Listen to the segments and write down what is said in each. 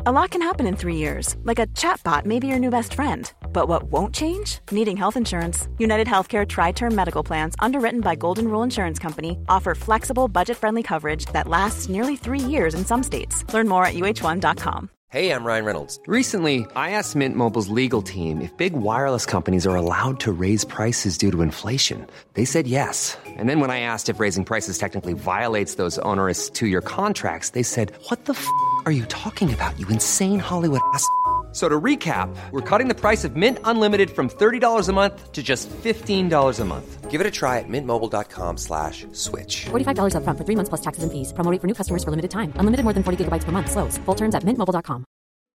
A lot can happen in 3 years, like a chatbot may be your new best friend. But what won't change? Needing health insurance. United Healthcare Tri-Term Medical Plans, underwritten by Golden Rule Insurance Company, offer flexible, budget-friendly coverage that lasts nearly 3 years in some states. Learn more at uh1.com. Hey, I'm Ryan Reynolds. Recently, I asked Mint Mobile's legal team if big wireless companies are allowed to raise prices due to inflation. They said yes. And then when I asked if raising prices technically violates those onerous 2-year contracts, they said, "What the f*** are you talking about, you insane Hollywood ass?" So to recap, we're cutting the price of Mint Unlimited from $30 a month to just $15 a month. Give it a try at mintmobile.com/switch. $45 up front for 3 months plus taxes and fees. Promo rate for new customers for limited time. Unlimited more than 40 gigabytes per month. Slows full terms at mintmobile.com.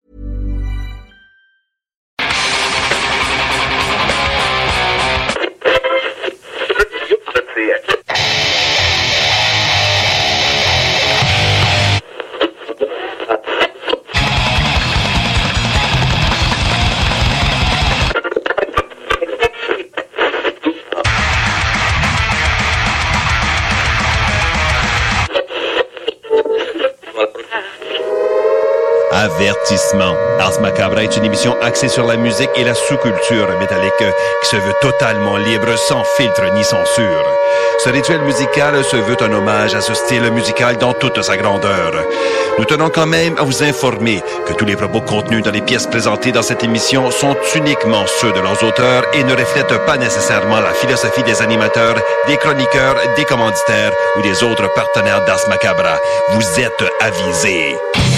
Avertissement. Ars Macabra est une émission axée sur la musique et la sous-culture métallique qui se veut totalement libre, sans filtre ni censure. Ce rituel musical se veut un hommage à ce style musical dans toute sa grandeur. Nous tenons quand même à vous informer que tous les propos contenus dans les pièces présentées dans cette émission sont uniquement ceux de leurs auteurs et ne reflètent pas nécessairement la philosophie des animateurs, des chroniqueurs, des commanditaires ou des autres partenaires d'Ars Macabra. Vous êtes avisés.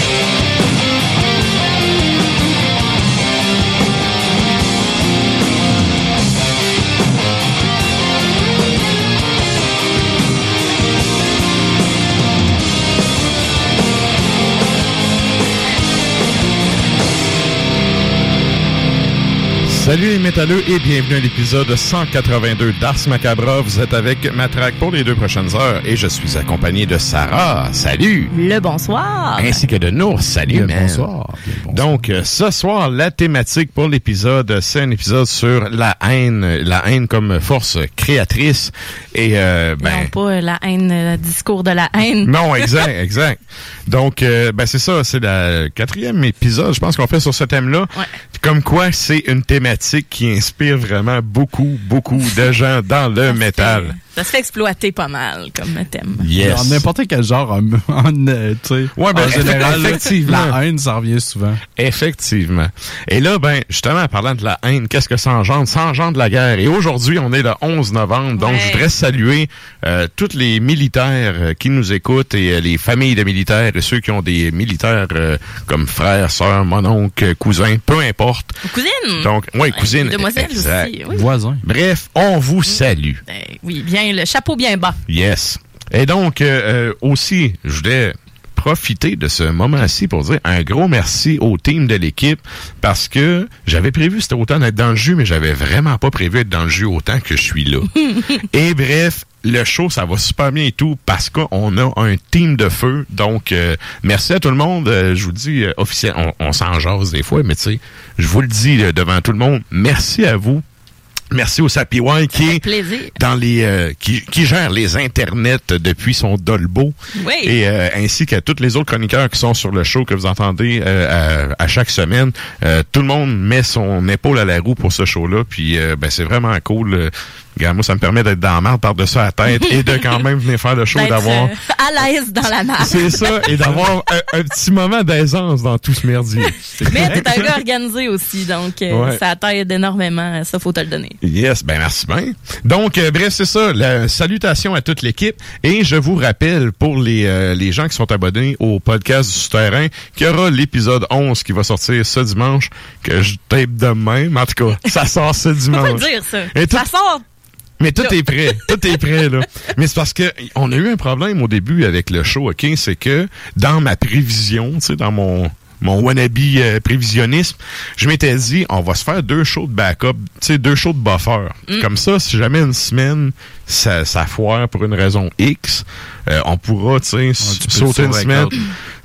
Salut les métalleux et bienvenue à l'épisode 182 d'Ars Macabra. Vous êtes avec Matraque pour les 2 prochaines heures et je suis accompagné de Sarah. Salut! Le bonsoir! Ainsi que de Nour. Salut, man! Bonsoir. Donc, ce soir, la thématique pour l'épisode, c'est un épisode sur la haine comme force créatrice et non, pas la haine, discours de la haine. Non, exact. Donc, c'est ça, c'est le 4e épisode, je pense qu'on fait sur ce thème-là. Ouais. Comme quoi, c'est une thématique qui inspire vraiment beaucoup de gens dans le métal. Ça se fait exploiter pas mal comme thème. Yes. Alors, n'importe quel genre, tu sais. Ouais, en général, effectivement. La haine, ça revient souvent. Effectivement. Et là, justement, en parlant de la haine, qu'est-ce que ça engendre? Ça engendre la guerre. Et aujourd'hui, on est le 11 novembre, donc je voudrais saluer tous les militaires qui nous écoutent et les familles de militaires et ceux qui ont des militaires comme frères, sœurs, mononcle, cousins, peu importe. Cousine! Donc, cousine. Demoiselle exact. aussi. Oui. Voisin. Bref, on vous salue. Oui, bien, le chapeau bien bas. Yes. Et donc, aussi, je voulais profiter de ce moment-ci pour dire un gros merci au team de l'équipe parce que j'avais prévu cet automne d'être dans le jus, mais j'avais vraiment pas prévu être dans le jus autant que je suis là. Et bref, le show, ça va super bien et tout parce qu'on a un team de feu. Donc, merci à tout le monde. Je vous dis officiellement, on s'en jase des fois, mais tu sais, je vous le dis devant tout le monde, merci à vous. Merci au Sapi Wine qui est dans les qui gère les internets depuis son Dolbo. Oui. Et ainsi qu'à tous les autres chroniqueurs qui sont sur le show que vous entendez à chaque semaine. Tout le monde met son épaule à la roue pour ce show-là. Puis c'est vraiment cool. Regarde, moi, ça me permet d'être dans la marde par-dessus la tête et de quand même venir faire le show, d'avoir... à l'aise dans la marde. C'est ça, et d'avoir un petit moment d'aisance dans tout ce merdier. Mais t'es un gars organisé aussi, donc ça t'aide énormément, ça faut te le donner. Yes, merci bien. Donc, bref, c'est ça, la salutation à toute l'équipe, et je vous rappelle, pour les gens qui sont abonnés au podcast du Souterrain, qu'il y aura l'épisode 11 qui va sortir ce dimanche, que je tape de même, en tout cas, ça sort ce dimanche. Faut pas le dire, ça. Et ça sort... Mais tout est prêt. Tout est prêt, là. Mais c'est parce que on a eu un problème au début avec le show, OK? C'est que dans ma prévision, tu sais, dans mon wannabe prévisionnisme, je m'étais dit, on va se faire 2 shows de backup, tu sais, 2 shows de buffer. Comme ça, si jamais une semaine, ça foire pour une raison X, on pourra, tu sais, sauter une semaine.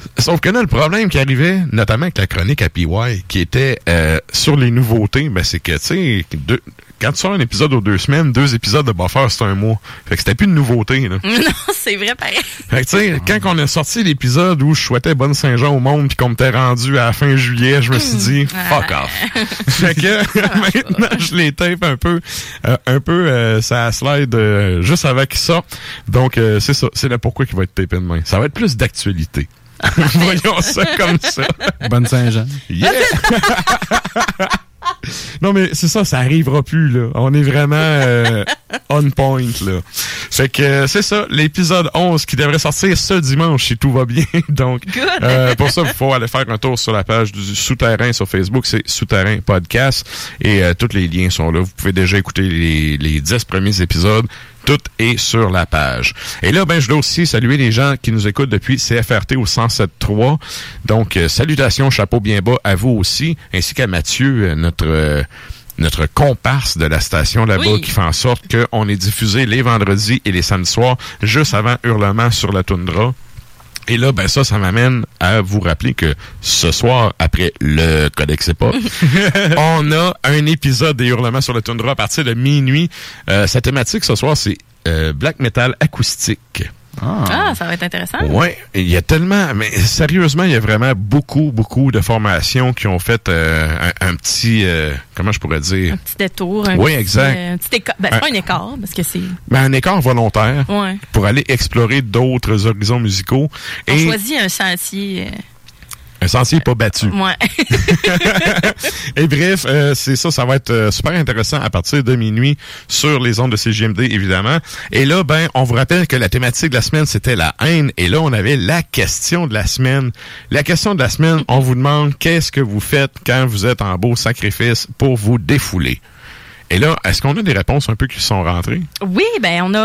Sauf que là, le problème qui arrivait, notamment avec la chronique à PY, qui était sur les nouveautés, ben c'est que, tu sais, quand tu sors un épisode aux 2 semaines, 2 épisodes de buffer, c'est un mois. Fait que c'était plus de nouveauté, là. Non, c'est vrai, pareil. Fait que, tu sais, quand on a sorti l'épisode où je souhaitais Bonne Saint-Jean au monde puis qu'on m'était rendu à la fin juillet, je me suis dit, fuck off. Fait que, maintenant, je les tape un peu, ça slide juste avant qu'ils sortent. Donc, c'est ça. C'est là pourquoi qu'il va être tapé demain. Ça va être plus d'actualité. Voyons ça comme ça. Bonne Saint-Jean. Yeah! Non, mais c'est ça, ça arrivera plus, là. On est vraiment on point, là. Fait que c'est ça, l'épisode 11 qui devrait sortir ce dimanche, si tout va bien. Donc, pour ça, il faut aller faire un tour sur la page du Souterrain sur Facebook. C'est Souterrain Podcast. Et tous les liens sont là. Vous pouvez déjà écouter les 10 premiers épisodes. Tout est sur la page. Et là, ben, je dois aussi saluer les gens qui nous écoutent depuis CFRT au 107.3. Donc, salutations, chapeau bien bas à vous aussi, ainsi qu'à Mathieu, notre comparse de la station là-bas, qui fait en sorte qu'on est diffusé les vendredis et les samedis soirs, juste avant Hurlement sur la toundra. Et là, ben ça m'amène à vous rappeler que ce soir, après le Codex Hip-Hop, on a un épisode des Hurlements sur la toundra à partir de minuit. Sa thématique ce soir, c'est black metal acoustique. Ah, ça va être intéressant. Ouais, il y a tellement, mais sérieusement, il y a vraiment beaucoup de formations qui ont fait un petit, comment je pourrais dire? Un petit détour. Exact. Un petit écart. Ben, c'est pas un écart, parce que c'est... Ben, un écart volontaire pour aller explorer d'autres horizons musicaux. On choisit un sentier... Un sentier pas battu. Ouais. Et bref, c'est ça, ça va être super intéressant à partir de minuit sur les ondes de CJMD, évidemment. Et là, ben, on vous rappelle que la thématique de la semaine, c'était la haine. Et là, on avait la question de la semaine. La question de la semaine, on vous demande qu'est-ce que vous faites quand vous êtes en beau sacrifice pour vous défouler. Et là, est-ce qu'on a des réponses un peu qui sont rentrées? Oui, ben on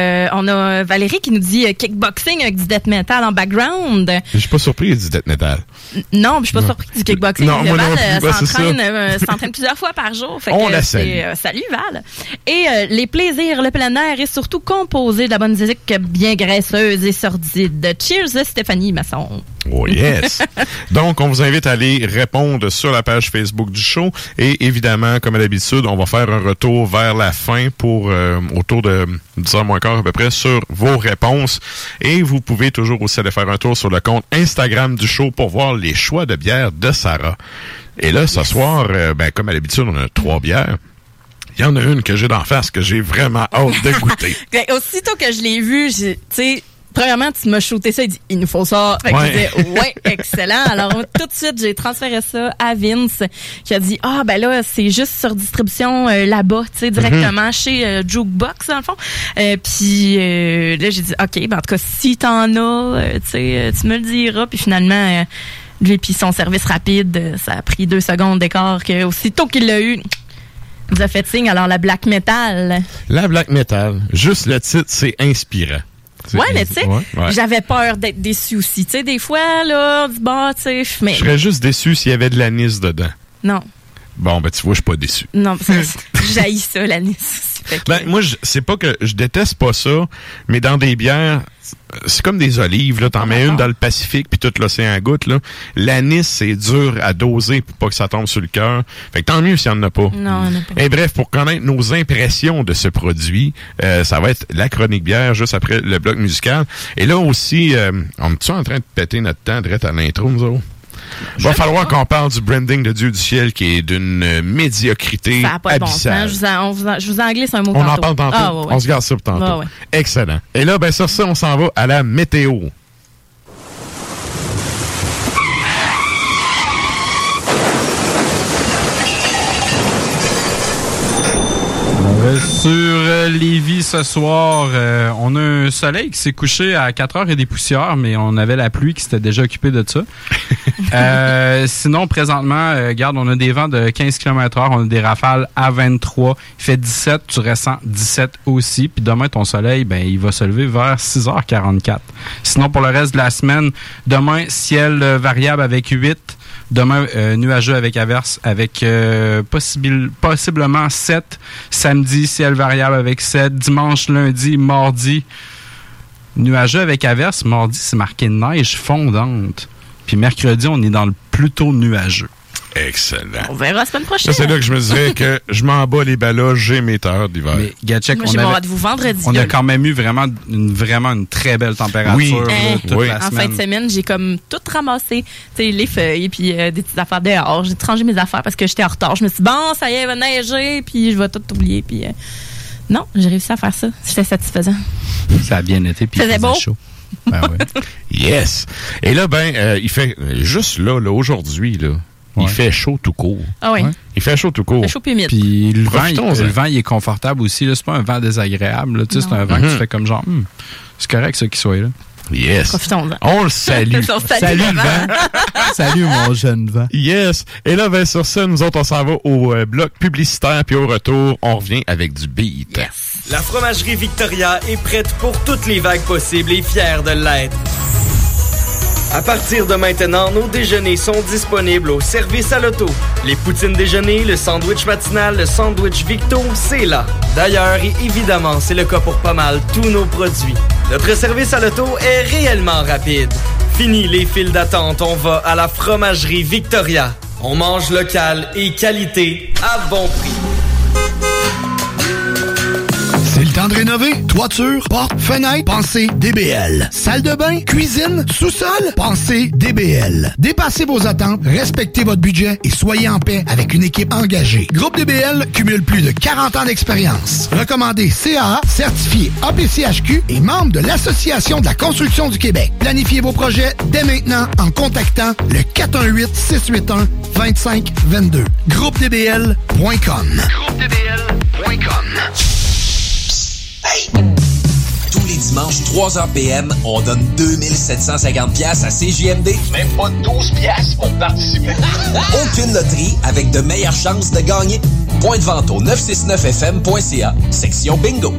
a Valérie qui nous dit kickboxing avec du death metal en background. Je suis pas surpris du death metal. Non, je suis pas surpris du kickboxing. Non, moi non plus. S'entraîne plusieurs fois par jour. Fait on que la salue. Salut Val. Et les plaisirs, le plein air est surtout composé de la bonne musique bien graisseuse et sordide. Cheers, Stéphanie Masson. Oh yes! Donc, on vous invite à aller répondre sur la page Facebook du show. Et évidemment, comme à l'habitude, on va faire un retour vers la fin pour autour de 10h moins quart à peu près sur vos réponses. Et vous pouvez toujours aussi aller faire un tour sur le compte Instagram du show pour voir les choix de bières de Sarah. Et là, ce soir, ben comme à l'habitude, on a 3 bières. Il y en a une que j'ai d'en face que j'ai vraiment hâte de goûter. Aussitôt que je l'ai vue, tu sais... Premièrement, tu m'as shooté ça, il dit, il nous faut ça. Fait que je disais, excellent. Alors, tout de suite, j'ai transféré ça à Vince, qui a dit, ben là, c'est juste sur distribution là-bas, tu sais, directement chez Jukebox, dans le fond. Puis là, j'ai dit, OK, ben en tout cas, si t'en as, tu sais, tu me le diras. Puis finalement, lui puis son service rapide, ça a pris 2 secondes d'écart que aussitôt qu'il l'a eu, il nous a fait signe. Alors, la black metal. La black metal, juste le titre, c'est inspirant. Ouais, mais tu sais, j'avais peur d'être déçu aussi. Tu sais, des fois, là, on dit, tu sais, mais... Je serais juste déçu s'il y avait de l'anis dedans. Non. Bon, ben, tu vois, je suis pas déçu. Non, j'haïs ça, l'anis. Ben, moi, c'est pas que je déteste pas ça, mais dans des bières, c'est comme des olives, là. T'en mets une dans le Pacifique puis tout l'océan goutte, là. L'anis, c'est dur à doser pour pas que ça tombe sur le cœur. Fait que tant mieux s'il y en a pas. Non, il n'y en a pas. Et bref, pour connaître nos impressions de ce produit, ça va être la chronique bière juste après le bloc musical. Et là aussi, on est-tu en train de péter notre temps direct à l'intro, nous autres? Il va falloir qu'on parle du branding de Dieu du ciel qui est d'une médiocrité ça a pas abyssale. De bon sens. Je vous en glisse un mot on en parle tantôt. On se garde ça pour tantôt. Excellent. Et là, ben sur ça, on s'en va à la météo. Sur Lévis ce soir, on a un soleil qui s'est couché à 4h et des poussières, mais on avait la pluie qui s'était déjà occupée de ça. Sinon, présentement, regarde, on a des vents de 15 km/h, on a des rafales à 23. Il fait 17, tu ressens 17 aussi. Puis demain, ton soleil, ben, il va se lever vers 6h44. Sinon, pour le reste de la semaine, demain, ciel variable avec 8. Demain, nuageux avec averse avec possiblement 7. Samedi, ciel variable avec 7. Dimanche, lundi, mardi, nuageux avec averse. Mardi, c'est marqué neige fondante. Puis mercredi, on est dans le plutôt nuageux. Excellent. On verra la semaine prochaine. C'est là que je me dirais que je m'en bats les baloches, j'ai mes heures d'hiver. Mais Gatchek, moi, j'ai mon rendez-vous vendredi. On a quand même eu vraiment une très belle température toute la semaine. En fin de semaine, j'ai comme tout ramassé, les feuilles, puis des petites affaires dehors. J'ai rangé mes affaires parce que j'étais en retard. Je me suis dit, bon, ça y est, il va neiger, puis je vais tout oublier. Puis non, j'ai réussi à faire ça. C'était satisfaisant. Ça a bien été, puis il faisait beau. Chaud. Ben ouais. Yes. Et là, il fait juste là aujourd'hui, là. Il fait chaud tout court. Ah oui. Il fait chaud tout court. Il fait chaud puis humide. Puis le vent, il est confortable aussi. Là. C'est pas un vent désagréable. Là. C'est un vent que tu fais comme genre, c'est correct ça qu'il soit là. Yes. Profitons-en. On le salue. Salut le vent. Salut mon jeune vent. Yes. Et là, sur ça, nous autres, on s'en va au bloc publicitaire. Puis au retour, on revient avec du beat. Yes. La fromagerie Victoria est prête pour toutes les vagues possibles et fière de l'être. À partir de maintenant, nos déjeuners sont disponibles au service à l'auto. Les poutines déjeuner, le sandwich matinal, le sandwich Victo, c'est là. D'ailleurs, et évidemment, c'est le cas pour pas mal tous nos produits. Notre service à l'auto est réellement rapide. Fini les files d'attente, on va à la fromagerie Victoria. On mange local et qualité à bon prix. C'est le temps de rénover. Toiture, porte, fenêtre, pensez DBL. Salle de bain, cuisine, sous-sol, pensez DBL. Dépassez vos attentes, respectez votre budget et soyez en paix avec une équipe engagée. Groupe DBL cumule plus de 40 ans d'expérience. Recommandé CAA, certifié APCHQ et membre de l'Association de la construction du Québec. Planifiez vos projets dès maintenant en contactant le 418-681-2522. GroupeDBL.com. GroupeDBL.com. Hey! Tous les dimanches, 3h PM, on donne 2750$ à CJMD. Même pas 12$ pour participer. Aucune loterie avec de meilleures chances de gagner. Point de vente au 969fm.ca, section bingo.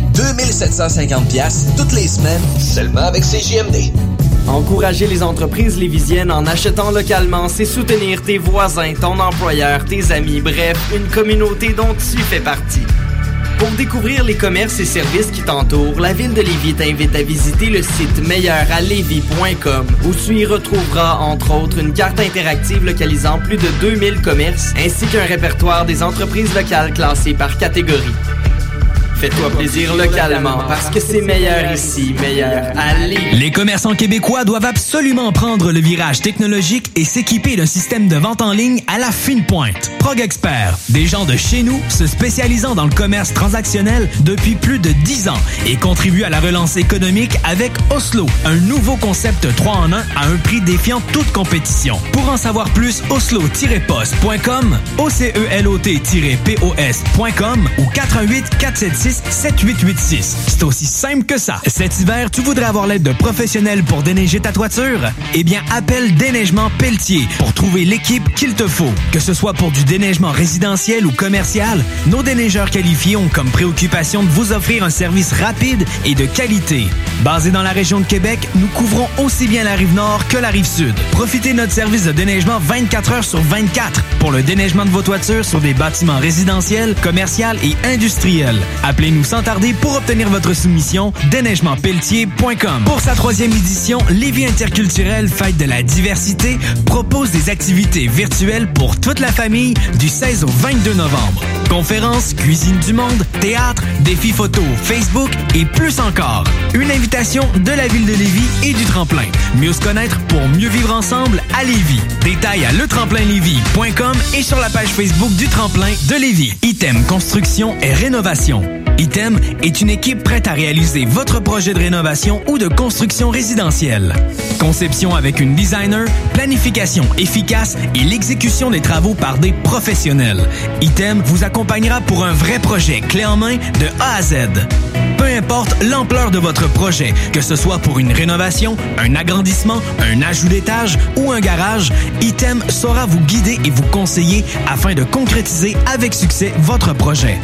2750$ toutes les semaines, seulement avec CJMD. Encourager les entreprises lévisiennes en achetant localement, c'est soutenir tes voisins, ton employeur, tes amis, bref, une communauté dont tu fais partie. Pour découvrir les commerces et services qui t'entourent, la Ville de Lévis t'invite à visiter le site meilleuralevis.com où tu y retrouveras, entre autres, une carte interactive localisant plus de 2000 commerces ainsi qu'un répertoire des entreprises locales classées par catégorie. Fais-toi plaisir localement parce que c'est meilleur ici, meilleur à Lévis. Les commerçants québécois doivent absolument prendre le virage technologique et s'équiper d'un système de vente en ligne à la fine pointe. ProgExpert, des gens de chez nous se spécialisant dans le commerce transactionnel depuis plus de 10 ans et contribuent à la relance économique avec Oslo, un nouveau concept 3 en 1 à un prix défiant toute compétition. Pour en savoir plus, oslo-post.com, OCELOT-POS.com ou 418-476-7886. C'est aussi simple que ça. Cet hiver, tu voudrais avoir l'aide de professionnels pour déneiger ta toiture? Eh bien, appelle Déneigement Pelletier pour trouver l'équipe qu'il te faut. Que ce soit pour du déneigement résidentiel ou commercial, nos déneigeurs qualifiés ont comme préoccupation de vous offrir un service rapide et de qualité. Basé dans la région de Québec, nous couvrons aussi bien la Rive-Nord que la Rive-Sud. Profitez de notre service de déneigement 24 heures sur 24 pour le déneigement de vos toitures sur des bâtiments résidentiels, commerciaux et industriels. Appelez-nous sans tarder pour obtenir votre soumission, déneigementpelletier.com. Pour sa 3e édition, Lévis Interculturel Fête de la diversité propose des activités virtuelles pour toute la famille du 16 au 22 novembre. Conférences, cuisine du monde, théâtre, défis photo, Facebook et plus encore. Une invitation de la Ville de Lévis et du Tremplin. Mieux se connaître pour mieux vivre ensemble à Lévis. Détails à letremplinlévis.com et sur la page Facebook du Tremplin de Lévis. Item Construction et Rénovation. Item est une équipe prête à réaliser votre projet de rénovation ou de construction résidentielle. Conception avec une designer, planification efficace et l'exécution des travaux par des professionnels. Item vous accompagnera pour un vrai projet clé en main de A à Z. Peu importe l'ampleur de votre projet, que ce soit pour une rénovation, un agrandissement, un ajout d'étage ou un garage, Item saura vous guider et vous conseiller afin de concrétiser avec succès votre projet.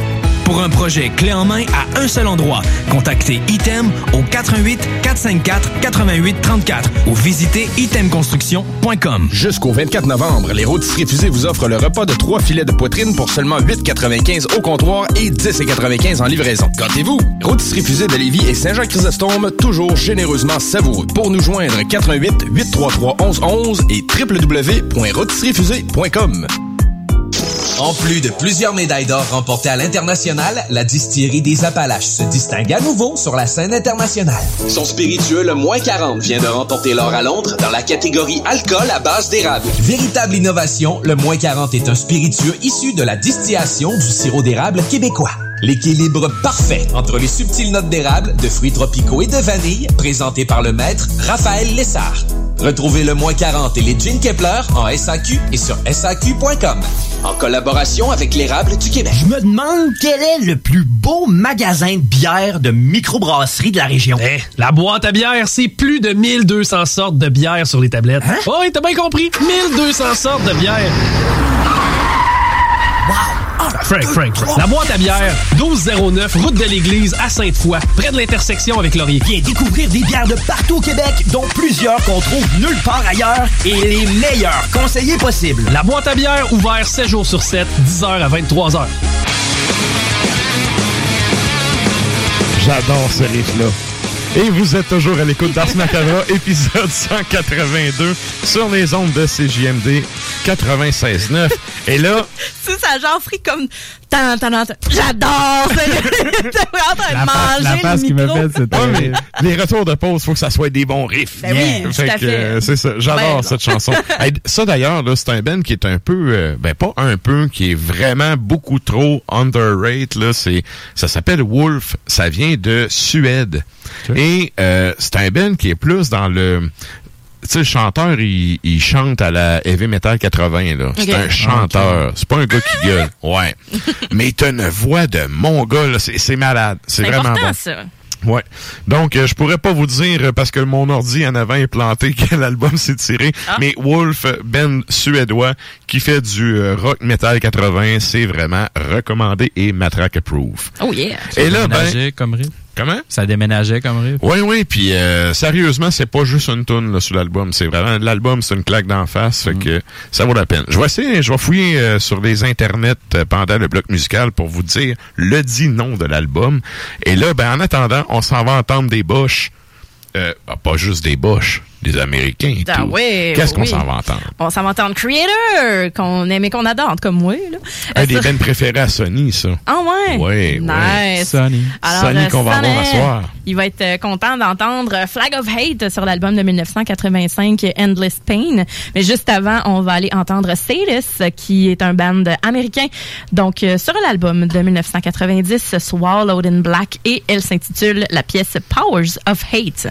Pour un projet clé en main à un seul endroit, contactez ITEM au 418-454-8834 ou visitez itemconstruction.com. Jusqu'au 24 novembre, les Rôtisseries Fusées vous offrent le repas de 3 filets de poitrine pour seulement 8,95 au comptoir et 10,95 en livraison. Gâtez-vous! Rôtisseries Fusées de Lévis et Saint-Jean-Chrysostome, toujours généreusement savoureux. Pour nous joindre, 418-833-1111 et www.rôtisseriesfusées.com. En plus de plusieurs médailles d'or remportées à l'international, la distillerie des Appalaches se distingue à nouveau sur la scène internationale. Son spiritueux, le Moins 40, vient de remporter l'or à Londres dans la catégorie alcool à base d'érable. Véritable innovation, le Moins 40 est un spiritueux issu de la distillation du sirop d'érable québécois. L'équilibre parfait entre les subtiles notes d'érable, de fruits tropicaux et de vanille, présenté par le maître Raphaël Lessard. Retrouvez le Moins 40 et les Gin Kepler en SAQ et sur SAQ.com. En collaboration avec l'érable du Québec. Je me demande quel est le plus beau magasin de bière de microbrasserie de la région. La boîte à bière, c'est plus de 1200 sortes de bière sur les tablettes. Hein? Oh, oui, t'as bien compris. 1200 sortes de bière. Wow! Frank. La boîte à bière, 1209, route de l'église à Sainte-Foy, près de l'intersection avec Laurier. Viens découvrir des bières de partout au Québec, dont plusieurs qu'on trouve nulle part ailleurs et les meilleurs conseillers possibles. La boîte à bière, ouvert 7 jours sur 7, 10h à 23h. J'adore ce riff-là. Et vous êtes toujours à l'écoute d'Ars Macabra, épisode 182, sur les ondes de CJMD 96.9. Et là... C'est ça, genre frit comme... J'adore! T'es vraiment en train de manger la le micro. Qui me fait, ouais, les retours de pause, faut que ça soit des bons riffs. Ben oui, tout à fait. C'est ça, j'adore cette chanson. Hey, ça d'ailleurs, là, c'est un band qui est un peu... pas un peu, qui est vraiment beaucoup trop underrated. Là, ça s'appelle Wolf. Ça vient de Suède. Okay. Et c'est un band qui est plus dans le... Tu sais, le chanteur, il chante à la Heavy Metal 80, là. Okay. C'est un chanteur. Okay. C'est pas un gars qui gueule. Ouais. Mais t'as une voix de mon gars, là. C'est malade. C'est vraiment bon. Ça. Ouais. Donc, je pourrais pas vous dire, parce que mon ordi en avant est planté, quel album s'est tiré. Ah. Mais Wolf, band suédois, qui fait du rock metal 80, c'est vraiment recommandé et matraque approve. Oh yeah. Et là, comme riff. Comment? Ça déménageait comme riff. Oui, puis sérieusement, c'est pas juste une toune là, sur l'album. C'est vraiment l'album, c'est une claque d'en face, fait que ça vaut la peine. Je vais fouiller sur les internets pendant le bloc musical pour vous dire le dit nom de l'album. Et là, en attendant, on s'en va entendre des boches. Pas juste des boches, des Américains et tout. Oui, qu'est-ce qu'on s'en va entendre? On s'en va entendre Creator, qu'on aime et qu'on adore, comme moi. Là. Des bands préférés à Sony, ça. Ah ouais? Oui, nice. Oui. Sony. Alors, Sony qu'on va avoir à soir. Il va être content d'entendre Flag of Hate sur l'album de 1985, Endless Pain. Mais juste avant, on va aller entendre Sadis, qui est un band américain. Donc, sur l'album de 1990, Swallowed in Black, et elle s'intitule la pièce Powers of Hate.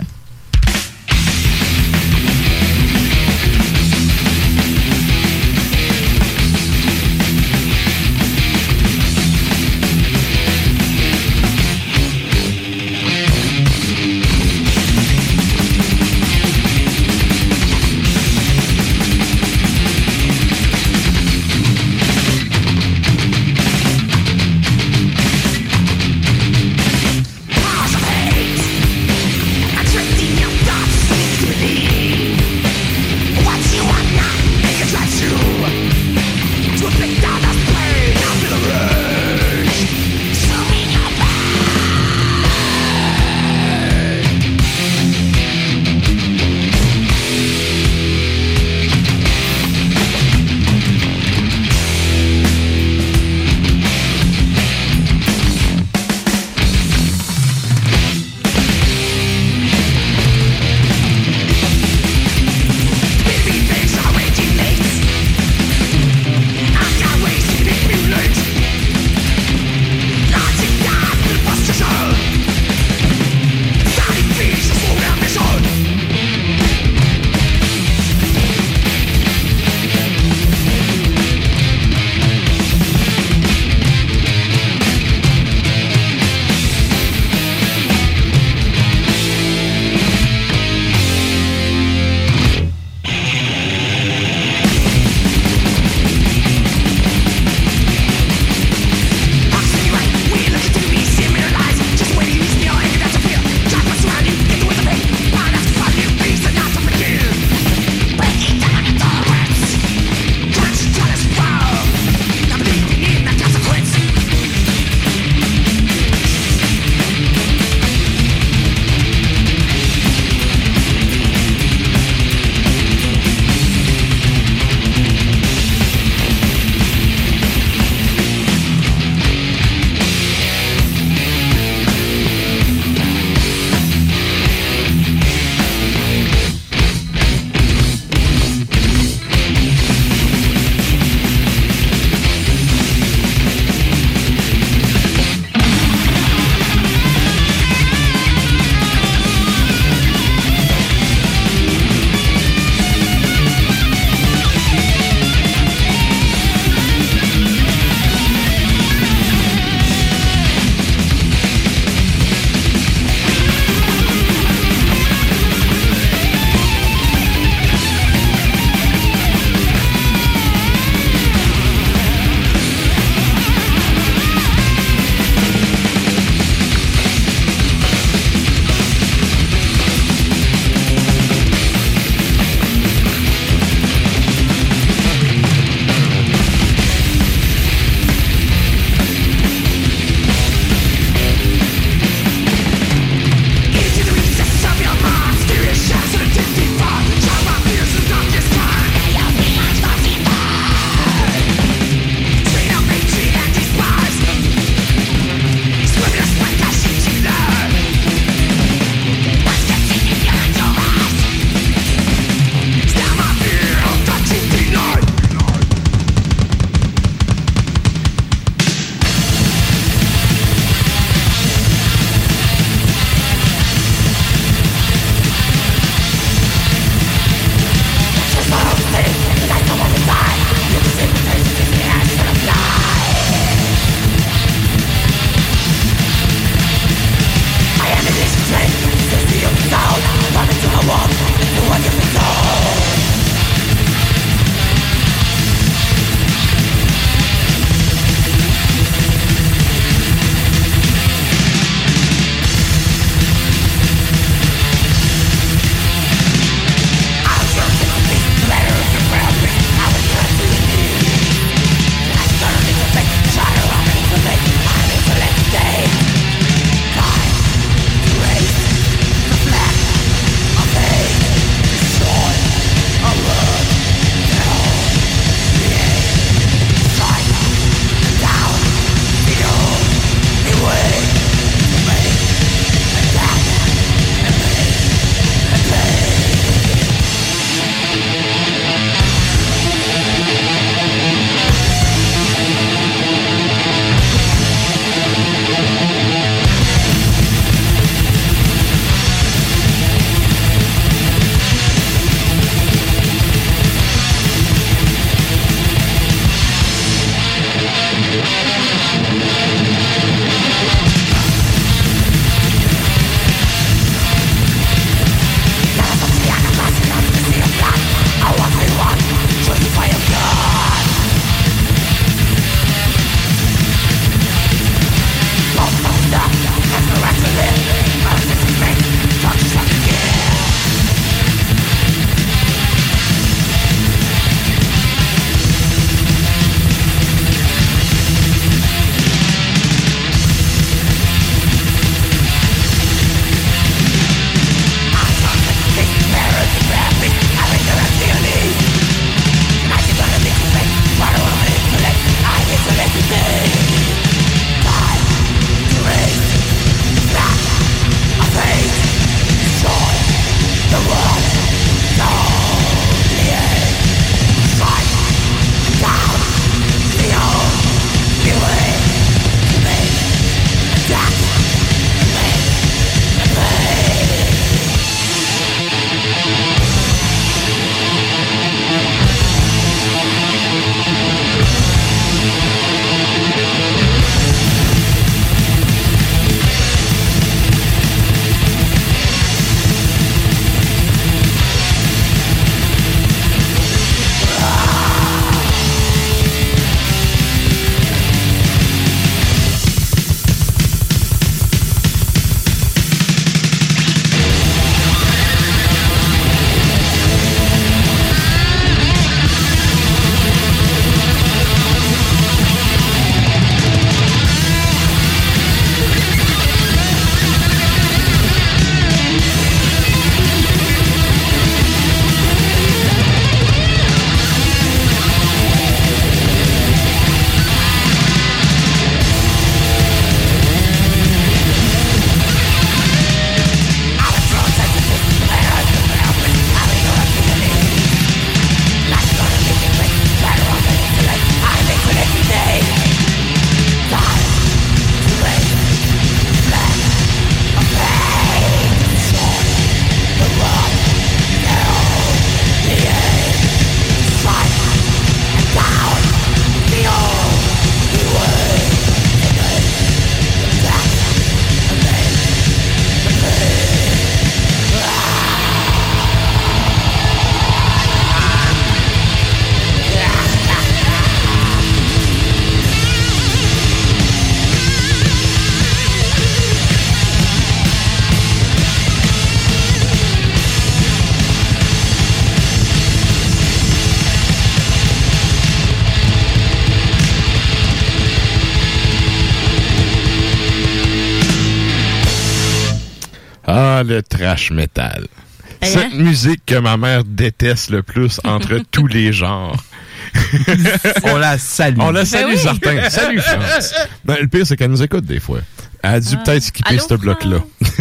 le trash metal. Cette musique que ma mère déteste le plus entre tous les genres. On la salue. On la salue, certain. Salut, France. Ben, le pire, c'est qu'elle nous écoute des fois. Elle a dû peut-être skipper ce bloc-là.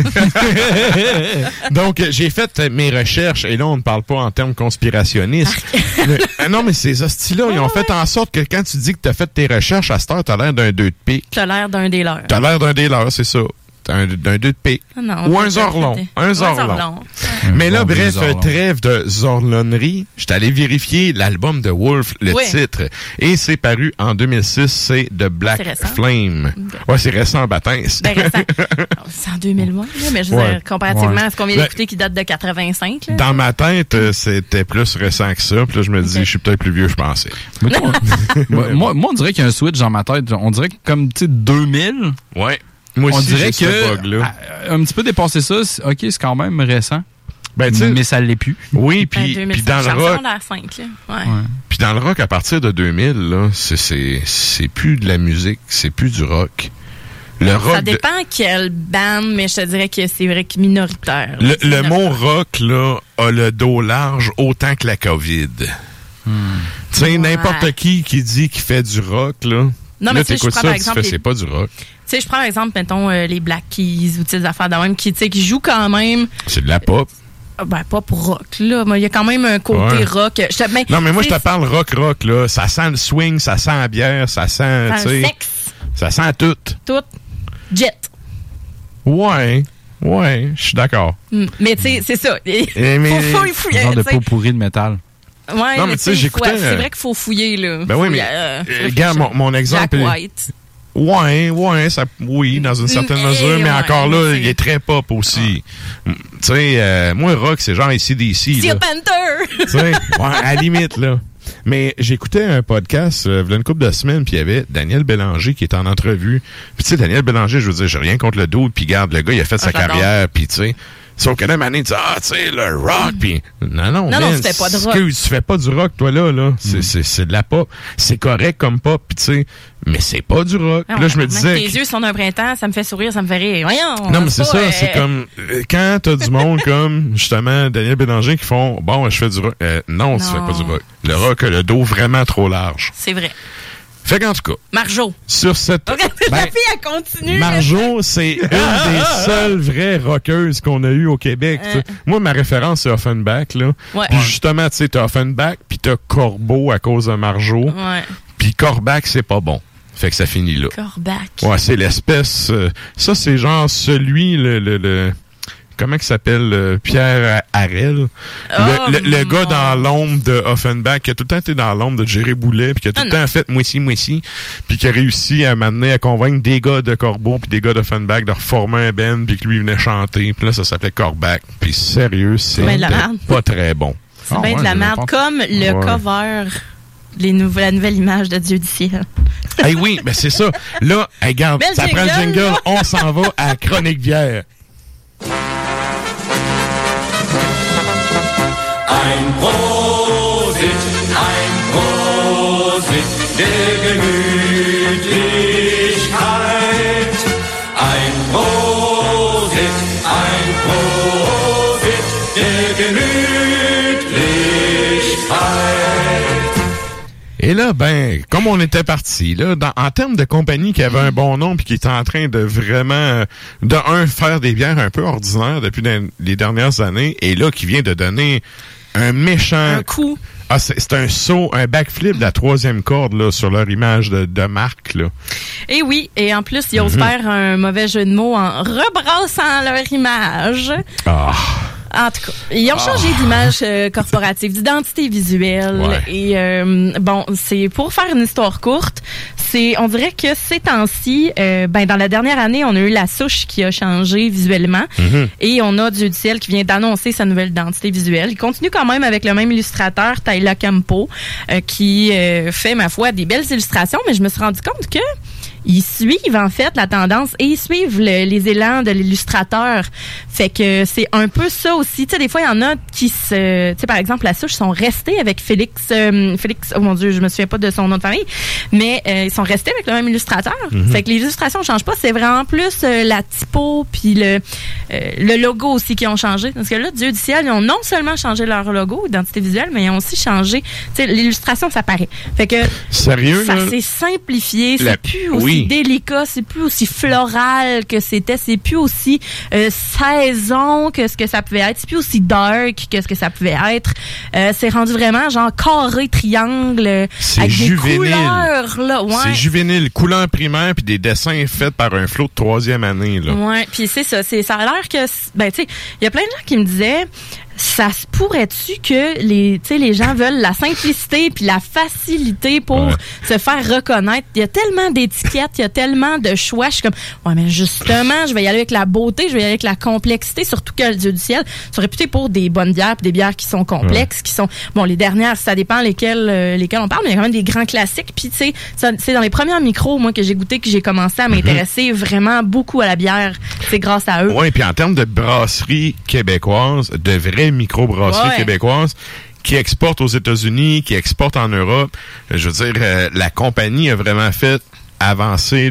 Donc, j'ai fait mes recherches, et là, on ne parle pas en termes conspirationnistes. Non, mais ces hosties-là, ils ont fait en sorte que quand tu dis que tu as fait tes recherches, à cette heure, tu as l'air d'un 2 de pique. Tu as l'air d'un des leurs. Tu as l'air d'un des leurs, c'est ça. D'un 2 de pique. Ou un Zorlon. Un Zorlon. Mais là, bref, trêve de Zorlonnerie. J'étais allé vérifier l'album de Wolf, le titre. Et c'est paru en 2006, c'est The Black Flame. Okay. Ouais, c'est récent, baptême. Ben récent. C'est en 2001, mais je veux dire, comparativement à ce qu'on vient d'écouter qui date de 85. Là. Dans ma tête, c'était plus récent que ça. Puis là, je me dis, je suis peut-être plus vieux, je pensais. moi, on dirait qu'il y a un switch dans ma tête. On dirait que comme, tu sais, 2000. Ouais. Moi aussi, on dirait que un petit peu dépasser ça, OK, c'est quand même récent. Ben, mais ça l'est plus. Oui, puis dans le rock. Puis dans le rock, à partir de 2000, là, c'est plus de la musique, c'est plus du rock. Le rock ça dépend quelle band, mais je te dirais que c'est vrai que minoritaire. Le mot rock, là, a le dos large autant que la COVID. Tu sais, n'importe qui dit qu'il fait du rock, là. Non, mais tu sais, je prends par exemple. C'est pas du rock. Tu sais, je prends par exemple, mettons, les Black Keys ou des affaires de même qui jouent quand même. C'est de la pop. Ben, pop rock, là. Il y a quand même un côté rock. Non, mais moi, je te parle rock, là. Ça sent le swing, ça sent la bière, ça sent, tu sais. Sexe. Ça sent tout. Tout. Jet. Ouais, je suis d'accord. Mais tu sais, c'est ça. Faut fouiller. Genre de pot pourri de métal. Ouais, non, mais tu sais, j'écoutais. C'est vrai qu'il faut fouiller, là. Ben oui, mais. Regarde, mon exemple. Black White. Oui, dans une certaine mesure, mais encore là, il est très pop aussi. Tu sais, moi, rock, c'est genre AC/DC. Steel Panther! Tu sais, à la limite, là. Mais j'écoutais un podcast, il y a une couple de semaines, puis il y avait Daniel Bélanger qui est en entrevue. Puis tu sais, Daniel Bélanger, je veux dire, j'ai rien contre le dude, puis garde, le gars, il a fait sa carrière, puis tu sais. Sauf que là, Mané dit, tu sais, le rock, pis non, tu fais pas de rock. Excuse, tu fais pas du rock, toi, là. C'est de la pop. C'est correct comme pop, pis tu sais, mais c'est pas du rock. Non, là, je me disais. Tes yeux sont d'un printemps, ça me fait sourire, ça me fait rire. Voyons. Non, mais c'est ça, c'est comme, quand t'as du monde comme, justement, Daniel Bélanger qui font, bon, je fais du rock. Non, tu fais pas du rock. Le rock a le dos vraiment trop large. C'est vrai. Fait qu'en tout cas. Marjo. Sur cette. La fille, elle continue. Marjo, c'est une des seules vraies rockeuses qu'on a eues au Québec. Moi, ma référence, c'est Offenbach, là. Ouais. Puis justement, tu sais, t'as Offenbach, puis t'as Corbeau à cause de Marjo. Ouais. Puis Corbach, c'est pas bon. Fait que ça finit là. Corbach. Ouais, c'est l'espèce. Ça, c'est genre celui, le comment il s'appelle? Pierre Harel. Le gars dans l'ombre de Offenbach, qui a tout le temps été dans l'ombre de Jerry Boulet, puis qui a tout le temps fait moissi, puis qui a réussi à m'amener à convaincre des gars de Corbeau puis des gars d'Offenbach de reformer un band, puis que lui venait chanter. Puis là, ça s'appelait Corbach. Puis sérieux, c'est pas très bon. C'est bien de la merde. Comme le cover, la nouvelle image de Dieu du ciel. Eh oui, ben c'est ça. Là, regarde, ça prend le jingle, on s'en va à Chronique bière. Ein Prosit, der Gemütlichkeit. Ein Prosit, der Gemütlichkeit. Et là, ben, comme on était parti, là, en termes de compagnie qui avait un bon nom puis qui était en train de vraiment, faire des bières un peu ordinaires depuis les dernières années, et là, qui vient de donner un méchant... Un coup. Ah, c'est un saut, un backflip de la 3e corde, là, sur leur image de marque, là. Et oui, et en plus, ils osent faire un mauvais jeu de mots en rebrassant leur image. Ah... En tout cas, ils ont changé d'image corporative, d'identité visuelle. Ouais. Et bon, c'est pour faire une histoire courte. On dirait que ces temps-ci, dans la dernière année, on a eu la souche qui a changé visuellement. Mm-hmm. Et on a Dieu du ciel qui vient d'annoncer sa nouvelle identité visuelle. Il continue quand même avec le même illustrateur, Tyler Campo, qui fait, ma foi, des belles illustrations. Mais je me suis rendu compte que ils suivent en fait la tendance et ils suivent les élans de l'illustrateur. Fait que c'est un peu ça aussi. Tu sais, des fois, il y en a qui tu sais, par exemple, la souche, sont restés avec Félix, oh mon Dieu, je me souviens pas de son nom de famille, mais ils sont restés avec le même illustrateur. Fait que les illustrations changent pas, c'est vraiment plus la typo puis le logo aussi qui ont changé. Parce que là, Dieu du ciel, ils ont non seulement changé leur logo, identité visuelle, mais ils ont aussi changé, tu sais, l'illustration, ça paraît. Fait que sérieux, ça là? s'est simplifié, c'est plus aussi délicat, c'est plus aussi floral que c'était, c'est plus aussi saison que ce que ça pouvait être, c'est plus aussi dark que ce que ça pouvait être. C'est rendu vraiment genre carré, triangle, avec des couleurs là. Ouais. C'est juvénile, couleur primaire puis des dessins faits par un flot de 3e année là. Ouais, puis c'est ça, ça a l'air que ben tu sais, il y a plein de gens qui me disaient ça se pourrait-tu que les gens veulent la simplicité puis la facilité pour se faire reconnaître. Il y a tellement d'étiquettes, il y a tellement de choix. Je suis comme, ouais, mais justement, je vais y aller avec la beauté, je vais y aller avec la complexité, surtout que le Dieu du ciel, c'est réputé pour des bonnes bières puis des bières qui sont complexes, qui sont, bon, les dernières, ça dépend lesquelles on parle, mais il y a quand même des grands classiques. Puis, tu sais, c'est dans les premiers micros, moi, que j'ai goûté, que j'ai commencé à m'intéresser vraiment beaucoup à la bière. C'est grâce à eux. Oui, puis en termes de brasserie québécoise, de vraies microbrasseries québécoises qui exportent aux États-Unis, qui exportent en Europe, je veux dire, la compagnie a vraiment fait avancer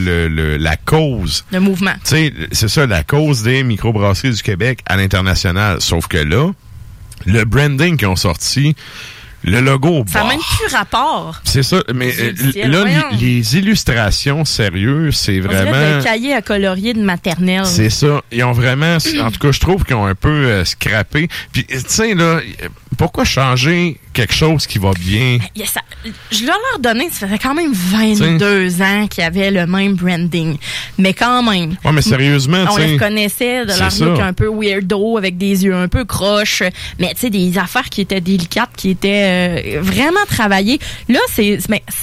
la cause. Le mouvement. Tu sais, c'est ça, la cause des microbrasseries du Québec à l'international. Sauf que là, le branding qu'ils ont sorti, le logo, ça n'a même plus rapport. C'est ça, mais là, les illustrations, sérieux, c'est vraiment... On dirait des cahiers à colorier de maternelle. C'est ça. Ils ont vraiment... En tout cas, je trouve qu'ils ont un peu scrappé. Puis, tu sais, là, pourquoi changer quelque chose qui va bien? Je leur donné, ça faisait quand même 22 ans qu'ils avaient le même branding. Mais quand même. Ouais, mais sérieusement, on les reconnaissait de leur look un peu weirdo, avec des yeux un peu croches. Mais, tu sais, des affaires qui étaient délicates, qui étaient vraiment travaillées. Là, je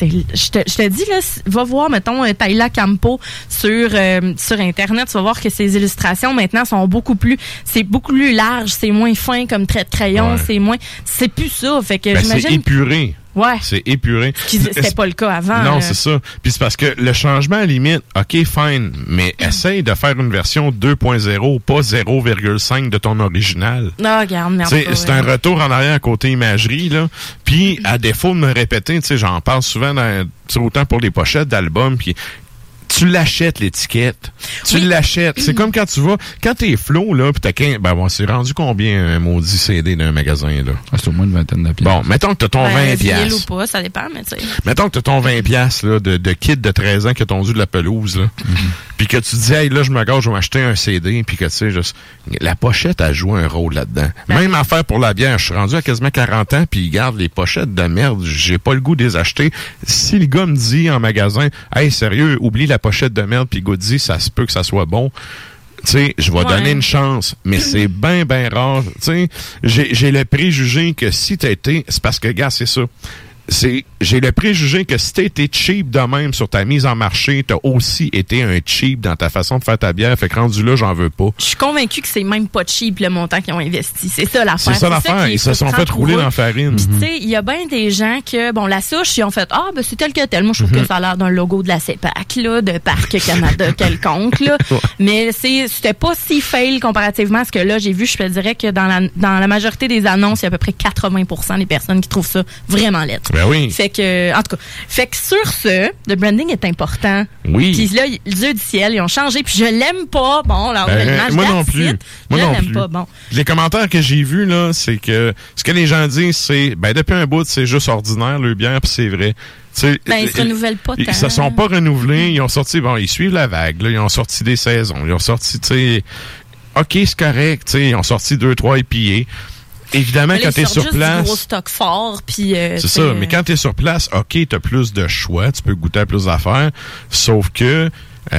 te dis, là, va voir, mettons, Tayla Campo sur Internet. Tu vas voir que ces illustrations, maintenant, sont beaucoup plus large, c'est moins fin comme trait de crayon, c'est plus ça. Fait que j'imagine... C'est épuré. Ouais. C'est épuré. C'était pas le cas avant. Non, c'est ça. Puis c'est parce que le changement, à la limite, OK, fine, mais essaye de faire une version 2.0, pas 0,5 de ton original. Non, regarde, merde. C'est un retour en arrière côté imagerie, là. Puis, à défaut de me répéter, tu sais, j'en parle souvent autant pour les pochettes d'albums, puis tu l'achètes, l'étiquette. Tu l'achètes. C'est comme quand tu vas... Quand t'es flow, là, pis t'as 15... Ben bon, c'est rendu combien un maudit CD d'un magasin, là? C'est au moins une vingtaine de pièces. Bon, mettons que t'as ton 20 piastres. ou pas, ça dépend, mais tu sais. Mettons que t'as ton 20 piastres, là, de kid de 13 ans qui a tondu de la pelouse, là. Puis que tu dis, hey, là, je me gâche, je vais m'acheter un CD, puis que, tu sais, juste... La pochette a joué un rôle là-dedans. Même affaire pour la bière. Je suis rendu à quasiment 40 ans, puis garde les pochettes de merde. J'ai pas le goût de les acheter. Si le gars me dit en magasin, hey, sérieux, oublie la pochette de merde, puis Goody, ça se peut que ça soit bon. Tu sais, je vais donner une chance, mais c'est bien, bien rare. Tu sais, j'ai le préjugé que si t'as été... C'est parce que, gars, c'est ça. J'ai le préjugé que si t'as été cheap de même sur ta mise en marché, t'as aussi été un cheap dans ta façon de faire ta bière. Fait que rendu là, j'en veux pas. Je suis convaincu que c'est même pas cheap le montant qu'ils ont investi. C'est ça l'affaire. C'est ça l'affaire. Ils se sont fait rouler dans la farine. Puis tu sais, il y a bien des gens que, bon, la souche, ils ont fait, ben c'est tel que tel. Moi, je trouve que ça a l'air d'un logo de la CEPAC, là, de Parc Canada quelconque, là. Mais c'était pas si comparativement à ce que là, j'ai vu. Je te dirais que dans la majorité des annonces, il y a à peu près 80% des personnes qui trouvent ça vraiment laid. Ben oui. Fait que, en tout cas, sur ce, le branding est important. Oui. Puis là, le Dieu du ciel, ils ont changé. Puis je l'aime pas. Bon, alors, l'image moi non plus. Moi non plus. Pas, bon. Les commentaires que j'ai vus, là, c'est que ce que les gens disent, c'est, depuis un bout, c'est juste ordinaire, le bière, puis c'est vrai. Ils se renouvellent pas tant. Ils se sont pas renouvelés. Ils ont sorti, ils suivent la vague, là. Ils ont sorti des saisons. Ils ont sorti, tu sais, OK, c'est correct, tu sais, ils ont sorti 2-3 IPA. Évidemment, quand t'es sur place... Du gros stock fort, puis... c'est ça, mais quand t'es sur place, OK, t'as plus de choix, tu peux goûter à plus d'affaires, sauf que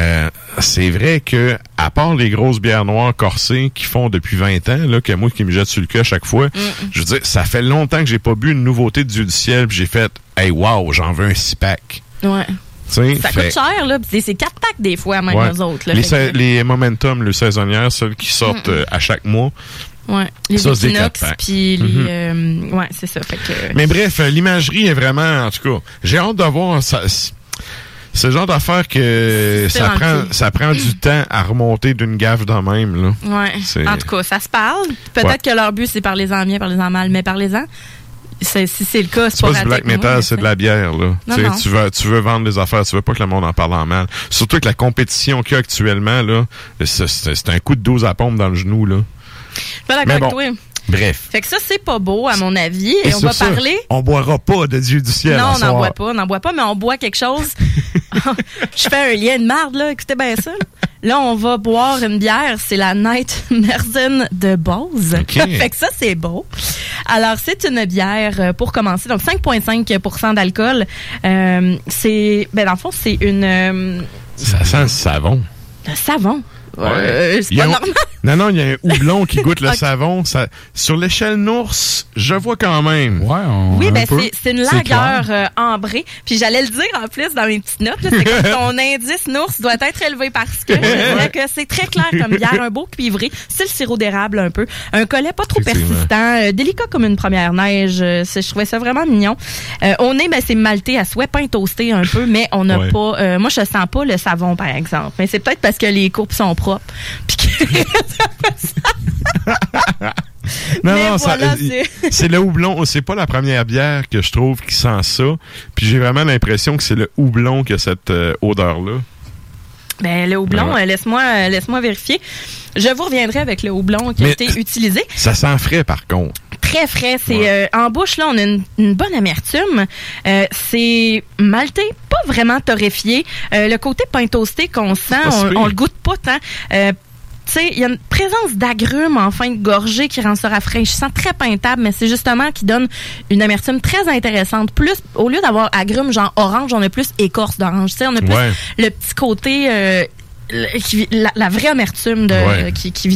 c'est vrai que, à part les grosses bières noires corsées qui font depuis 20 ans, là, que moi qui me jette sur le cul à chaque fois, je veux dire, ça fait longtemps que j'ai pas bu une nouveauté de Dieu du ciel, puis j'ai fait, hey, wow, j'en veux un 6-pack. Ouais. Ça coûte cher, là. C'est 4 packs des fois, même eux autres. Là, les Momentum, les saisonnières, celles qui sortent à chaque mois. Ouais, les Equinox, puis les... ouais, c'est ça. Fait que... Mais bref, l'imagerie est vraiment... En tout cas, j'ai hâte de voir... C'est le genre d'affaire que ça prend du temps à remonter d'une gaffe de même, là. Ouais. En tout cas, ça se parle. Peut-être que leur but, c'est parlez-en bien, parlez-en mal, mais parlez-en. Si c'est le cas, c'est pas du black metal, c'est de la bière, là. Non. Tu veux vendre des affaires, tu veux pas que le monde en parle en mal. Surtout que la compétition qu'il y a actuellement, là, c'est un coup de 12 à pompe dans le genou, là. Je suis pas d'accord avec toi. Bref. Fait que ça, c'est pas beau, à mon avis. Et on va parler. On boira pas de Dieu du ciel. Non, on n'en boit pas, mais on boit quelque chose. Je fais un lien de marde, là. Écoutez bien ça. Là, on va boire une bière. C'est la Night Merzen de Bose. Okay. Fait que ça, c'est beau. Alors, c'est une bière, pour commencer, donc 5,5% d'alcool. Dans le fond, c'est une... Ça sent le savon. Le savon? Ouais. C'est pas normal. Non, il y a un houblon qui goûte le savon. Sur l'échelle Nours, je vois quand même. Oui, c'est une lagueur ambrée. Puis j'allais le dire en plus dans mes petites notes. Là, c'est comme ton indice Nours doit être élevé parce que je dirais que c'est très clair comme bière, un beau cuivré, style sirop d'érable un peu. Un collet pas trop persistant, délicat comme une première neige. Je trouvais ça vraiment mignon. Au nez, c'est malté à souhait, pain toasté un peu, mais on n'a pas... moi, je sens pas le savon, par exemple. Mais c'est peut-être parce que les courbes sont propres. Puis non, voilà, c'est le houblon. C'est pas la première bière que je trouve qui sent ça. Puis j'ai vraiment l'impression que c'est le houblon qui a cette odeur-là. Ben, le houblon, laisse-moi vérifier. Je vous reviendrai avec le houblon qui a été utilisé. Ça sent frais, par contre. Très frais. C'est en bouche, là, on a une bonne amertume. C'est maltais, pas vraiment torréfié. Le côté pain toasté qu'on sent, on le goûte pas tant. Il y a une présence d'agrumes en fin de gorgée qui rend ça rafraîchissant, très peintable, mais c'est justement qui donne une amertume très intéressante. Plus, au lieu d'avoir agrumes genre orange, on a plus écorce d'orange. On a plus le petit côté... la vraie amertume qui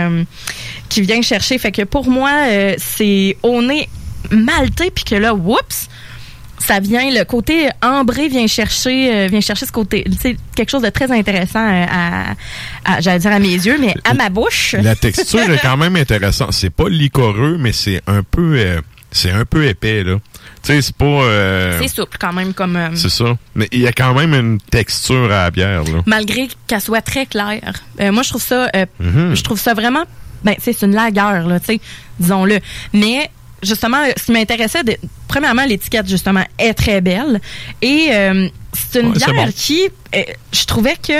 vient chercher. Fait que pour moi, c'est au nez maltais, puis que là, whoops, ça vient, le côté ambré vient chercher ce côté, quelque chose de très intéressant j'allais dire à mes yeux, mais à ma bouche. La texture est quand même intéressante. C'est pas liquoreux, mais c'est un peu épais, là. Tu sais, c'est pas... c'est souple quand même comme... C'est ça. Mais il y a quand même une texture à la bière, là. Malgré qu'elle soit très claire. Moi, je trouve ça vraiment... c'est une lagueur, là, tu sais, disons-le. Mais... Justement, ce qui m'intéressait, premièrement, l'étiquette, justement, est très belle. Et c'est une bière qui, je trouvais que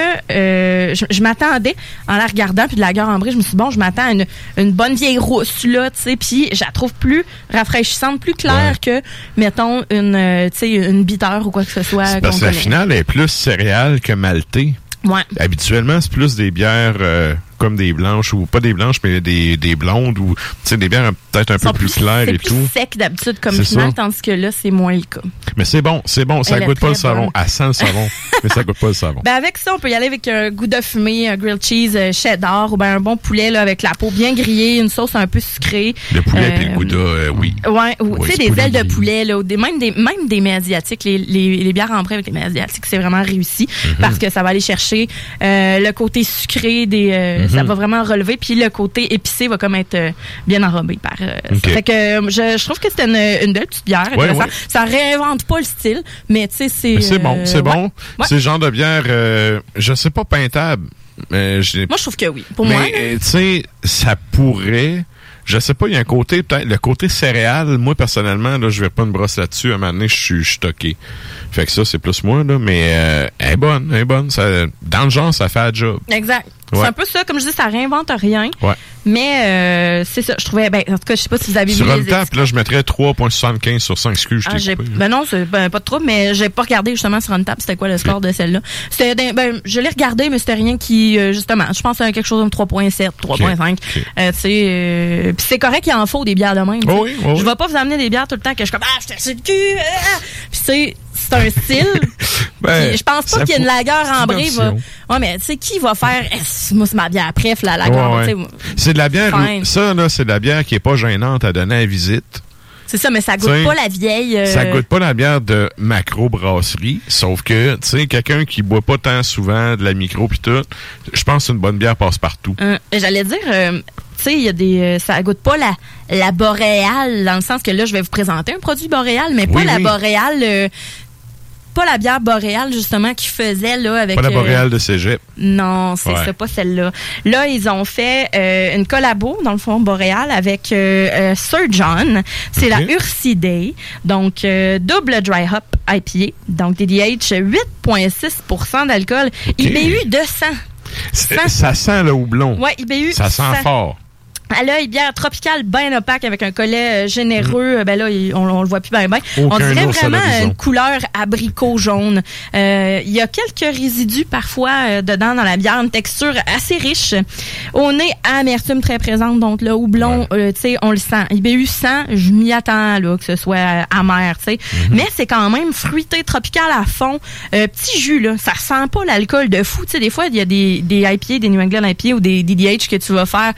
je m'attendais, en la regardant, puis de la lagueur ambrée, je me suis dit, bon, je m'attends à une bonne vieille rousse, là, tu sais, puis je la trouve plus rafraîchissante, plus claire que, mettons, une bitter ou quoi que ce soit. Parce que la finale est plus céréale que maltée. Ouais. Habituellement, c'est plus des bières comme des blanches, ou pas des blanches, mais des blondes, ou des bières peut-être un peu plus claires et tout. C'est plus sec d'habitude comme finale, tandis que là, c'est moins le cas. Mais c'est bon, ça goûte pas le savon. Elle sent le savon, mais ça goûte pas le savon. Avec ça, on peut y aller avec un goût de fumée, un grilled cheese cheddar, ou un bon poulet là, avec la peau bien grillée, une sauce un peu sucrée. Le poulet puis le gouda, oui. Ouais, tu sais, des ailes de poulet, là, même des mets asiatiques, les bières ambrées avec les mets asiatiques, c'est vraiment réussi, parce que ça va aller chercher le côté sucré ça va vraiment relever, puis le côté épicé va comme être bien enrobé par ça. Fait que je trouve que c'est une belle petite bière. Ça réinvente pas le style, mais tu sais, c'est bon. Ouais. C'est le genre de bière, je sais pas, peintable. Moi, je trouve que oui. Pour moi, tu sais, ça pourrait... Je sais pas, il y a un côté, peut-être, le côté céréal, moi, personnellement, là, je vais pas une brosse là-dessus. À un moment donné, je suis stocké. Fait que ça, c'est plus moi, là, mais elle est bonne. Ça, dans le genre, ça fait la job. Exact. Ouais. C'est un peu ça, comme je dis, ça réinvente rien. Ouais. Mais c'est ça, je trouvais, en tout cas, je sais pas si vous avez vu les Untappd, là, je mettrais 3,75 sur 5. Excuse, je t'ai coupé. Non, c'est pas de trouble, mais j'ai pas regardé justement sur Untappd c'était quoi le score de celle-là. Je l'ai regardé, mais c'était rien qui, justement, je pense à quelque chose comme 3,7, 3,5. Puis c'est correct qu'il en faut des bières de même. Je vais pas vous amener des bières tout le temps que je suis comme, je te sur le cul. Puis c'est un style. Je pense pas qu'il y ait une lagueur ambrée. Ouais, mais tu sais, qui va faire, moi, c'est ma bière préf, la lagueur. C'est de la bière, ça, là, c'est de la bière qui est pas gênante à donner à visite. C'est ça, mais ça goûte pas la vieille... Ça goûte pas la bière de macro-brasserie, sauf que, tu sais, quelqu'un qui boit pas tant souvent de la micro pis tout, je pense qu'une bonne bière passe partout. J'allais dire... tu sais, il y a des... ça goûte pas la boréale, dans le sens que là, je vais vous présenter un produit boréal, mais pas la boréale... pas la bière boréale, justement, qu'ils faisaient, là, avec... Pas la boréale de cégep. Non, c'est ça, pas celle-là. Là, ils ont fait une collabo, dans le fond, boréale, avec Sir John. C'est la Ursi Day. Donc, double dry hop IPA. Donc, DDH, 8,6% d'alcool. IBU 200. Ça sent le houblon. Ouais, IBU. Ça sent fort. À l'œil, bière tropicale bien opaque avec un collet généreux. Ben là, on le voit plus bien. On dirait vraiment une couleur abricot jaune. Il y a quelques résidus parfois dedans dans la bière, une texture assez riche. Au nez, amertume très présente. Donc le houblon, tu sais, on le sent. IBU 100, je m'y attends là que ce soit amer, tu sais. Mais c'est quand même fruité, tropical à fond. Petit jus là, ça sent pas l'alcool de fou. Tu sais, des fois il y a des IPA, des New England IPA ou des DDH que tu vas faire.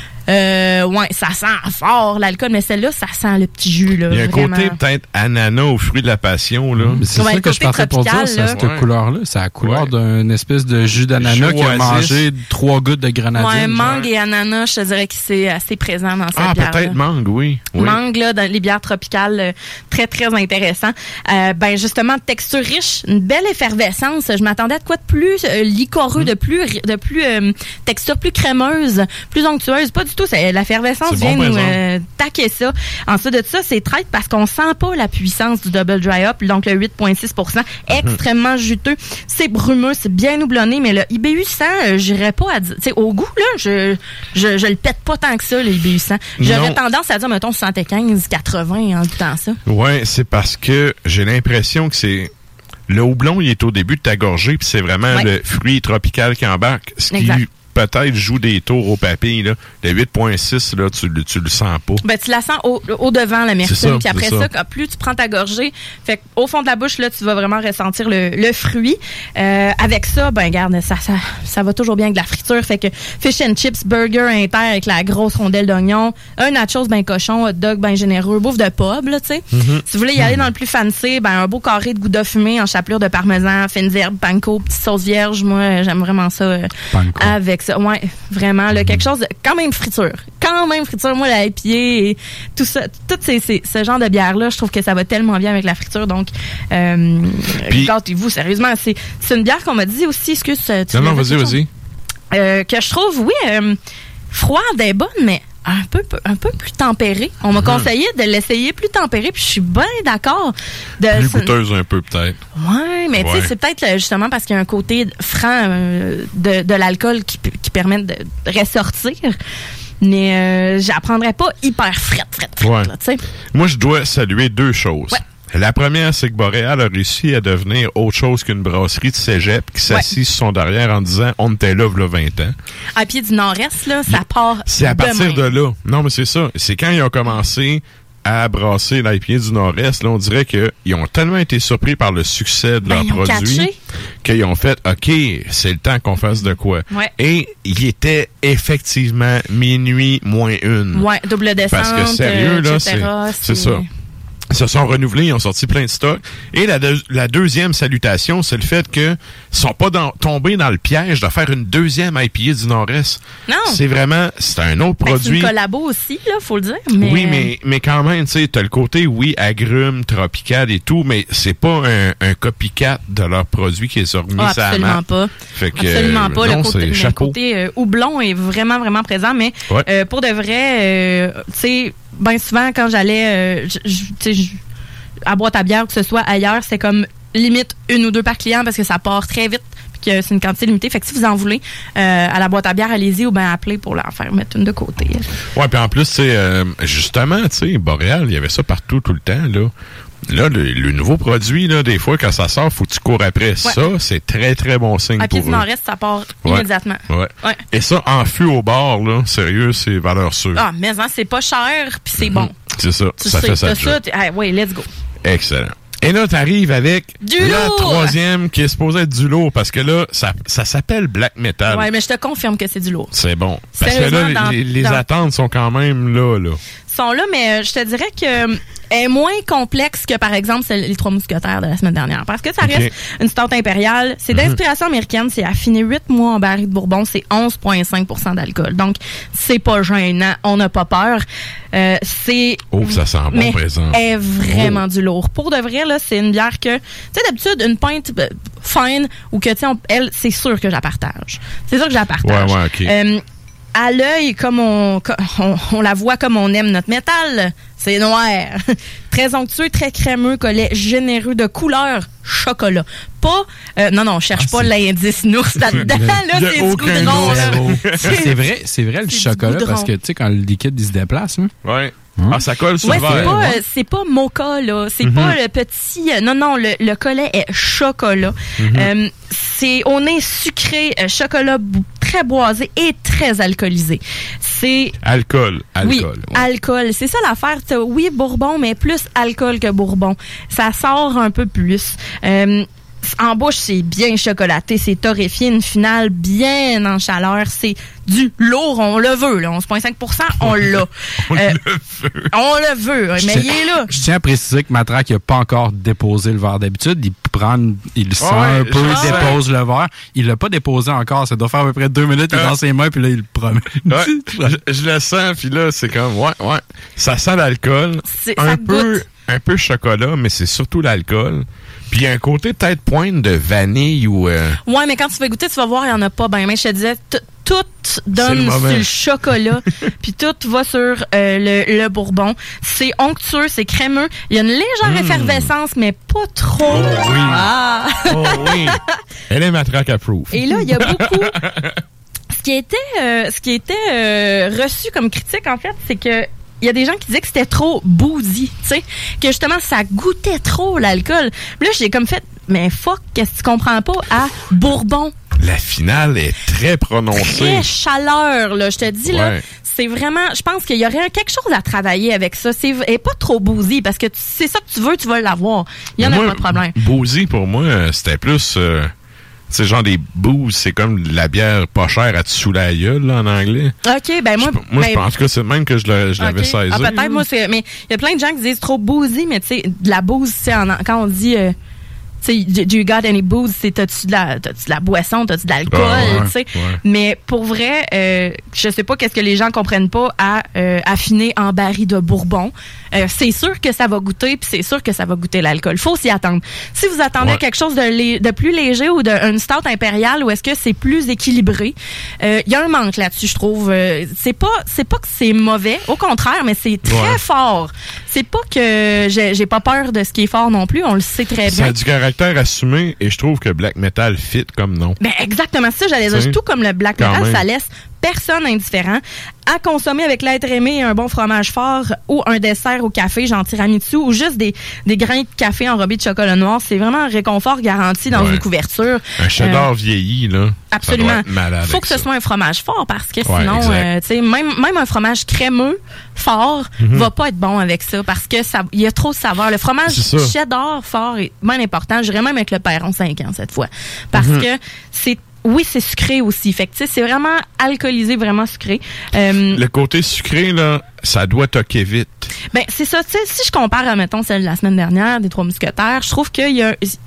Ouais, ça sent fort l'alcool, mais celle-là, ça sent le petit jus, là. Il y a un vraiment. côté peut-être ananas au fruit de la passion, là. C'est ça que je pensais pour dire, c'est cette couleur-là. C'est la couleur d'une espèce de jus d'ananas qui a mangé 3 gouttes de grenadine. Ouais, mangue et ananas, je te dirais que c'est assez présent dans cette bière. Ah, peut-être mangue, oui. Mangue, là, dans les bières tropicales, très, très intéressant. Ben, justement, texture riche, une belle effervescence. Je m'attendais à de quoi de plus liquoreux, de plus texture plus crémeuse, plus onctueuse. Pas du tout. L'effervescence vient nous taquer ça. Ensuite de ça, c'est traite parce qu'on sent pas la puissance du double dry hop, donc le 8,6%, extrêmement juteux. C'est brumeux, c'est bien houblonné, mais le IBU 100, j'irais pas à dire, tu sais, au goût, là, je le pète pas tant que ça, le IBU 100. J'aurais tendance à dire, mettons, 75, 80 en goûtant ça. Ouais, c'est parce que j'ai l'impression que c'est le houblon, il est au début de ta gorgée, puis c'est vraiment le fruit tropical qui embarque. Ce qui peut-être joue des tours au papille, là. Le 8,6, là, tu le sens pas. Ben, tu la sens au devant, l'amertume. Puis après ça, plus tu prends ta gorgée, fait au fond de la bouche, là, tu vas vraiment ressentir le fruit. Avec ça, ben, regarde, ça va toujours bien avec de la friture. Fait que fish and chips, burger inter avec la grosse rondelle d'oignon, un nachos ben cochon, hot dog ben généreux, bouffe de pub, là, tu sais. Si vous voulez y aller dans le plus fancy, ben, un beau carré de gouda fumé en chapelure de parmesan, fines herbes, panko, petite sauce vierge. Moi, j'aime vraiment ça. Avec ça. Ouais, vraiment, là, quelque chose de quand même friture. Moi, la IPA et tout ça, tout ce genre de bière-là, je trouve que ça va tellement bien avec la friture. Donc, gâtez-vous, sérieusement. C'est une bière qu'on m'a dit aussi, excuse. Non, vas-y. Que je trouve, froide et bonne, mais un peu plus tempérée. On m'a conseillé de l'essayer plus tempérée, puis je suis bien d'accord. Plus goûteuse un peu, peut-être. Ouais, mais tu sais, c'est peut-être justement parce qu'il y a un côté franc de l'alcool qui permet de ressortir. Mais j'apprendrais pas hyper frette, tu sais. Moi, je dois saluer 2 choses. Ouais. La première, c'est que Boréal a réussi à devenir autre chose qu'une brasserie de cégep qui s'assit sur son derrière en disant « On était là, v'là 20 ans. » À pied du Nord-Est, là, ça part c'est à partir de là. Non, mais c'est ça. C'est quand ils ont commencé à brasser l'IPA du Nord-Est, là, on dirait qu'ils ont tellement été surpris par le succès de leurs produits qu'ils ont fait « OK, c'est le temps qu'on fasse de quoi. Ouais. » Et il était effectivement minuit moins 1. Ouais, double descente, parce que sérieux, là, c'est ça. Ils se sont renouvelés, ils ont sorti plein de stocks. Et la deuxième salutation, c'est le fait qu'ils sont pas tombés dans le piège de faire une deuxième IPA du Nord-Est. Non. C'est un autre produit. C'est une collabo aussi, là, faut le dire. Mais... Oui, mais quand même, tu sais, t'as le côté, agrumes, tropical et tout, mais c'est pas un copycat de leur produit qui est remis à la main. Absolument pas. Fait que, absolument pas. Non, le côté houblon est vraiment, vraiment présent, mais pour de vrai, tu sais, bien souvent, quand j'allais à boîte à bière, que ce soit ailleurs, c'est comme limite 1 ou 2 par client parce que ça part très vite puis que c'est une quantité limitée. Fait que si vous en voulez, à la boîte à bière, allez-y ou bien appelez pour leur faire mettre une de côté. Ouais, puis en plus, tu sais, justement, tu sais, Boréal, il y avait ça partout, tout le temps, là. Là, le nouveau produit, là, des fois, quand ça sort, faut que tu cours après. Ouais. Ça, c'est très, très bon signe à pied du Nord-Est, ça part immédiatement. Ouais. Et ça, en fût au bord, là, sérieux, c'est valeur sûre. Ah, mais c'est pas cher, puis c'est bon. C'est ça. Ça fait ça. Oui, let's go. Excellent. Et là, t'arrives avec la troisième qui est supposée être du lourd, parce que là, ça s'appelle Black Metal. Ouais, mais je te confirme que c'est du lourd. C'est bon. Parce que là, les attentes sont quand même là. Sont là, mais je te dirais que est moins complexe que, par exemple, les Trois Mousquetaires de la semaine dernière. Parce que ça reste une stout impériale. C'est d'inspiration américaine. C'est affiné 8 mois en baril de Bourbon. C'est 11,5 % d'alcool. Donc, c'est pas gênant. On n'a pas peur. C'est... Oh, ça sent bon, présent. Est vraiment du lourd. Pour de vrai, là, c'est une bière que... Tu sais, d'habitude, une pinte fine ou que, tu sais, elle, c'est sûr que je la partage. C'est sûr que je la partage. Ouais, OK. À l'œil, comme on la voit comme on aime notre métal, c'est noir. Très onctueux, très crémeux, collet généreux de couleur chocolat. Pas... non, cherche pas l'indice nours là-dedans. Là, c'est du goudron. C'est vrai le chocolat, parce que, tu sais, quand le liquide, il se déplace. Hein? Ouais. Ah, ça colle sur le verre. C'est pas mocha, là. C'est pas le petit... non, le collet est chocolat. C'est au nez sucré, chocolat très boisé et très alcoolisé. C'est... Alcool. Oui, alcool. C'est ça l'affaire. Oui, Bourbon, mais plus alcool que Bourbon. Ça sort un peu plus. En bouche, c'est bien chocolaté, c'est torréfié, une finale bien en chaleur, c'est du lourd, on le veut, là, 11,5 %, on l'a. On le veut, mais il est là. Je tiens à préciser que Matraque n'a pas encore déposé le verre d'habitude, il sent un peu, dépose le verre, il l'a pas déposé encore, ça doit faire à peu près 2 minutes, il est dans ses mains, puis là, il le promet. Je le sens, puis là, c'est comme, ouais, ça sent l'alcool, un peu chocolat, mais c'est surtout l'alcool. Puis il y a un côté peut-être pointe de vanille ou... Ouais, mais quand tu vas goûter, tu vas voir, il n'y en a pas. Ben, mais je te disais, tout donne sur le chocolat, puis tout va sur le Bourbon. C'est onctueux, c'est crémeux. Il y a une légère effervescence, mais pas trop. Oh oui. Oh oui. Elle est Matraque approved. Et là, il y a beaucoup... Ce qui était reçu comme critique, en fait, c'est que il y a des gens qui disaient que c'était trop boozy, tu sais, que justement ça goûtait trop l'alcool. Puis là, j'ai comme fait, mais fuck, qu'est-ce que tu comprends pas à Bourbon? La finale est très prononcée. Très chaleur, là, je te dis, là. C'est vraiment, je pense qu'il y aurait quelque chose à travailler avec ça. Et pas trop boozy, parce que c'est ça que tu veux, tu vas l'avoir. Il y en a pas de problème. Boozy, pour moi, c'était plus... c'est genre des booze, c'est comme la bière pas chère à te sous la gueule, là, en anglais. OK, ben moi... je pense que c'est même que je l'avais saisi. Ah, peut-être, moi, mais il y a plein de gens qui disent trop boozy, mais tu sais, de la booze, quand on dit... tu sais, do you got any booze? T'as-tu de la boisson, t'as-tu de l'alcool, tu sais. Mais pour vrai, je sais pas qu'est-ce que les gens comprennent pas à affiner en baril de Bourbon. C'est sûr que ça va goûter, puis c'est sûr que ça va goûter l'alcool. Faut s'y attendre. Si vous attendez quelque chose de plus léger ou d'une stout impériale, ou est-ce que c'est plus équilibré, il y a un manque là-dessus, je trouve. C'est pas que c'est mauvais, au contraire, mais c'est très fort. C'est pas que j'ai pas peur de ce qui est fort non plus, on le sait très bien. Ça a du caractère assumé, et je trouve que Black Metal fit comme nom. Ben exactement ça, j'allais dire. Tout comme le Black Metal, ça laisse personne indifférent. À consommer avec l'être aimé et un bon fromage fort ou un dessert au café, genre tiramisu, ou juste des grains de café enrobés de chocolat noir. C'est vraiment un réconfort garanti dans une couverture. Un cheddar vieilli, là. Absolument. Il faut que ce soit un fromage fort parce que sinon, tu sais, même un fromage crémeux fort va pas être bon avec ça parce que il y a trop de saveur. Le fromage cheddar fort est bien important. J'irais même avec le Perron 5 ans cette fois. Parce que c'est sucré aussi. Fait que, tu sais, c'est vraiment alcoolisé, vraiment sucré. Le côté sucré, là, ça doit toquer vite. Ben, c'est ça. Tu sais, si je compare, mettons, celle de la semaine dernière, des Trois Mousquetaires, je trouve qu'il y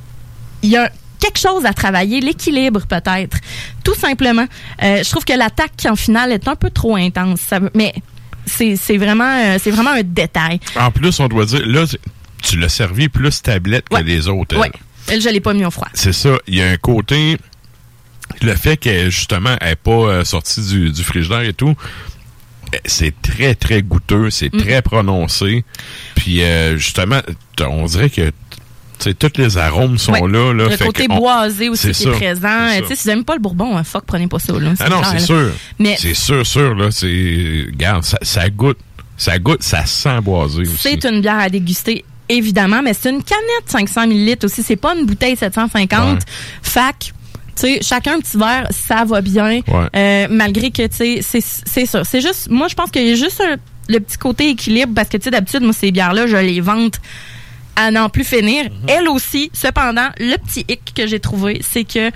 a quelque chose à travailler, l'équilibre peut-être. Tout simplement. Je trouve que l'attaque en finale est un peu trop intense. Mais c'est vraiment un détail. En plus, on doit dire, là, tu l'as servi plus tablette que les autres. Oui. Elle, je l'ai pas mis au froid. C'est ça. Il y a un côté... Le fait qu'elle, justement, n'est pas sortie du frigidaire et tout, c'est très, très goûteux, c'est très prononcé. Puis, justement, on dirait que tous les arômes sont là. Le côté boisé aussi qui est présent. Si vous n'aimez pas le Bourbon, fuck, prenez pas ça. Là, non, c'est sûr. Mais c'est sûr, là. Regarde, ça goûte, ça sent boisé aussi. C'est une bière à déguster. Évidemment, mais c'est une canette 500 ml aussi. C'est pas une bouteille 750. Fac, tu sais, chacun un petit verre, ça va bien. Malgré que, tu sais, c'est ça. C'est juste, moi, je pense qu'il y a juste le petit côté équilibre parce que, tu sais, d'habitude, moi, ces bières-là, je les vante à n'en plus finir. Elle aussi, cependant, le petit hic que j'ai trouvé, c'est que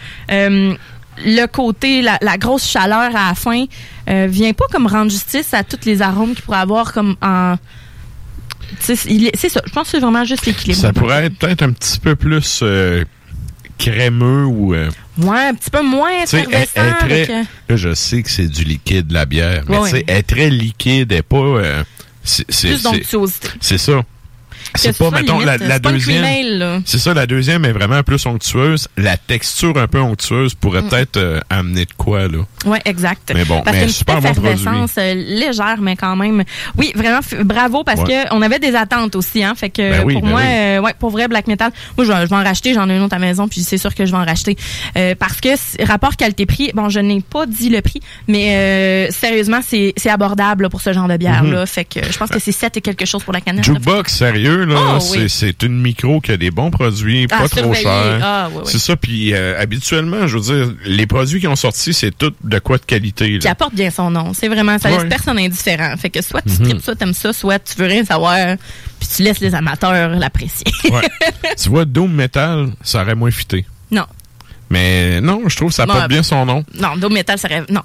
le côté, la grosse chaleur à la fin vient pas comme rendre justice à tous les arômes qu'il pourrait avoir comme en... c'est ça. Je pense que c'est vraiment juste l'équilibre. Ça pourrait être peut-être un petit peu plus crémeux ou... Ouais, un petit peu moins effervescent. Là, je sais que c'est du liquide, la bière, mais tu sais, elle est très liquide, elle n'est pas... plus d'onctuosité. C'est ça. C'est pas, mettons, la deuxième. C'est ça, la deuxième est vraiment plus onctueuse. La texture un peu onctueuse pourrait peut-être amener de quoi, là. Oui, exact. Mais bon, parce mais que super bon produit. Légère, mais quand même. Oui, vraiment, bravo, parce que on avait des attentes aussi, hein. Fait que pour moi, pour vrai, Black Metal, moi, je vais en racheter. J'en ai une autre à la maison, puis c'est sûr que je vais en racheter. Parce que rapport qualité-prix, bon, je n'ai pas dit le prix, mais sérieusement, c'est abordable là, pour ce genre de bière-là. Fait que je pense que c'est 7 et quelque chose pour la canette. Jukebox, sérieux, là, c'est une micro qui a des bons produits, pas trop chers. C'est ça, puis habituellement, je veux dire, les produits qui ont sorti, c'est tout de quoi de qualité. Qui apporte bien son nom. C'est vraiment, ça laisse personne indifférent. Fait que soit tu tripes ça, t'aimes ça, soit tu veux rien savoir, puis tu laisses les amateurs l'apprécier. Tu vois, Doom Metal, ça aurait moins fité. Non. Mais non, je trouve que ça porte bien son nom. Non, Doom Metal, ça aurait... Non.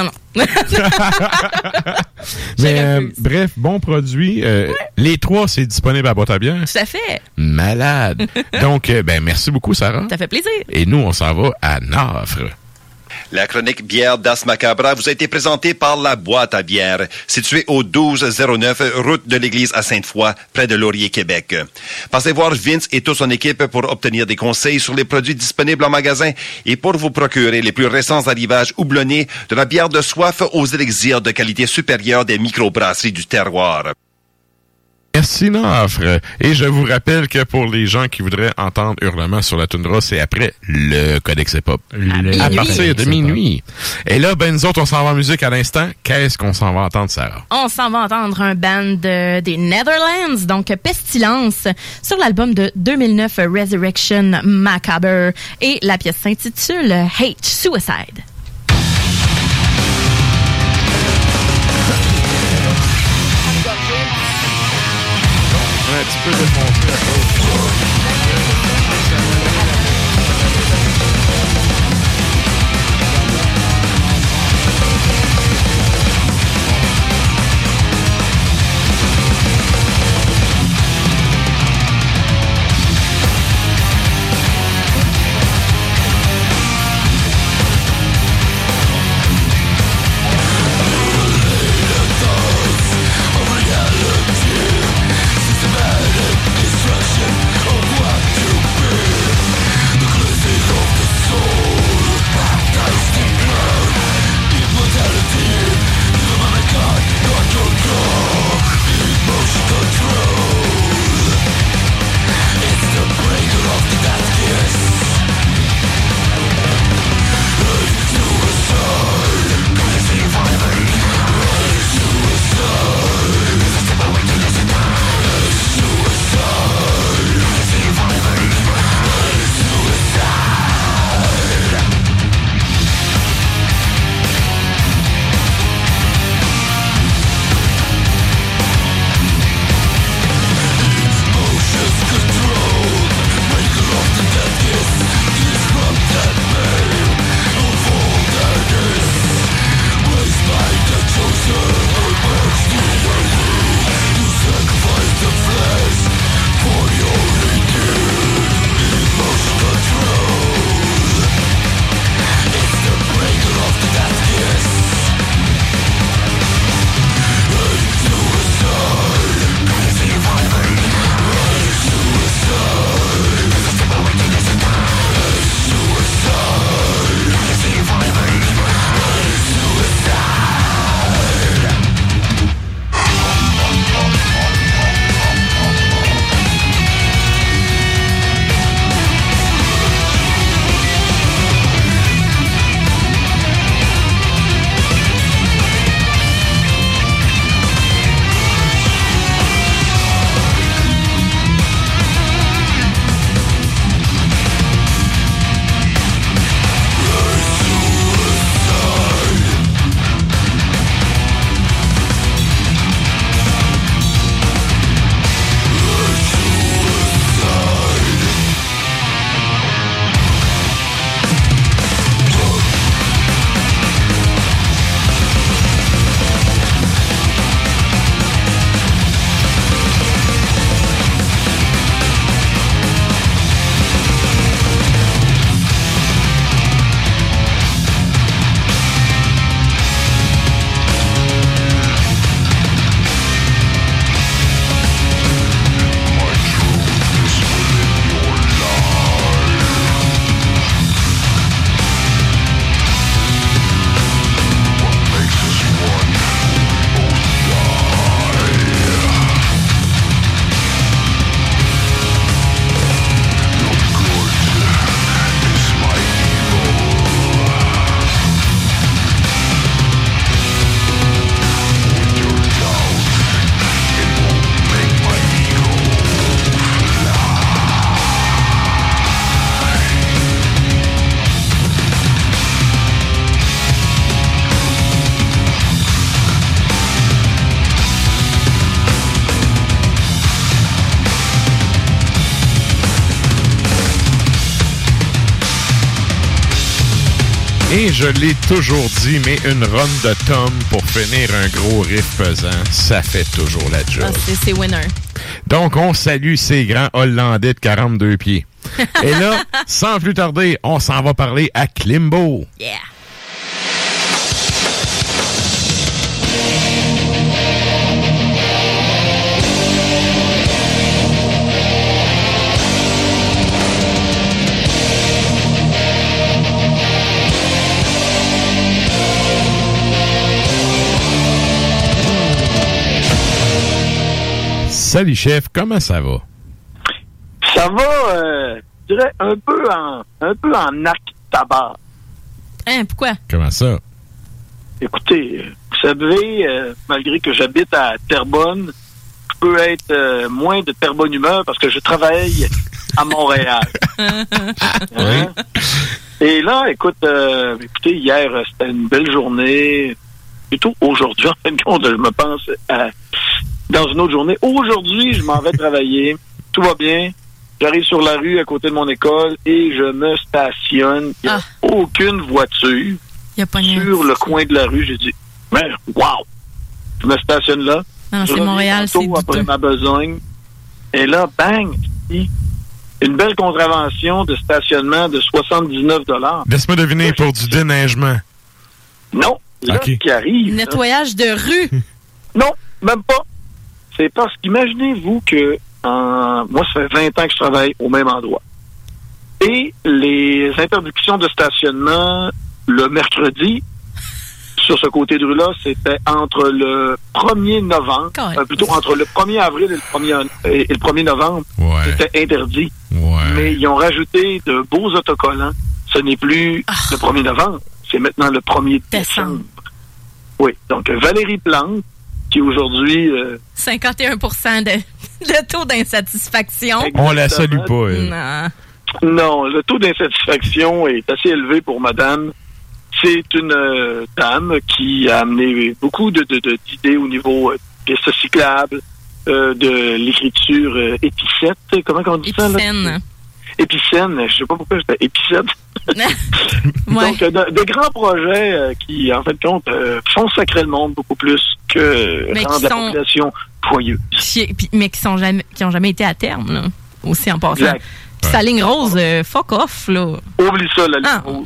Mais bref, bon produit. Les 3, c'est disponible à boîte à bière. Tout à fait. Malade. Donc, merci beaucoup, Sarah. Ça fait plaisir. Et nous, on s'en va à Nafre. La chronique bière d'As Macabra vous a été présentée par La Boîte à bière, située au 1209 route de l'église à Sainte-Foy, près de Laurier, Québec. Passez voir Vince et toute son équipe pour obtenir des conseils sur les produits disponibles en magasin et pour vous procurer les plus récents arrivages houblonnés de la bière de soif aux élixirs de qualité supérieure des microbrasseries du terroir. Merci Nafre. Et je vous rappelle que pour les gens qui voudraient entendre Hurlement sur la toundra, c'est après le Codex Hip-Hop. À partir de minuit. Et là, nous autres, on s'en va en musique à l'instant. Qu'est-ce qu'on s'en va entendre, Sarah? On s'en va entendre un band des Netherlands, donc Pestilence, sur l'album de 2009 Resurrection Macabre. Et la pièce s'intitule Hate Suicide. Un petit peu défoncé à cause. Destruction of what Et je l'ai toujours dit, mais une run de Tom pour finir un gros riff pesant, ça fait toujours la job. Ah, c'est winner. Donc, on salue ces grands Hollandais de 42 pieds. Et là, sans plus tarder, on s'en va parler à Klimbo. Yeah! Salut chef, comment ça va? Ça va, je dirais, un peu en acte tabac. Hein, pourquoi? Comment ça? Écoutez, vous savez, malgré que j'habite à Terrebonne, je peux être moins de très bonne humeur parce que je travaille à Montréal. Hein? Et là, écoutez, hier, c'était une belle journée. Plutôt aujourd'hui, en fin de compte, je me pense dans une autre journée. Aujourd'hui, je m'en vais travailler. Tout va bien. J'arrive sur la rue à côté de mon école et je me stationne. Il n'y a aucune voiture sur le coin de la rue. J'ai dit, mais wow! Je me stationne là. Non, c'est Montréal, c'est douteux. Après ma besogne. Et là, bang! Une belle contravention de stationnement de 79 $. Laisse-moi deviner, pour du déneigement. Non. Là, ce qui arrive... Nettoyage de rue. Non, même pas. C'est parce qu'imaginez-vous que moi, ça fait 20 ans que je travaille au même endroit. Et les interdictions de stationnement, le mercredi, sur ce côté de rue-là, c'était entre le 1er novembre, plutôt entre le 1er avril et le 1er novembre, c'était interdit. Ouais. Mais ils ont rajouté de beaux autocollants. Ce n'est plus le 1er novembre, c'est maintenant le 1er décembre. Oui, donc Valérie Plante, qui aujourd'hui... 51% de taux d'insatisfaction. On la salue pas, elle. Non, le taux d'insatisfaction est assez élevé pour madame. C'est une dame qui a amené beaucoup d'idées au niveau pistes cyclables, de l'écriture épicète. Comment on dit ça? Épicène. Épicène, je sais pas pourquoi j'étais épicète. Donc, de grands projets qui, en fait, compte, font sacrer le monde beaucoup plus que rendre la population joyeuse. Mais qui ont jamais été à terme, là, aussi en passant. Exact. Puis sa ligne rose, fuck off, là. Oublie ça, la ligne rose.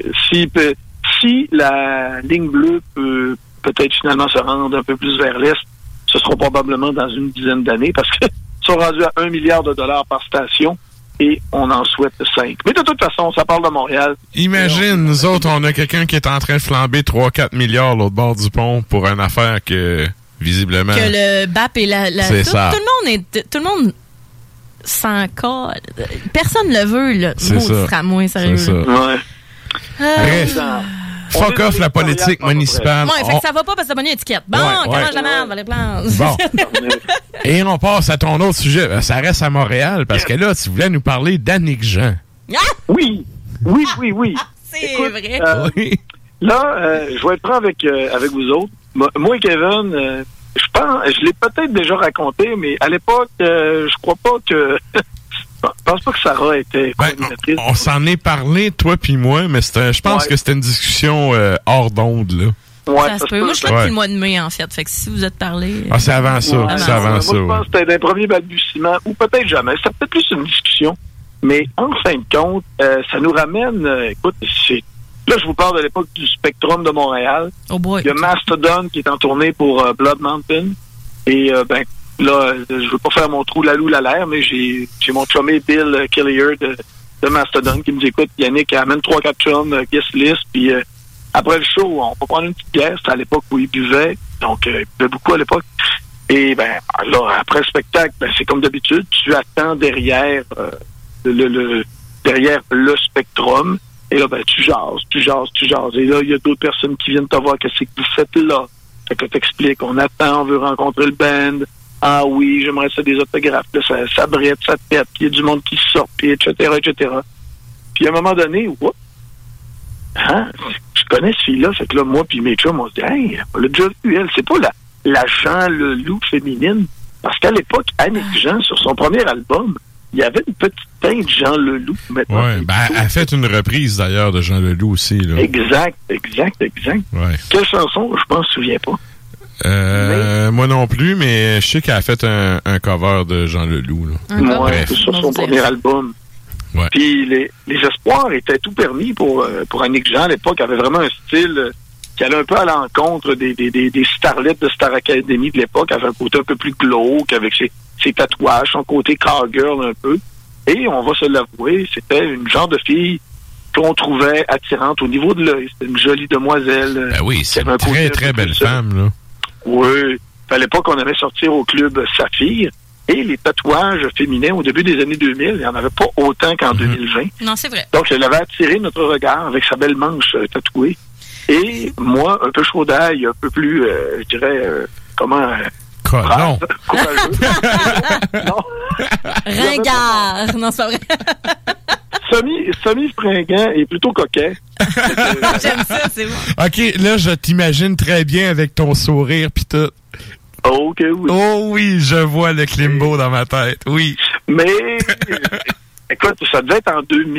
Si la ligne bleue peut peut-être finalement se rendre un peu plus vers l'est, ce sera probablement dans une dizaine d'années parce qu'ils sont rendus à $1 milliard par station. Et on en souhaite 5. Mais de toute façon, ça parle de Montréal. Imagine, nous autres, on a quelqu'un qui est en train de flamber 3-4 milliards l'autre bord du pont pour une affaire que, visiblement... Que le BAP et la c'est ça. Tout le monde s'en colle. Personne le veut, là. C'est ça. Tramway, sérieux. C'est ça. Ouais. Bref. Fuck off la politique municipale. Ouais, fait que ça va pas parce que t'as pas une étiquette. Bon, comment je la merde, les plans. Bon. Et on passe à ton autre sujet. Ça reste à Montréal parce que là, tu voulais nous parler d'Annick Jean. Oui. C'est vrai. Là, je vais être franc avec vous autres. Moi et Kevin, je l'ai peut-être déjà raconté, mais à l'époque, je crois pas que... Je pense pas que Sarah était coordinatrice. On s'en est parlé, toi puis moi, mais je pense que c'était une discussion hors d'onde, là. Ouais, ça se peut. Moi, je suis là depuis le mois de mai, en fait. Fait que si vous êtes parlé... c'est avant ça. C'est avant ça. Moi, je pense que c'était d'un premier balbutiement, ou peut-être jamais. C'était peut-être plus une discussion. Mais en fin de compte, ça nous ramène... écoute, là, je vous parle de l'époque du Spectrum de Montréal. Oh boy. Il y a Mastodon qui est en tournée pour Blood Mountain. Et, là, je veux pas faire mon trou lalou l'air, mais j'ai mon chumé Bill Killier de Mastodon qui me dit, écoute, Yannick amène 3-4 chums, guest list, puis après le show, on va prendre une petite bière. C'était à l'époque où il buvait, donc il buvait beaucoup à l'époque. Et là, après le spectacle, c'est comme d'habitude, tu attends derrière derrière le Spectrum, et là, tu jases. Et là, il y a d'autres personnes qui viennent te voir, qu'est-ce que vous faites là? Fait que t'expliques, on attend, on veut rencontrer le band. Ah oui, j'aimerais ça des autographes. Là, ça brette, ça pète, il y a du monde qui sort, puis etc. Puis à un moment donné, je connais ce fille-là, fait que là, moi puis mes chums, on se dit, hey, on l'a déjà vu, elle, c'est pas la Jean le loup féminine. Parce qu'à l'époque, Annick Jean, sur son premier album, il y avait une petite teinte Jean Leloup. Maintenant, elle a fait une reprise d'ailleurs de Jean Leloup aussi. Là. Exact. Ouais. Quelle chanson? Je m'en souviens pas. Moi non plus, mais je sais qu'elle a fait un cover de Jean Leloup. Ouais, c'est sur son premier album. Ouais. Puis les espoirs étaient tout permis pour Annick Jean à l'époque. Elle avait vraiment un style qui allait un peu à l'encontre des starlets de Star Academy de l'époque. Elle avait un côté un peu plus glauque avec ses tatouages, son côté cowgirl un peu. Et on va se l'avouer, c'était une genre de fille qu'on trouvait attirante au niveau de l'œil. C'était une jolie demoiselle. Ben oui, c'est une très, très belle femme, là. Oui. À l'époque, on allait sortir au club Saphir. Et les tatouages féminins, au début des années 2000, il n'y en avait pas autant qu'en 2020. Non, c'est vrai. Donc, elle avait attiré notre regard avec sa belle manche tatouée. Et moi, un peu chaud d'ail, un peu plus, je dirais, non. Non. Ringard. Non, c'est pas vrai. Semi-fringant et plutôt coquet. J'aime ça, c'est bon. OK, là, je t'imagine très bien avec ton sourire pis tout. OK, oui. Oh oui, je vois le Klimbo dans ma tête, oui. Mais, écoute, ça devait être en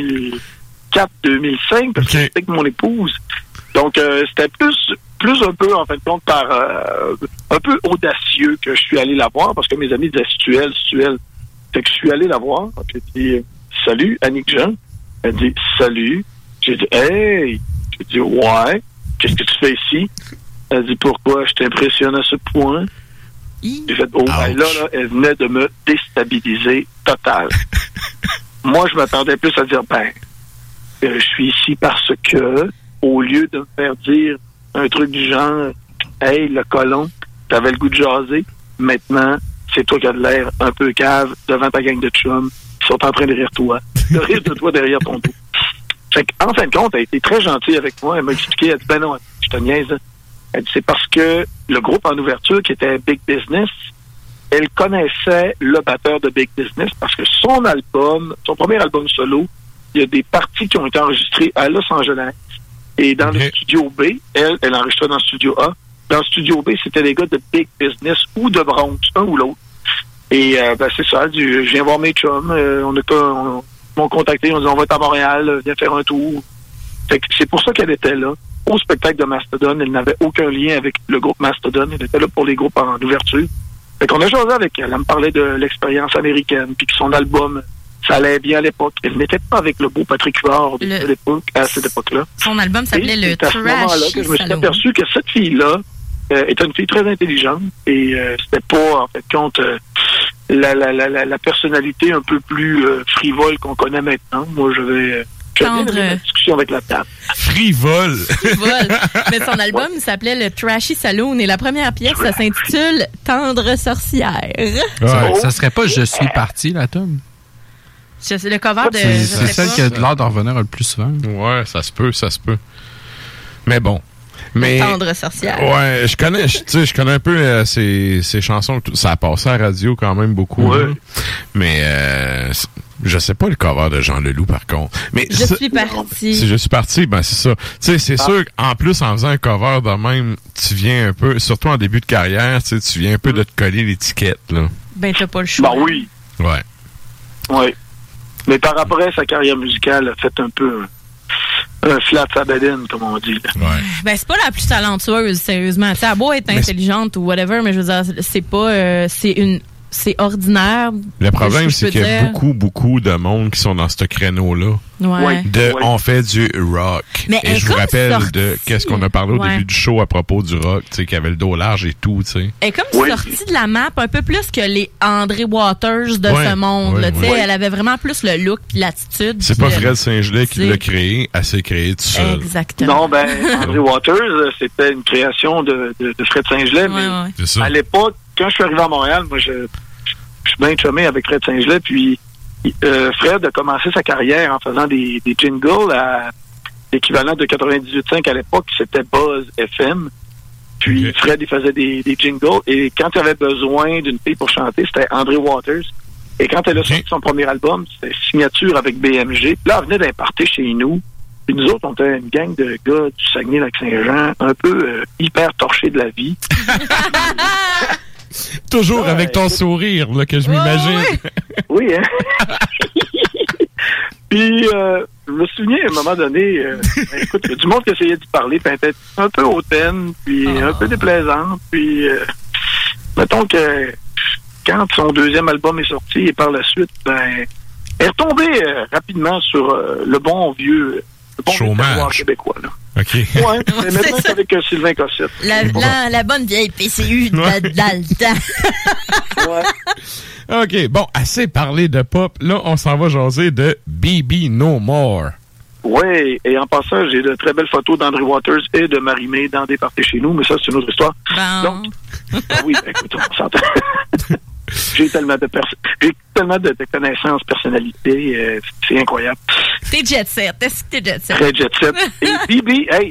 2004-2005, parce que c'était avec mon épouse. Donc, c'était plus un peu, en fin de compte, par un peu audacieux que je suis allé la voir, parce que mes amis disaient « Stuel. » Fait que je suis allé la voir. J'ai dit « Salut, Annick Jean. » Elle dit « Salut. » J'ai dit « Hey. » J'ai dit « Ouais. Qu'est-ce que tu fais ici? » Elle dit « Pourquoi je t'impressionne à ce point? » J'ai fait « Oh, ben là, elle venait de me déstabiliser total. » Moi, je m'attendais plus à dire « Ben, je suis ici parce que, au lieu de me faire dire un truc du genre « Hey, le colon, t'avais le goût de jaser. Maintenant, c'est toi qui as de l'air un peu cave devant ta gang de chums qui sont en train de rire de toi derrière ton dos. » Fait qu'en fin de compte, elle a été très gentille avec moi. Elle m'a expliqué, elle dit « Ben non, je te niaise. » Elle dit « C'est parce que le groupe en ouverture, qui était Big Business, elle connaissait le batteur de Big Business parce que son premier album solo, il y a des parties qui ont été enregistrées à Los Angeles. Et dans le studio B, elle enregistrait dans le studio A. Dans le studio B, c'était les gars de Big Business ou de Bronx, un ou l'autre. Et c'est ça, je viens voir mes chums, on m'ont contacté, on dit on va être à Montréal, viens faire un tour. Fait que c'est pour ça qu'elle était là. Au spectacle de Mastodon, elle n'avait aucun lien avec le groupe Mastodon, elle était là pour les groupes en ouverture. Fait qu'on a jasé avec elle, elle me parlait de l'expérience américaine, puis que son album, ça allait bien à l'époque. Elle n'était pas avec le beau Patrick Huard à cette époque-là. Son album s'appelait le Trashy Saloon. C'est à ce moment-là que je me suis aperçu que cette fille-là était une fille très intelligente et c'était pas, en fait, compte la personnalité un peu plus frivole qu'on connaît maintenant. Moi, j'avais une discussion avec la table. Frivole! Mais son album s'appelait le Trashy Saloon et la première pièce, ça s'intitule Tendre sorcière. Ouais, ça serait pas Je suis parti, la tome? C'est le cover de... C'est celle qui a l'air d'en revenir le plus souvent. Ouais, ça se peut. Mais bon. Mais Tendre sorcière. Ouais, je connais un peu ces chansons. Ça a passé à la radio quand même beaucoup. Ouais. Mais je sais pas le cover de Jean Leloup par contre. Mais Je suis parti. Si je suis parti, ben c'est ça. Tu sais, c'est sûr qu'en plus en faisant un cover de même, tu viens un peu, surtout en début de carrière, tu viens un peu de te coller l'étiquette là. Ben t'as pas le choix. Ben oui. Ouais. Ouais. Mais par après, sa carrière musicale a fait un peu un flat sabadine, comme on dit. Là. Ouais. Ben, c'est pas la plus talentueuse, sérieusement. Tu sais, elle doit être intelligente ou whatever, mais je veux dire, c'est pas... c'est ordinaire. Le problème, c'est qu'il y a beaucoup de monde qui sont dans ce créneau-là. Ouais. On fait du rock. Mais et je vous rappelle de qu'est-ce qu'on a parlé au début du show à propos du rock, tu sais, qu'il y avait le dos large et tout, tu sais. Elle est comme sortie de la map un peu plus que les André Waters de ce monde, tu sais. Elle avait vraiment plus le look, l'attitude. C'est pas Fred Saint-Gelais qui l'a créé, elle s'est créée tout seul. Exactement. Non, ben, André Waters, c'était une création de Fred Saint-Gelais, mais à l'époque, quand je suis arrivé à Montréal, moi, je suis bien chumé avec Fred Saint-Gelais, puis Fred a commencé sa carrière en faisant des jingles à l'équivalent de 98.5 à l'époque, c'était Buzz FM. Puis Fred, il faisait des jingles, et quand il avait besoin d'une fille pour chanter, c'était André Waters. Et quand elle a sorti son premier album, c'était Signature avec BMG. Puis là, elle venait d'un party chez nous. Puis nous autres, on était une gang de gars du Saguenay-Lac-Saint-Jean, un peu hyper torchés de la vie. Toujours avec ton sourire, là, que je m'imagine. Oui, hein? Puis, je me souviens, à un moment donné, écoute, il y a du monde qui essayait d'y parler, puis elle était un peu hautaine, puis un peu déplaisante, puis mettons que quand son deuxième album est sorti, et par la suite, elle est retombée rapidement sur le bon vieux terroir québécois, là. OK. Ouais, mais maintenant, c'est avec Sylvain Cossette. La bonne vieille PCU dans le temps. Ouais. OK, bon, assez parlé de pop. Là, on s'en va jaser de BB No More. Oui, et en passant, j'ai de très belles photos d'André Waters et de Marie-Mé dans des parties chez nous, mais ça, c'est une autre histoire. Bon. Donc, oui, écoute, on s'entend. J'ai tellement de connaissances, personnalités, c'est incroyable. T'es jet set. Est-ce que t'es jet set? Très jet set. Et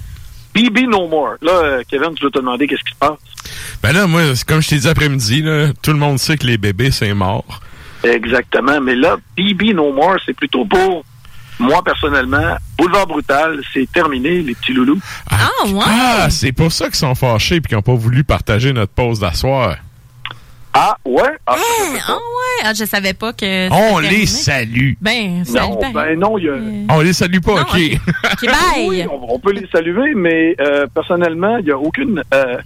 BB No More. Là, Kevin, tu dois te demander qu'est-ce qui se passe. Ben là, moi, comme je t'ai dit après-midi, là, tout le monde sait que les bébés, c'est mort. Exactement. Mais là, BB No More, c'est plutôt pour moi, personnellement. Boulevard Brutal, c'est terminé, les petits loulous. Ouais. Ah, c'est pour ça qu'ils sont fâchés et qu'ils n'ont pas voulu partager notre pause d'asseoir. Ah, ouais? Ouais. Je savais pas que... On les salue. Ben, salut. Non, on les salue pas, OK. OK, bye. Oui, on peut les saluer, mais personnellement, il n'y a aucune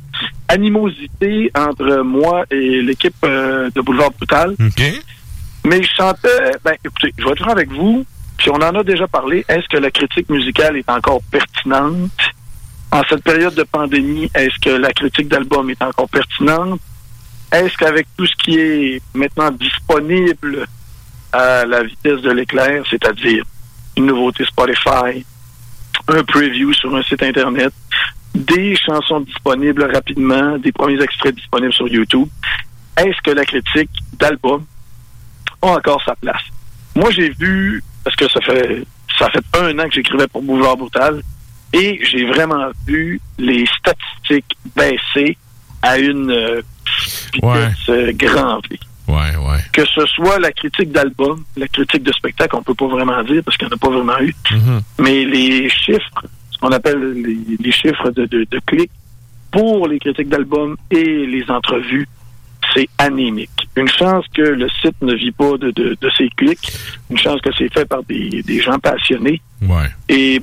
animosité entre moi et l'équipe de Boulevard Brutal. OK. Mais je chantais... Ben, écoutez, je vais être franc avec vous, puis on en a déjà parlé. Est-ce que la critique musicale est encore pertinente? En cette période de pandémie, est-ce que la critique d'album est encore pertinente? Est-ce qu'avec tout ce qui est maintenant disponible à la vitesse de l'éclair, c'est-à-dire une nouveauté Spotify, un preview sur un site Internet, des chansons disponibles rapidement, des premiers extraits disponibles sur YouTube, est-ce que la critique d'album a encore sa place? Moi, j'ai vu, parce que ça fait 1 an que j'écrivais pour Boulevard Brutal, et j'ai vraiment vu les statistiques baisser à une vitesse grand V. Ouais. Que ce soit la critique d'album, la critique de spectacle, on peut pas vraiment dire parce qu'il n'y en a pas vraiment eu. Mm-hmm. Mais les chiffres, ce qu'on appelle les chiffres de clics pour les critiques d'album et les entrevues, c'est anémique. Une chance que le site ne vit pas de ses clics. Une chance que c'est fait par des gens passionnés. Ouais. Et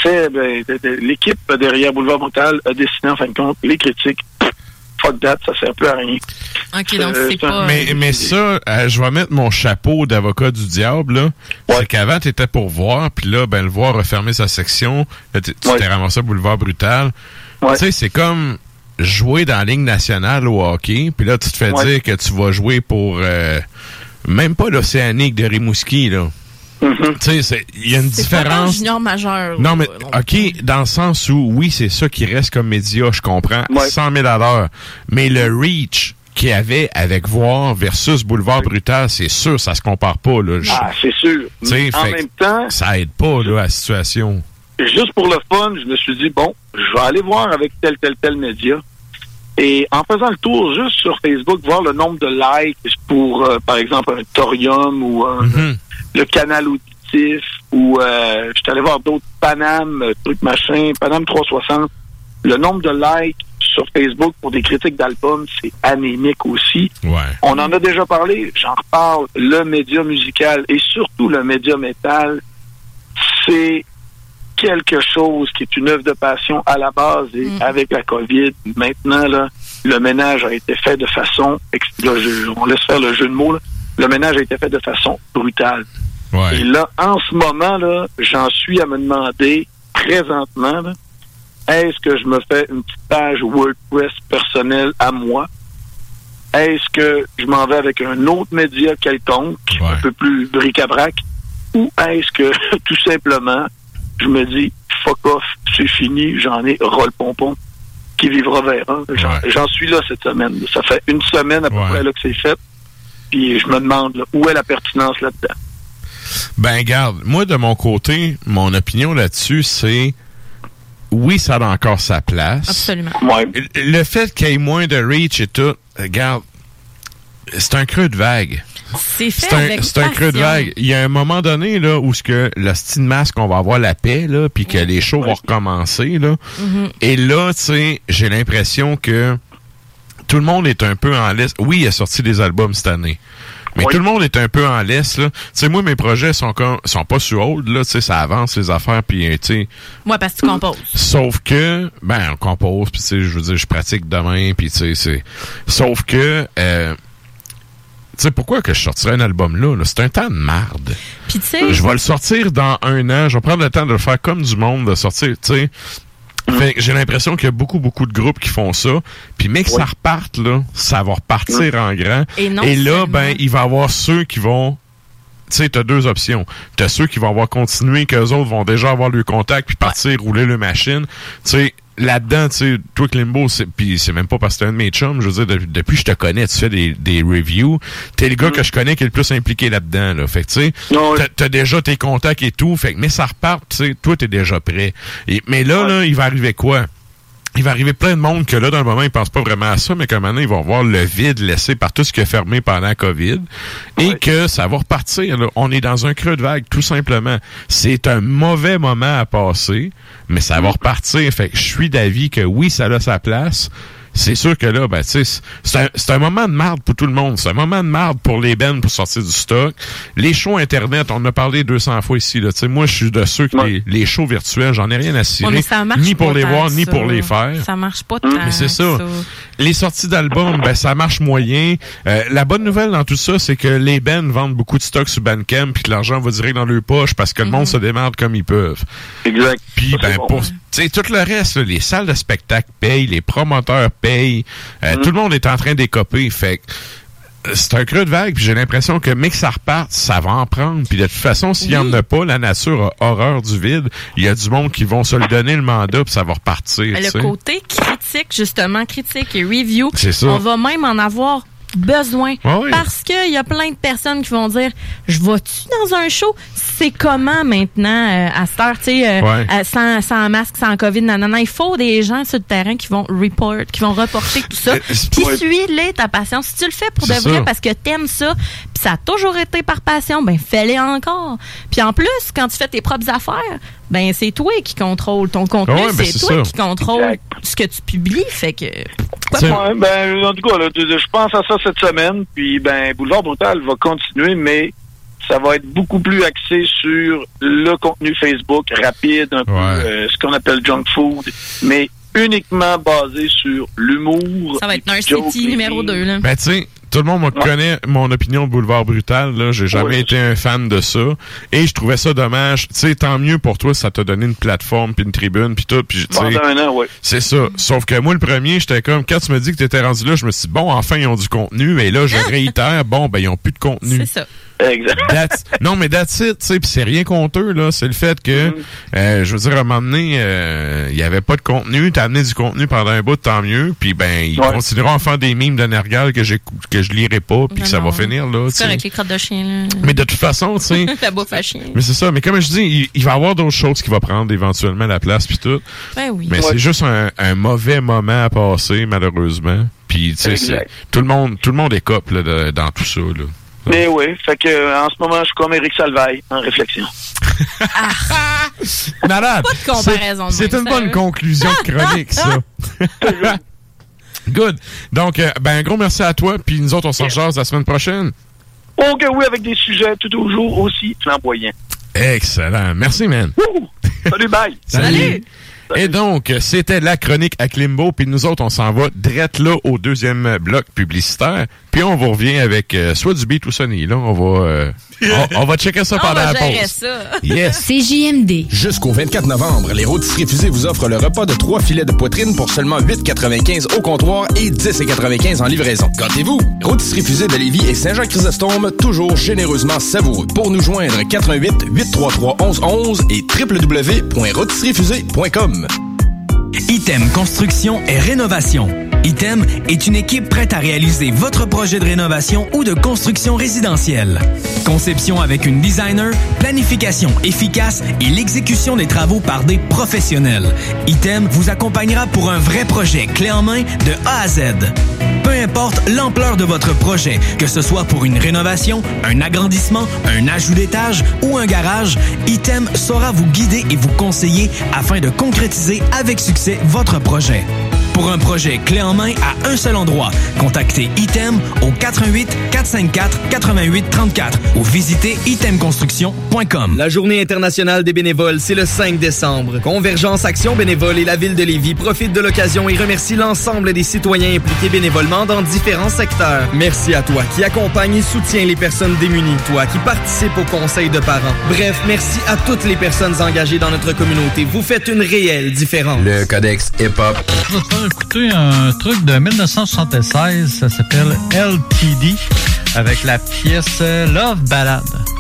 l'équipe derrière Boulevard Brutal a décidé en fin de compte les critiques. Fuck that, ça sert plus à rien. OK, donc c'est pas... Mais ça, je vais mettre mon chapeau d'avocat du diable, là. Ouais. C'est qu'avant, t'étais pour voir, puis là, le voir a fermé sa section. Là, tu t'es ramassé à Boulevard Brutal. Ouais. Tu sais, c'est comme jouer dans la Ligue nationale au hockey, puis là, tu te fais dire que tu vas jouer pour... même pas l'Océanique de Rimouski, là. Mm-hmm. Tu sais, il y a une différence. C'est junior majeur. Non, mais OK, dans le sens où, oui, c'est ça qui reste comme média, je comprends, 100 000 à l'heure. Mais le reach qu'il y avait avec Voir versus Boulevard Brutal, c'est sûr, ça se compare pas. Là. C'est sûr. En même temps... Ça aide pas là, à la situation. Juste pour le fun, je me suis dit, bon, je vais aller voir avec tel média. Et en faisant le tour juste sur Facebook, voir le nombre de likes pour, par exemple, un Thorium ou le canal auditif, ou je suis allé voir d'autres Panam, Panam 360. Le nombre de likes sur Facebook pour des critiques d'albums, c'est anémique aussi. Ouais. On en a déjà parlé, j'en reparle. Le média musical et surtout le média métal, c'est quelque chose qui est une œuvre de passion à la base et avec la COVID, maintenant, là, le ménage a été fait de façon, on laisse faire le jeu de mots, là, le ménage a été fait de façon brutale. Ouais. Et là, en ce moment, là, j'en suis à me demander, présentement, là, est-ce que je me fais une petite page WordPress personnelle à moi? Est-ce que je m'en vais avec un autre média quelconque, un peu plus bric-à-brac? Ou est-ce que, tout simplement, je me dis, fuck off, c'est fini, j'en ai ras-le-pompon, qui vivra verra. J'en suis là cette semaine. Ça fait 1 semaine à peu près là, que c'est fait. Puis je me demande là, où est la pertinence là-dedans. Ben, garde, moi, de mon côté, mon opinion là-dessus, c'est oui, ça a encore sa place. Absolument. Ouais. Le fait qu'il y ait moins de reach et tout, regarde, c'est un creux de vague. C'est un creux de vague. Il y a un moment donné là où le style masque, on va avoir la paix là, puis que les shows vont recommencer là. Et là, tu sais, j'ai l'impression que tout le monde est un peu en laisse. Oui, il a sorti des albums cette année. Mais tout le monde est un peu en laisse, là. Tu sais, moi, mes projets sont pas sur hold, là. Tu sais, ça avance les affaires, puis tu sais. Ouais, parce que tu composes. Sauf que, on compose, puis tu sais, je veux dire, je pratique demain, puis tu sais, c'est. Sauf que, tu sais, pourquoi que je sortirais un album là? C'est un temps de marde. Puis tu sais. Je vais le sortir dans 1 an. Je vais prendre le temps de le faire comme du monde, de sortir, tu sais. Fait que j'ai l'impression qu'il y a beaucoup de groupes qui font ça. Puis mais que ça reparte, là, ça va repartir en grand. Et là, il va y avoir ceux qui vont... Tu sais, t'as 2 options. T'as ceux qui vont avoir continué, qu'eux autres vont déjà avoir le contact, puis partir rouler le machine. Tu sais, là-dedans, tu sais, toi, Klimbo, puis c'est même pas parce que t'es un de mes chums, je veux dire, depuis que je te connais, tu fais des reviews, t'es le gars que je connais qui est le plus impliqué là-dedans, là. Fait que, tu sais, t'as déjà tes contacts et tout, fait que, mais ça repart, tu sais, toi, t'es déjà prêt. Mais là, il va arriver quoi? Il va arriver plein de monde que là, dans le moment, ils pensent pas vraiment à ça, mais qu'à un moment donné, ils vont voir le vide laissé par tout ce qui est fermé pendant la COVID et que ça va repartir, là. On est dans un creux de vague, tout simplement. C'est un mauvais moment à passer, mais ça va repartir. Fait que je suis d'avis que oui, ça a sa place. C'est sûr que là, tu sais, c'est un moment de marde pour tout le monde. C'est un moment de marde pour les bands pour sortir du stock. Les shows Internet, on en a parlé 200 fois ici, là. Tu sais, moi, je suis de ceux qui, les shows virtuels, j'en ai rien à cirer. Ni pour les voir, ni pour les faire. Ça marche pas tant. Mais c'est ça. Les sorties d'albums, ça marche moyen. La bonne nouvelle dans tout ça, c'est que les bands vendent beaucoup de stock sur Bandcamp puis que l'argent va direct dans leur poche parce que le monde se démarre comme ils peuvent. Exact. Puis, pour... Tu sais, tout le reste, là, les salles de spectacle payent, les promoteurs payent, tout le monde est en train d'écoper. Fait que c'est un creux de vague, puis j'ai l'impression que, mais que ça reparte, ça va en prendre. Puis de toute façon, s'il y en a pas, la nature a horreur du vide. Il y a du monde qui vont se le donner le mandat, puis ça va repartir. Le côté critique, justement, critique et review, c'est ça. On va même en avoir besoin. Parce qu'il y a plein de personnes qui vont dire, je vais-tu dans un show? C'est comment maintenant, à cette heure, tu sais, sans masque, sans COVID, nanana. Il faut des gens sur le terrain qui vont reporter tout ça. Puis suis-les, ta passion. Si tu le fais pour de vrai parce que t'aimes ça, puis ça a toujours été par passion, fais-les encore. Puis en plus, quand tu fais tes propres affaires, c'est toi qui contrôle ton contenu, c'est toi qui contrôle ce que tu publies, fait que... en tout cas, là, je pense à ça cette semaine, puis Boulevard Brutal va continuer, mais ça va être beaucoup plus axé sur le contenu Facebook, rapide, un peu ce qu'on appelle junk food, mais uniquement basé sur l'humour. Ça va être un city numéro 2, là. Tu sais, tout le monde me connaît mon opinion de Boulevard Brutal, là. J'ai jamais été un fan de ça. Et je trouvais ça dommage. Tu sais, tant mieux pour toi, ça t'a donné une plateforme, puis une tribune, puis tout. Puis, pendant un an, c'est ça. Sauf que moi, le premier, j'étais comme, quand tu me dis que t'étais rendu là, je me suis dit, bon, enfin, ils ont du contenu. Et là, je réitère, ils ont plus de contenu. C'est ça. Exact. Non, mais that's it, tu sais, pis c'est rien contre eux, là. C'est le fait que, je veux dire, à un moment donné, il y avait pas de contenu. T'as amené du contenu pendant un bout, tant mieux. Puis, ils continueront à faire des mimes de Nergal que je lirai pas, puis que ça va finir, là. C'est avec les crottes de chien, là. Mais de toute façon, tu sais. La bouffe à chien. Mais c'est ça. Mais comme je dis, il va y avoir d'autres choses qui vont prendre éventuellement la place, puis tout. Oui. Mais c'est juste un mauvais moment à passer, malheureusement. Puis, tu sais, tout le monde écope, là, dans tout ça, là. Mais oui, fait que en ce moment, je suis comme Éric Salvaille, en réflexion. Malade! Pas de comparaison. C'est une bonne conclusion de chronique, ça. Good. Donc, un gros merci à toi, puis nous autres, on s'en jase la semaine prochaine. Ok, oui, avec des sujets toujours aussi flamboyants. Excellent. Merci, man. Salut, bye. Salut. Et donc, c'était la chronique à Klimbo, puis nous autres, on s'en va direct là au deuxième bloc publicitaire, puis on vous revient avec soit du beat ou Sony. Là, on va checker ça pendant la pause. Ça. Yes. C'est JMD. Jusqu'au 24 novembre, les Rôtisseries Fusées vous offrent le repas de 3 filets de poitrine pour seulement 8,95 au comptoir et 10,95 en livraison. Gâtez-vous! Rôtisseries Fusées de Lévis et Saint-Jean-Chrysostome, toujours généreusement savoureux. Pour nous joindre, 418-833-1111 et www.rôtisseriesfusées.com. Item Construction et Rénovation. Item est une équipe prête à réaliser votre projet de rénovation ou de construction résidentielle. Conception avec une designer, planification efficace et l'exécution des travaux par des professionnels. Item vous accompagnera pour un vrai projet clé en main de A à Z. Peu importe l'ampleur de votre projet, que ce soit pour une rénovation, un agrandissement, un ajout d'étage ou un garage, Item saura vous guider et vous conseiller afin de concrétiser avec succès votre projet. Pour un projet clé en main à un seul endroit, contactez ITEM au 418-454-8834 ou visitez itemconstruction.com. La Journée internationale des bénévoles, c'est le 5 décembre. Convergence Action Bénévole et la Ville de Lévis profitent de l'occasion et remercient l'ensemble des citoyens impliqués bénévolement dans différents secteurs. Merci à toi qui accompagne et soutient les personnes démunies, toi qui participe au conseil de parents. Bref, merci à toutes les personnes engagées dans notre communauté. Vous faites une réelle différence. Le Codex Hip-Hop. Je vais écouter un truc de 1976, ça s'appelle LTD, avec la pièce Love Ballad.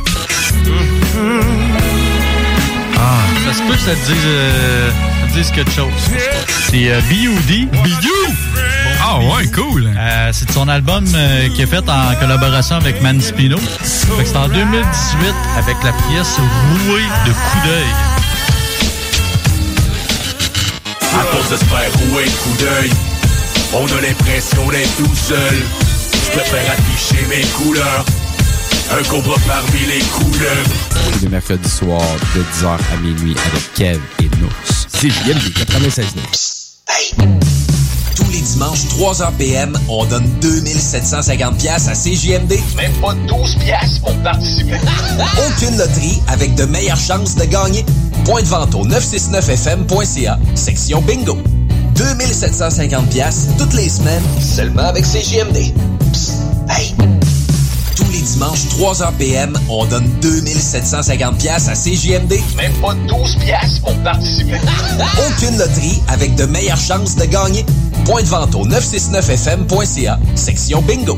Ça se peut que ça te dise quelque chose. C'est B.U.D. Ah ouais, cool. C'est son album qui est fait en collaboration avec Manspino. C'est en 2018 avec la pièce Rouée de coup d'œil. À force de se faire rouer de coup d'œil, on a l'impression d'être tout seul. Je préfère afficher mes couleurs, un cobra parmi les couleurs. Tous les mercredis soirs de 10h à minuit avec Kev et Nours. C'est JMD 96.9. Hey! Tous les dimanches, 3h PM, on donne 2750$ à CJMD. Même pas 12$ pour participer. Aucune loterie avec de meilleures chances de gagner. Point de vente au 969fm.ca, section bingo. 2750$ toutes les semaines, seulement avec CJMD. Psst, hey! Tous les dimanches, 3h PM, on donne 2750$ à CJMD. Même pas 12$ pour participer. Aucune loterie avec de meilleures chances de gagner. Point de vente au 969fm.ca, section bingo.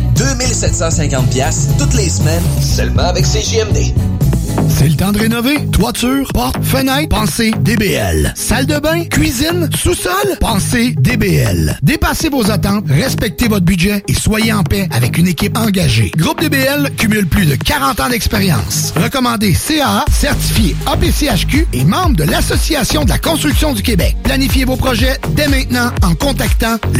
2750$ toutes les semaines, seulement avec CJMD. C'est le temps de rénover. Toiture, porte, fenêtre, pensez DBL. Salle de bain, cuisine, sous-sol, pensez DBL. Dépassez vos attentes, respectez votre budget et soyez en paix avec une équipe engagée. Groupe DBL cumule plus de 40 ans d'expérience. Recommandé CAA, certifié APCHQ et membre de l'Association de la construction du Québec. Planifiez vos projets dès maintenant en contactant le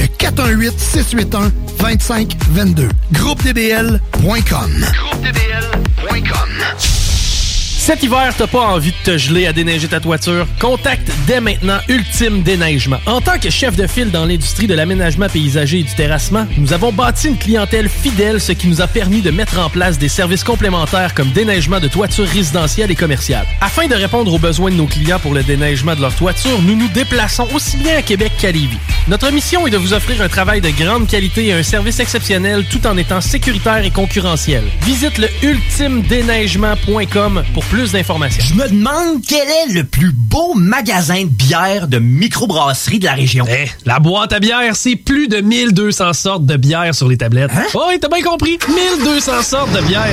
418-681-2522. GroupeDBL.com. GroupeDBL.com. Cet hiver, t'as pas envie de te geler à déneiger ta toiture? Contacte dès maintenant Ultime Déneigement. En tant que chef de file dans l'industrie de l'aménagement paysager et du terrassement, nous avons bâti une clientèle fidèle, ce qui nous a permis de mettre en place des services complémentaires comme déneigement de toitures résidentielles et commerciales. Afin de répondre aux besoins de nos clients pour le déneigement de leur toiture, nous nous déplaçons aussi bien à Québec qu'à Lévis. Notre mission est de vous offrir un travail de grande qualité et un service exceptionnel tout en étant sécuritaire et concurrentiel. Visite le ultimedéneigement.com pour plus d'informations. Je me demande quel est le plus beau magasin de bière de microbrasserie de la région. La boîte à bière, c'est plus de 1200 sortes de bière sur les tablettes. Hein? Oh, t'as bien compris. 1200 sortes de bière.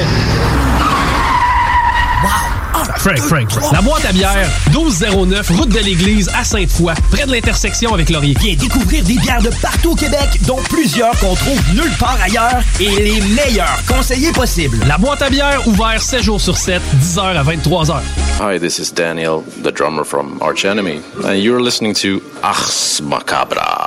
Wow! Frank. La boîte à bière, 1209, route de l'église à Sainte-Foy, près de l'intersection avec Laurier. Viens découvrir des bières de partout au Québec, dont plusieurs qu'on trouve nulle part ailleurs et les meilleurs conseillers possibles. La boîte à bière, ouvert 7 jours sur 7, 10h à 23h. Hi, this is Daniel, the drummer from Arch Enemy, and you're listening to Ars Macabra.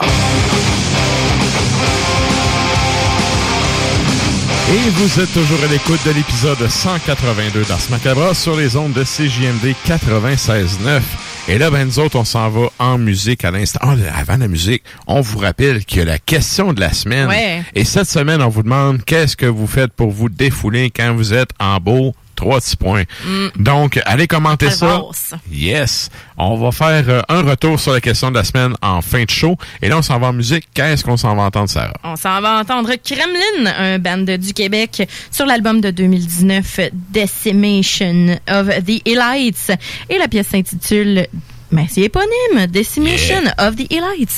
Et vous êtes toujours à l'écoute de l'épisode 182 d'Ars Macabra sur les ondes de CJMD 96.9. Et là, ben, nous autres, on s'en va en musique à l'instant. Oh, avant la musique, on vous rappelle qu'il y a la question de la semaine. Ouais. Et cette semaine, on vous demande qu'est-ce que vous faites pour vous défouler quand vous êtes en beau 3 petits points. Donc, allez commenter ça. Yes. On va faire un retour sur la question de la semaine en fin de show. Et là, on s'en va en musique. Qu'est-ce qu'on s'en va entendre, Sarah? On s'en va entendre Kremlin, un band du Québec, sur l'album de 2019, Decimation of the Elites. Et la pièce s'intitule, c'est éponyme, Decimation of the Elites.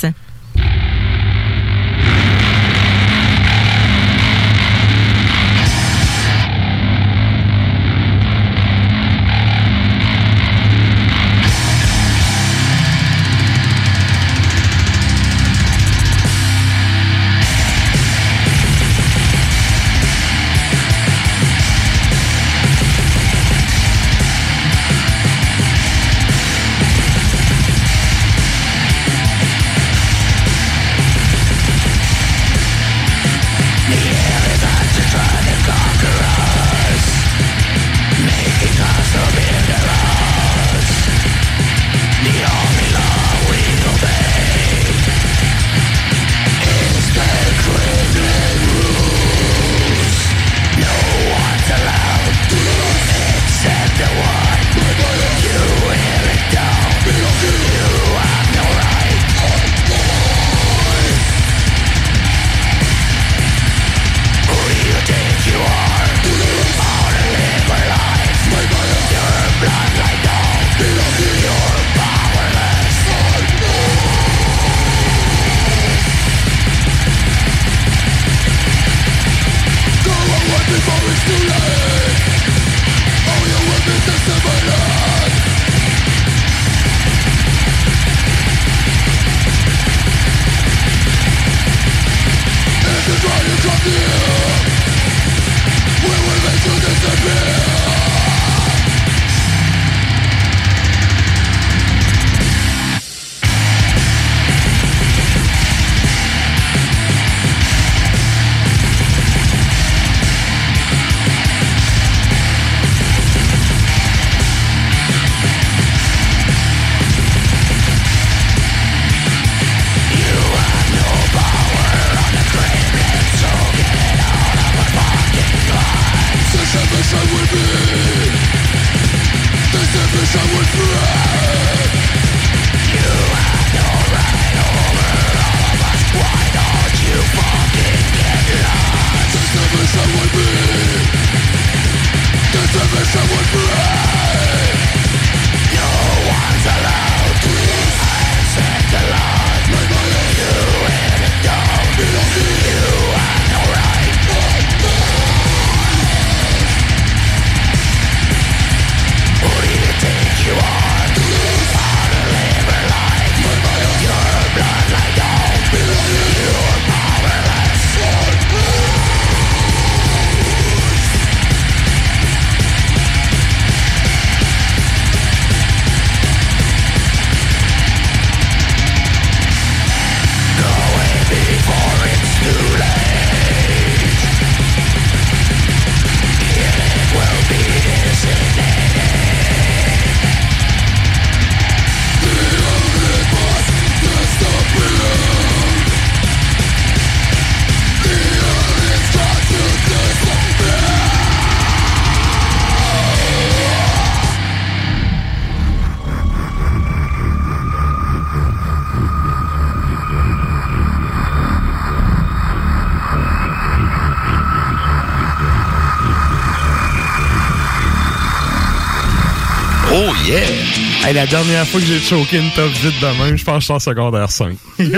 yeah! Hey, la dernière fois que j'ai choqué une top vite de même, je pense que je suis en secondaire 5.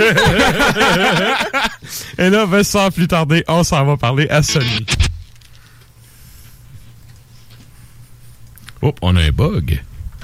Et là, ben, sans plus tarder, on s'en va parler à Sony. Oh, on a un bug.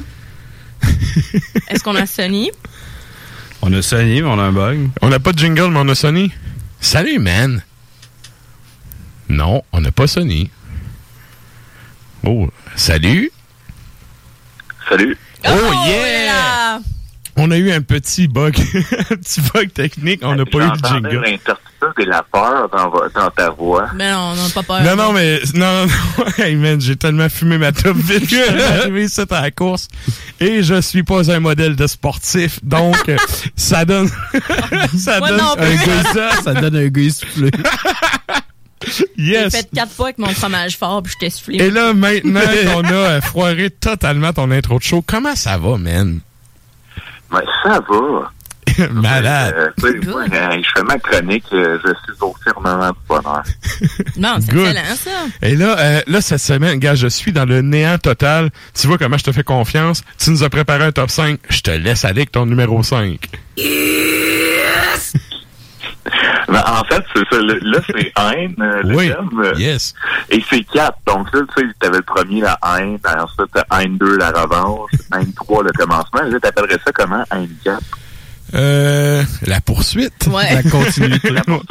Est-ce qu'on a Sony? On a Sony, mais on a un bug. On n'a pas de jingle, mais on a Sony. Salut, man! Non, on n'a pas Sony. Oh, salut! Salut! Oh, yeah! On a eu un petit bug. Un petit bug technique. On n'a pas eu de jingle. L'incertitude et la peur dans ta voix. Mais non, on n'a pas peur. Non, mais... Non. Hey, man, j'ai tellement fumé ma top vite que je suis arrivé ici à la course. Et je suis pas un modèle de sportif. Donc, ça donne... ça donne un gars... Ça donne un gars essoufflé. Yes. J'ai fait 4 pas avec mon fromage fort puis je t'ai soufflé. Et là, maintenant qu'on a foiré totalement ton intro de show, comment ça va, man? Ben, ça va. Malade. Je fais ma chronique, je suis au firmament du bonheur. Non, c'est excellent, ça. Et là, cette semaine, gars, je suis dans le néant total. Tu vois comment je te fais confiance? Tu nous as préparé un top 5. Je te laisse aller avec ton numéro 5. Yes! Ben, en fait, c'est ça. Là, c'est Haine, le thème. Yes. Et c'est 4. Donc là, tu sais, t'avais le premier, la Haine. Ensuite, Haine 2, la revanche. Haine 3, le commencement. Là, t'appellerais ça comment? Haine 4? La poursuite. Ouais. La continuité.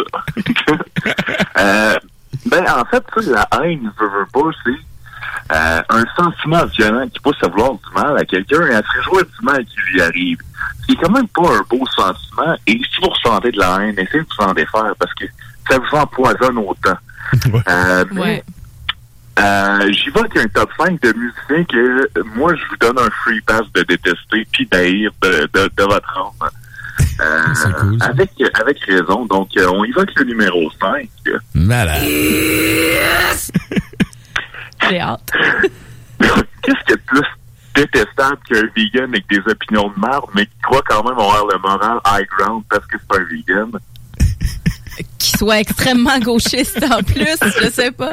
Ben, en fait, tu sais, la haine, veut pas, c'est un sentiment violent qui pousse à vouloir du mal à quelqu'un et à se réjouir du mal qui lui arrive. Ce qui est quand même pas un beau sentiment. Et si vous ressentez de la haine, essayez de vous en défaire parce que ça vous empoisonne autant. Ouais. J'y vais avec un top 5 de musiciens que moi, je vous donne un free pass de détester puis d'haïr de votre âme. C'est cool, ça. Avec raison. Donc, on y va avec le numéro 5. Malade. Yes! J'ai hâte. Qu'est-ce qui est plus détestable qu'un vegan avec des opinions de merde, mais qui croit quand même avoir le moral high ground parce que c'est un vegan? Qui soit extrêmement gauchiste en plus, je sais pas.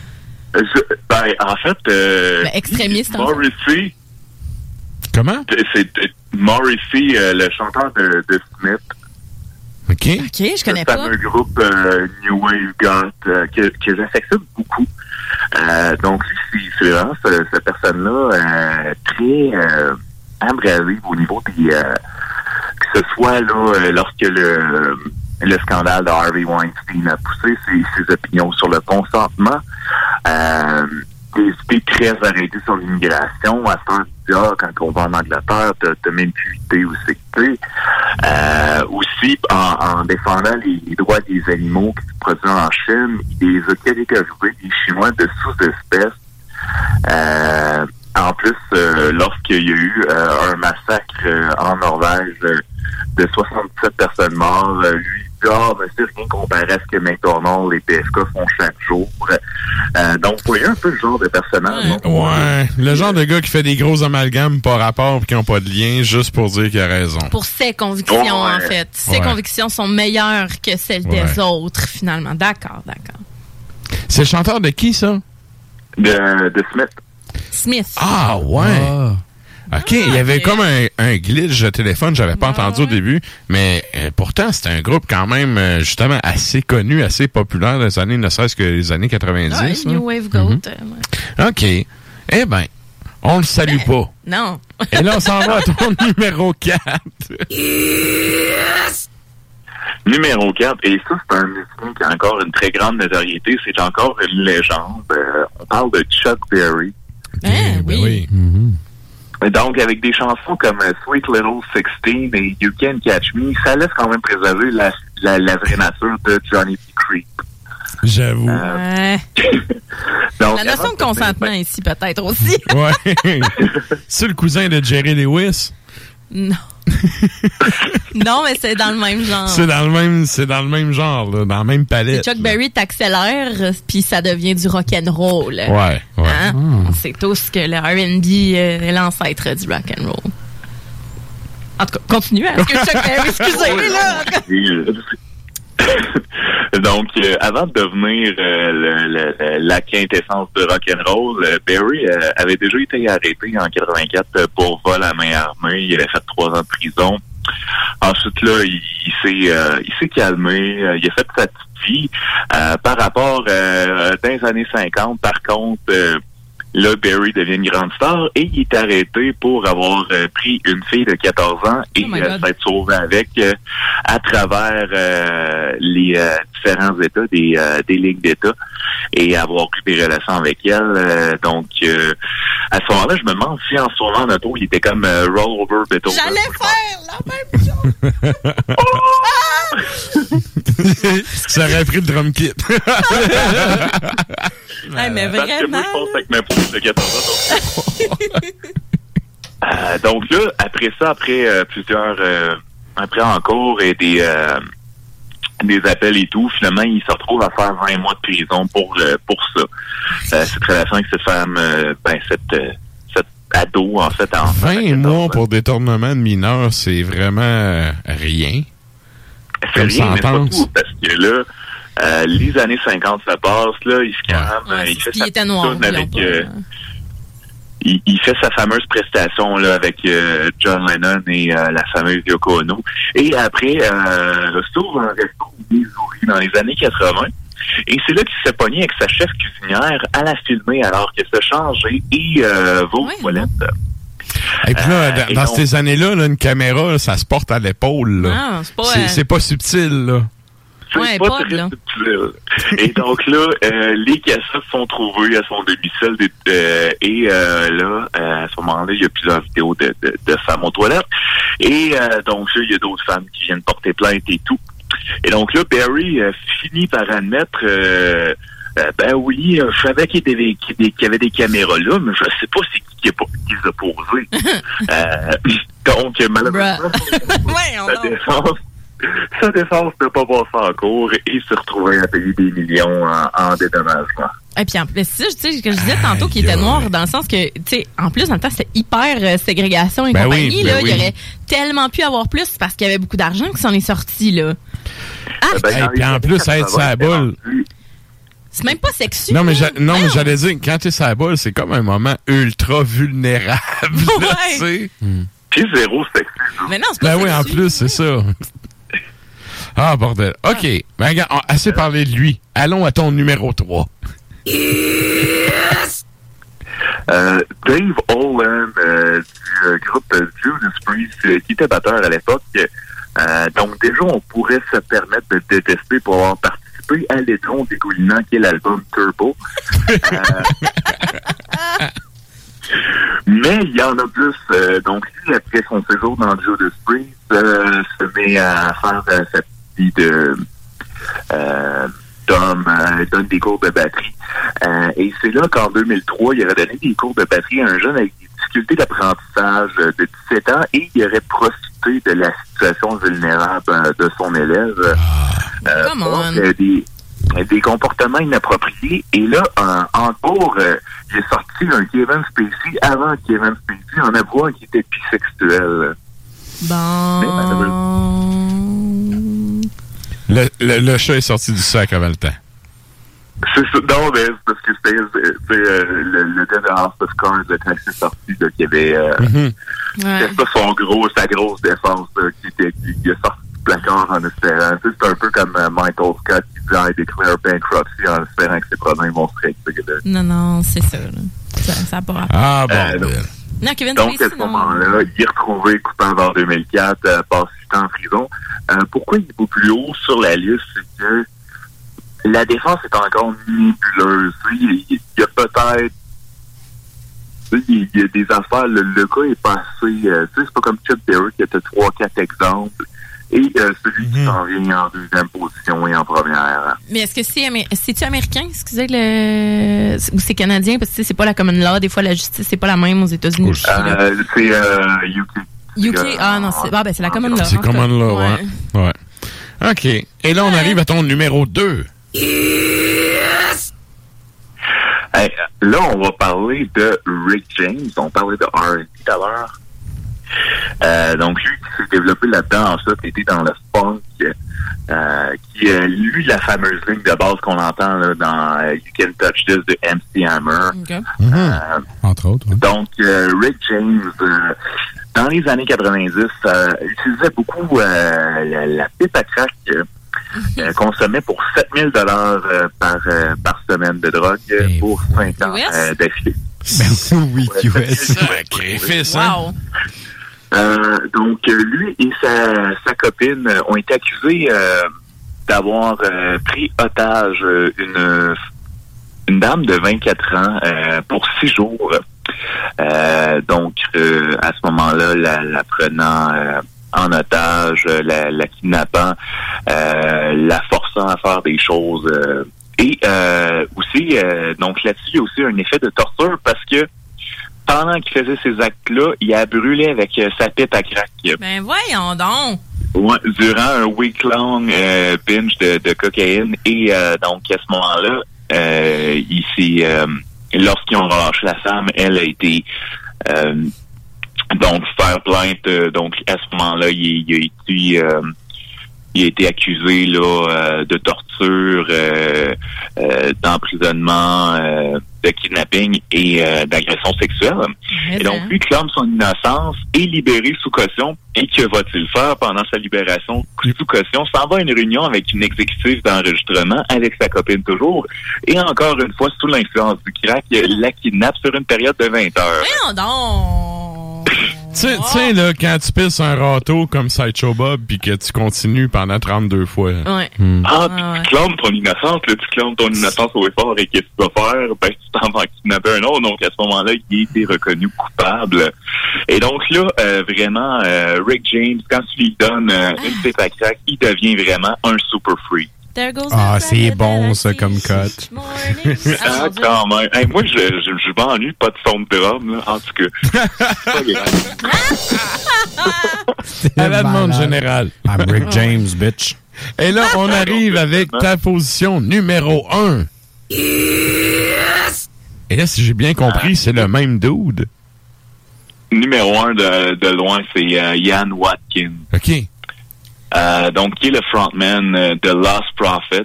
En fait... extrémiste en Morrissey... fait. Comment? C'est Morrissey, le chanteur de Smith. OK, je connais pas. C'est un groupe New Wave Goth que j'affectionne beaucoup. Donc, c'est vraiment cette personne-là très abrasive au niveau des... que ce soit là lorsque le scandale de Harvey Weinstein a poussé ses opinions sur le consentement, des idées très arrêtées sur l'immigration, à faire quand on va en Angleterre, t'as même plus idée où c'est que t'es. Aussi, en défendant les droits des animaux qui se produisent en Chine, il les a catégorisés, les Chinois, de sous-espèces. En plus, lorsqu'il y a eu un massacre en Norvège de 67 personnes mortes, lui, mais c'est rien comparé à ce que McDonald's et PFK font chaque jour. Donc, vous voyez un peu le genre de personnage. Ouais, le genre de gars qui fait des gros amalgames par rapport et qui n'ont pas de lien, juste pour dire qu'il a raison. Pour ses convictions, en fait. Ses convictions sont meilleures que celles des autres, finalement. D'accord. C'est le chanteur de qui, ça? De Smith. Smith. Ah, ouais. OK, il y avait comme un glitch de téléphone, j'avais pas entendu au début, mais pourtant, c'était un groupe quand même, justement, assez connu, assez populaire dans les années, ne serait-ce que les années 90. New Wave Goat. OK. Eh ben, on le salue pas. Non. Et là, on s'en va à ton numéro 4. Yes! Numéro 4, et ça, c'est un musicien qui a encore une très grande notoriété, c'est encore une légende. On parle de Chuck Berry. Oui. Donc, avec des chansons comme Sweet Little 16 et You Can Catch Me, ça laisse quand même préserver la vraie nature de Johnny B. Creep. J'avoue. Donc, la notion de consentement ici, peut-être aussi. Ouais. C'est le cousin de Jerry Lewis? Non. Non, mais c'est dans le même genre. C'est dans le même genre, là, dans la même palette. Chuck Berry t'accélère, puis ça devient du rock'n'roll. Ouais. Hein? On sait tous que le R&B est l'ancêtre du rock'n'roll. En tout cas, continue. Est-ce que Chuck Berry, excusez-moi, là? Donc, avant de devenir la quintessence de rock'n'roll, Barry avait déjà été arrêté en 84 pour vol à main armée. Il avait fait 3 ans de prison. Ensuite, là, il s'est calmé. Il a fait sa petite vie. Par rapport dans les années 50, par contre, là, Barry devient une grande star et il est arrêté pour avoir pris une fille de 14 ans et s'être sauvé avec à travers les différents États, des ligues d'États et avoir eu des relations avec elle. Donc, à ce moment-là, je me demande si en sauvant en auto, il était comme Roll Over Beethoven. J'allais faire la même chose! Ça aurait pris le drum kit. Hey, mais parce que moi, je pense avec ma pousse de 14 ans. Donc là, après ça, après encours et des appels et tout, finalement, il se retrouve à faire 20 mois de prison pour ça. Cette relation avec cette femme, cette ado, en fait. 20 mois pour détournement de mineurs, c'est vraiment rien. C'est rien, mais pas tout, parce que là, les années 50, ça passe, là, il se calme, il fait sa tourne avec... Il fait sa fameuse prestation là avec John Lennon et la fameuse Yoko Ono. Et après, se trouve un resto au Missouri dans les années 80. Et c'est là qu'il s'est pogné avec sa chef cuisinière à la filmer alors qu'elle se changeait et va aux toilettes. Et puis là, dans ces années-là, là, une caméra, là, ça se porte à l'épaule. Là. C'est pas subtil, là. C'est pas très subtil. Et donc là, les cassettes sont trouvées à son domicile et là, à ce moment-là, il y a plusieurs vidéos de femmes aux toilettes. Et donc là, il y a d'autres femmes qui viennent porter plainte et tout. Et donc là, Barry finit par admettre ben oui, je savais qu'il y avait des caméras là, mais je sais pas c'est qui les a posées. Donc, malheureusement, sa défense n'a pas passé en cours et se retrouvait à payer des millions en dédommagement. Et puis, c'est ça, tu sais, que je disais tantôt qu'il était noir, dans le sens que, tu sais, en plus, dans le temps, c'était hyper ségrégation et compagnie, là. Il aurait tellement pu avoir plus parce qu'il y avait beaucoup d'argent qui s'en est sorti, là. Et puis, en plus, être sa boule. C'est même pas sexy. Non, mais j'allais dire, quand t'es sa boule, c'est comme un moment ultra vulnérable, là, tu sais. Puis zéro sexy. Mais non, c'est pas sexy. Oui, en plus, c'est ça. Ah, bordel. OK. Ben, regarde, assez parlé de lui. Allons à ton numéro 3. Yes! Dave Holland du groupe Judas Priest, qui était batteur à l'époque. Donc, déjà, on pourrait se permettre de détester pour avoir participé à l'étron dégoulinant qui est l'album Turbo. Mais il y en a plus. Donc, lui, après son séjour dans Judas Priest, se met à faire cette vie de donne des cours de batterie. Et c'est là qu'en 2003, il aurait donné des cours de batterie à un jeune avec des difficultés d'apprentissage de 17 ans et il aurait profité de la situation vulnérable de son élève pour des comportements inappropriés. Et là, en cours, il est sorti un Kevin Spacey avant Kevin Spacey en avouant qu'il était bisexuel. Le chat est sorti du sac avant le temps. C'est ça. Non, mais c'est parce que c'était le gars de House of Cards quand c'est sorti, qu'il y avait c'était pas sa grosse défense qui a sorti du placard en espérant. C'est un peu comme Michael Scott qui disait I declare bankruptcy en espérant que ses problèmes vont se régler. Non, c'est ça. Ça n'a pas rapport. Ah bon. Non, Kevin donc, Spacey, à ce moment-là, il est retrouvé coupable en 2004, passe 8 ans en prison. Pourquoi il est pas plus haut sur la liste? C'est que la défense est encore nébuleuse. Il y a peut-être... Il y a des affaires, le cas est passé... c'est pas comme Chuck Berry qui a 3-4 exemples. Et celui qui s'en vient en deuxième position et en première. Mais est-ce que c'est-tu américain, excusez, ou c'est canadien? Parce que c'est pas la common law. Des fois, la justice, c'est pas la même aux États-Unis. C'est UK. UK? Non, c'est la common law. C'est common law, ouais. OK. Et là, on arrive à ton numéro 2. Yes! Hey, là, on va parler de Rick James. On parlait de R&B tout à l'heure. Donc, lui, c'est développé là-dedans. Ensuite, il était dans le funk, qui est, lui, la fameuse ligne de base qu'on entend là, dans You Can Touch This de MC Hammer. Okay. Entre autres. Ouais. Donc, Rick James, dans les années 90, utilisait beaucoup la pipe à crack consommait pour 7 000 par semaine de drogue pour 5 ans d'affilée. Oui, US. Sacrifice, hein? Wow. Donc, lui et sa copine ont été accusés d'avoir pris otage une dame de 24 ans pour 6 jours. Donc, à ce moment-là, la prenant en otage, la kidnappant, la forçant à faire des choses. Et aussi, donc là-dessus, il y a aussi un effet de torture parce que pendant qu'il faisait ces actes-là, il a brûlé avec sa pipe à crack. Ben voyons donc! Ouais, durant un week-long binge de cocaïne. Et donc, à ce moment-là, il s'est... lorsqu'ils ont relâché la femme, elle a été... donc, faire plainte. Donc, à ce moment-là, il a été accusé là de torture, d'emprisonnement, de kidnapping et d'agression sexuelle. Et donc, lui clame son innocence, est libéré sous caution. Et que va-t-il faire pendant sa libération sous caution? S'en va à une réunion avec une exécutive d'enregistrement, avec sa copine toujours. Et encore une fois, sous l'influence du crack, la kidnappe sur une période de 20 heures. Voyons donc! Tu sais, là, quand tu pisses un râteau comme Sideshow Bob puis que tu continues pendant 32 fois. Ouais. Tu clames ton innocence, là, tu clames ton innocence au effort et qu'est-ce que tu vas faire? Ben, tu t'en vas kidnapper un autre. Donc, à ce moment-là, il a été reconnu coupable. Et donc, là, vraiment, Rick James, quand tu lui donnes une pipe à crack, il devient vraiment un super freak. C'est bon, ça, comme cut. Quand même. Hey, moi, je m'ennuie pas de son de drum, là, en tout cas. À la demande générale. I'm Rick James, bitch. Et là, on arrive avec ta position numéro 1. Yes! Et là, si j'ai bien compris, c'est le même dude. Numéro 1 de loin, c'est Ian Watkins. OK. Donc, qui est le frontman de Lost Prophets.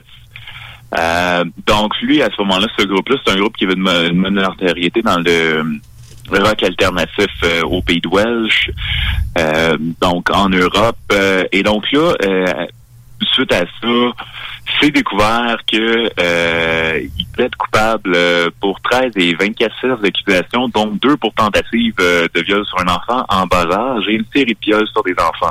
Donc, lui, à ce moment-là, ce groupe-là, c'est un groupe qui veut une notoriété dans le rock alternatif au Pays de Welsh, donc en Europe. Et donc là, suite à ça, c'est découvert que il plaide coupable pour 13 et 24 chefs d'accusation, dont 2 pour tentative de viol sur un enfant en bas âge et une série de viols sur des enfants.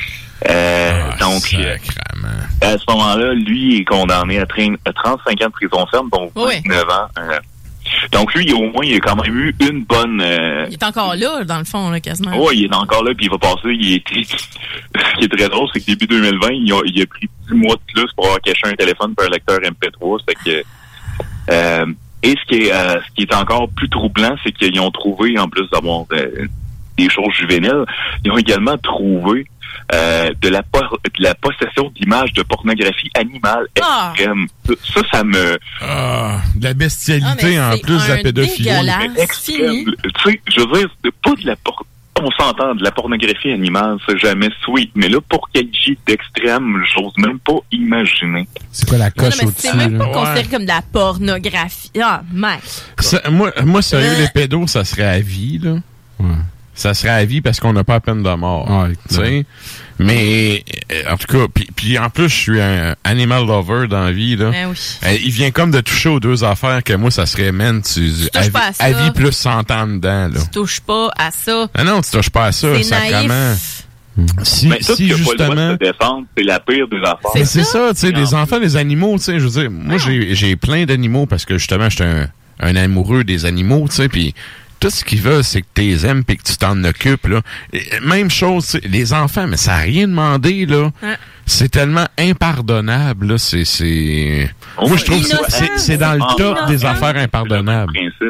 Donc, à ce moment-là, lui est condamné à 35 ans de prison ferme, donc 29 ans. Donc, lui, au moins, il a quand même eu une bonne... Il est encore là, dans le fond, là, quasiment. Oui, il est encore là, puis il va passer... Ce qui est très drôle, c'est que début 2020, il a pris 10 mois de plus pour avoir caché un téléphone par un lecteur MP3. C'est que... et ce qui est encore plus troublant, c'est qu'ils ont trouvé, en plus d'avoir des choses juvéniles, ils ont également trouvé de la possession d'images de pornographie animale extrême. Ça me... de la bestialité en plus de la pédophilie. Extrême. Tu sais, je veux dire, pas de la on s'entend, de la pornographie animale, c'est jamais sweet. Mais là, pour qualifier d'extrême, j'ose même pas imaginer. C'est quoi la coche au-dessus? C'est même pas considéré comme de la pornographie. Ah, mec. Moi, sérieux, les pédos, ça serait à vie, là. Ouais. Ça serait à vie parce qu'on n'a pas à peine de mort. Ouais, tu sais. Mais, en tout cas, puis en plus, je suis un animal lover dans la vie, là. Ben oui. Il vient comme de toucher aux deux affaires que moi, ça serait, man, à vie plus 100 ans dedans, là. Tu touches pas à ça. Non, tu touches pas à ça, sacrément. Si, mais tout si justement, pas le droit de se défendre, c'est la pire des affaires. Mais c'est ça, tu sais, les enfants, les animaux, tu sais, je veux dire, moi, j'ai plein d'animaux parce que, justement, j'étais un amoureux des animaux, tu sais, puis tout ce qu'ils veulent, c'est que tu les aimes et que tu t'en occupes, là. Et même chose, les enfants, mais ça n'a rien demandé, là. C'est tellement impardonnable, là. Moi, je trouve que c'est dans le top des affaires impardonnables.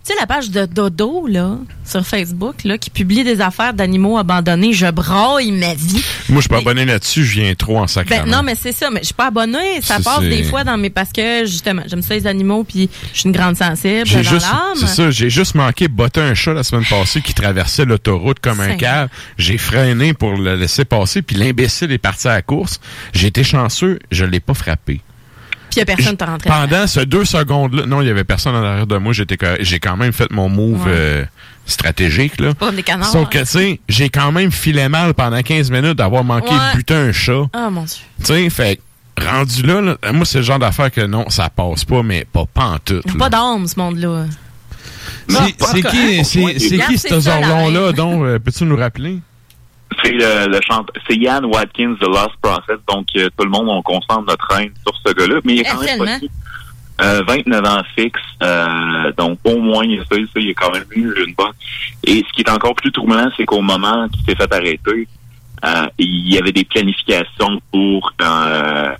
Tu sais, la page de Dodo, là, sur Facebook, là, qui publie des affaires d'animaux abandonnés, je braille ma vie. Moi, je suis pas abonné là-dessus, je viens trop en sacrament. Ben, non, mais c'est ça, mais je suis pas abonnée. Ça C'est- passe des fois parce que, justement, j'aime ça les animaux, puis je suis une grande sensible J'ai dans juste, l'âme. c'est ça, j'ai juste manqué de botter un chat la semaine passée qui traversait l'autoroute comme un Seigneur. cave. J'ai freiné pour le laisser passer, puis l'imbécile est parti à la course. J'ai été chanceux, je l'ai pas frappé. Puis il y a personne qui rentré. Pendant ces 2 secondes-là, non, il y avait personne en arrière de moi. J'ai quand même fait mon move stratégique, là. Pas des canards. Sauf que, tu sais, j'ai quand même filé mal pendant 15 minutes d'avoir manqué de buter un chat. Oh mon Dieu. Tu sais, fait rendu là, moi, c'est le genre d'affaire que non, ça passe pas, mais pas en tout. Il n'y a pas d'âme, ce monde-là. C'est qui ce zorlon-là, donc, peux-tu nous rappeler? C'est le chanteur, c'est Ian Watkins de Lost Process, donc tout le monde, on concentre notre haine sur ce gars-là, mais il est quand même pas 29 ans fixe, donc au moins il y a ça, il est quand même eu une bonne. Et ce qui est encore plus troublant, c'est qu'au moment qu'il s'est fait arrêter, il y avait des planifications pour un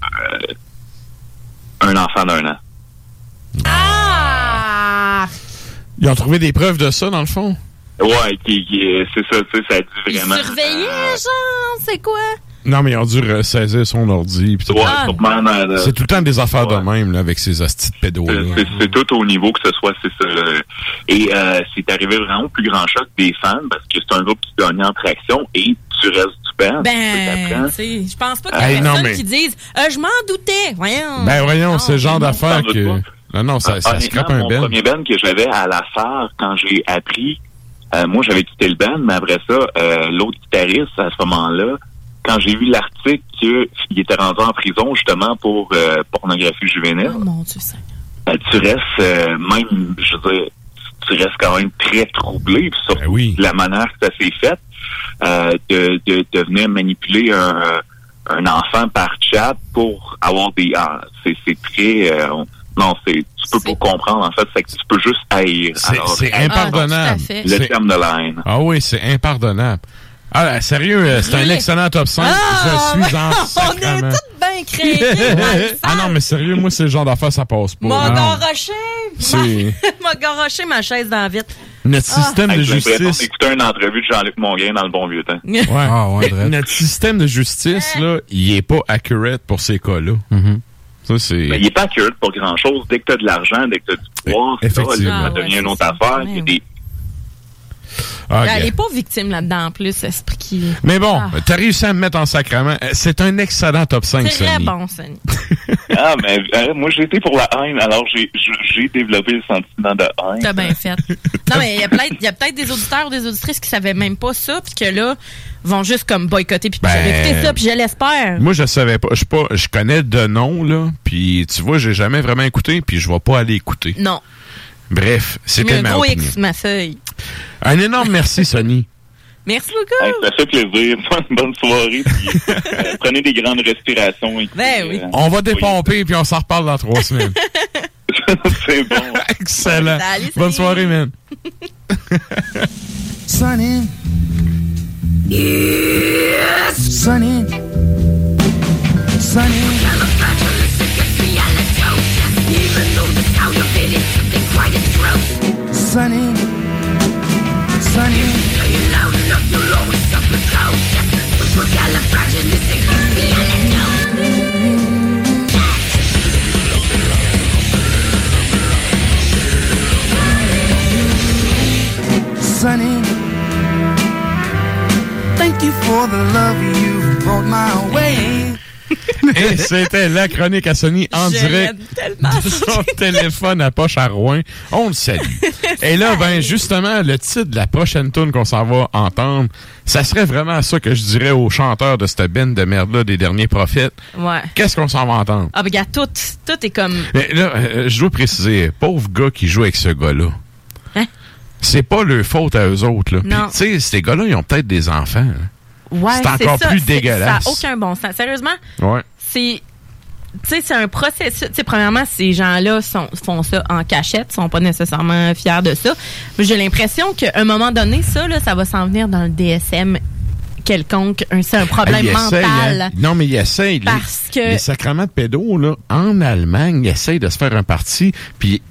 enfant d'1 an. Ah! Ils ont trouvé des preuves de ça, dans le fond? Ouais, c'est ça, tu sais, ça dit vraiment... Surveiller, genre, c'est quoi? Non, mais ils ont dû ressaisir son ordi. Pis tout. Ouais, sûrement C'est tout le temps des affaires de même, là, avec ces hosties de pédos. C'est tout au niveau que ce soit, c'est ça. Là. Et c'est arrivé vraiment au plus grand choc des fans, parce que c'est un groupe qui gagnait en traction, et tu restes du banc. Ben, tu sais, je pense pas qu'il y a personne qui dise je m'en doutais, voyons. Ben, voyons, Non, c'est le genre non, d'affaire sans doute que... Non, ça scrape un mon ben. premier band que j'avais à la faire, quand j'ai appris, moi, j'avais quitté le band, mais après ça, l'autre guitariste, à ce moment-là, quand j'ai vu l'article qu'il était rendu en prison, justement, pour pornographie juvénile, Oh mon Dieu, ça. tu restes, même, je veux dire, tu restes quand même très troublé, puis surtout de la manière que ça s'est fait, de venir manipuler un enfant par chat pour avoir des... c'est très... non, tu peux pas comprendre, en fait, c'est que tu peux juste haïr. C'est impardonnable. Le terme de la haine. Ah oui, c'est impardonnable. Ah, sérieux, c'est un excellent top 5. Je suis en sacrament. On est toutes bien créés. Ah non, mais sérieux, moi, c'est le genre d'affaires, ça passe pas. M'a Non. garoché. M'a garoché ma chaise dans la vitre. Notre système de J'ai l'impression justice... d'écouter une entrevue de Jean-Luc Mongrain dans le bon vieux temps. Ouais. Notre système de justice, là, il est pas accurate pour ces cas-là. Ça, c'est... Ben, il n'est pas accurate pour grand-chose. Dès que tu as de l'argent, dès que tu as du pouvoir, effectivement. ça devient une autre affaire. Il y a des... Elle n'est pas victime là-dedans, en plus, esprit qui... Mais bon, t'as réussi à me mettre en sacrement. C'est un excellent top 5, C'est très Sonny. bon, Sonny. Ah, mais moi, j'ai été pour la haine, alors j'ai développé le sentiment de haine. T'as bien fait. Non, mais il y a peut-être des auditeurs ou des auditrices qui savaient même pas ça, puis que là, vont juste comme boycotter, puis j'avais écouté ça, puis je l'espère. Moi, je savais pas. Je connais de nom, là. Puis, tu vois, j'ai jamais vraiment écouté, puis je vais pas aller écouter. Non. Bref, J'ai mis c'était un ma gros opinion. X sur ma feuille. Un énorme merci, Sonny. Merci beaucoup. Ça fait plaisir. Bonne soirée. Puis, prenez des grandes respirations. Et Ben oui. On va dépomper, puis on s'en reparle dans 3 semaines. C'est bon. Excellent. Salut, Bonne soirée, man. Sonny. Yes. Sonny. Sonny. Even though the sound of it is something quite atrocious. Sonny. Sonny. You loud enough, you'll always suffer cold. Sonny, thank you for the love you brought my way. Et c'était la chronique à Sonny en Je direct l'aime tellement. de son téléphone à poche à Rouen. On le salue. Et là, ben justement, le titre de la prochaine tune qu'on s'en va entendre, ça serait vraiment ça que je dirais aux chanteurs de cette band de merde-là des derniers prophètes. Ouais. Qu'est-ce qu'on s'en va entendre? Ah, ben, regarde, tout est comme... Mais là, je dois préciser, pauvre gars qui joue avec ce gars-là. Hein? C'est pas leur faute à eux autres, là. Puis, Non. tu sais, ces gars-là, ils ont peut-être des enfants. Hein. Ouais, c'est encore ça. plus Ça dégueulasse. n'a aucun bon sens. Sérieusement, Ouais. c'est... Tu sais, c'est un processus. Tu sais, premièrement, ces gens-là font ça en cachette, sont pas nécessairement fiers de ça. Mais j'ai l'impression qu'à un moment donné, ça, là, ça va s'en venir dans le DSM quelconque. C'est un problème Il essaye, mental. hein. Non, mais il essaye. Parce que- Les sacrements de pédos, là, en Allemagne, ils essayent de se faire un parti, puis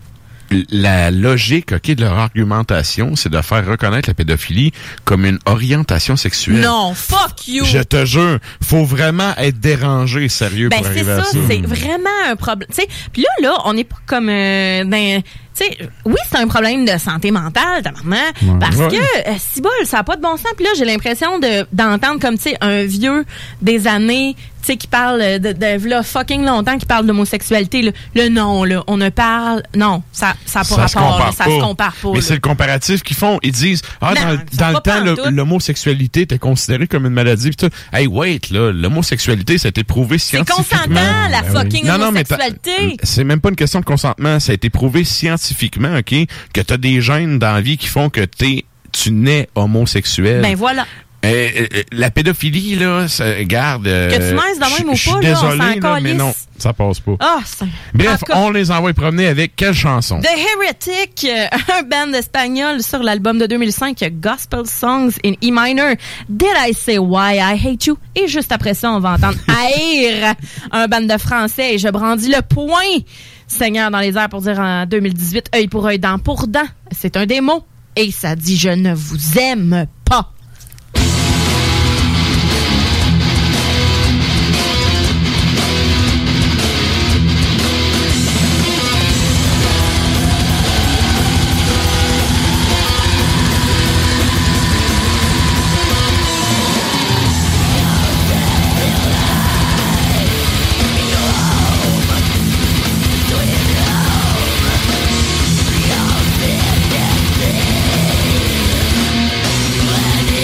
la logique, OK, de leur argumentation, c'est de faire reconnaître la pédophilie comme une orientation sexuelle. Non, fuck you! Je te jure, faut vraiment être dérangé, sérieux, pour arriver à ça. C'est vraiment un problème. Tu sais, puis là, on n'est pas comme tu sais, oui, c'est un problème de santé mentale, tabarnak, parce que si bol, ça n'a pas de bon sens. Puis là, j'ai l'impression d'entendre comme, tu sais, un vieux des années, tu sais, qui parle de là, fucking longtemps, qui parle d'homosexualité. Le non, là, on ne parle... Non, ça n'a pas rapport, là, ça se compare pas. Mais c'est le comparatif qu'ils font. Ils disent, dans le temps, l'homosexualité était considérée comme une maladie. Pis tout. Hey, wait, là, l'homosexualité, ça a été prouvé scientifiquement. C'est consentant, la fucking homosexualité. C'est même pas une question de consentement. Ça a été prouvé scientifiquement, OK, que t'as des gènes dans la vie qui font que tu nais homosexuel. Ben voilà. La pédophilie, là, ça garde... que tu naisses de même ou pas, là, je suis désolé, là, mais non, ça passe pas. Oh, bref, on les envoie promener avec quelle chanson? The Heretic, un band espagnol sur l'album de 2005, Gospel Songs in E minor. Did I say why I hate you? Et juste après ça, on va entendre Haïr, un band de français, et je brandis le poing, Seigneur dans les airs, pour dire en 2018, œil pour œil, dent pour dent. C'est un démo. Et ça dit, je ne vous aime pas. When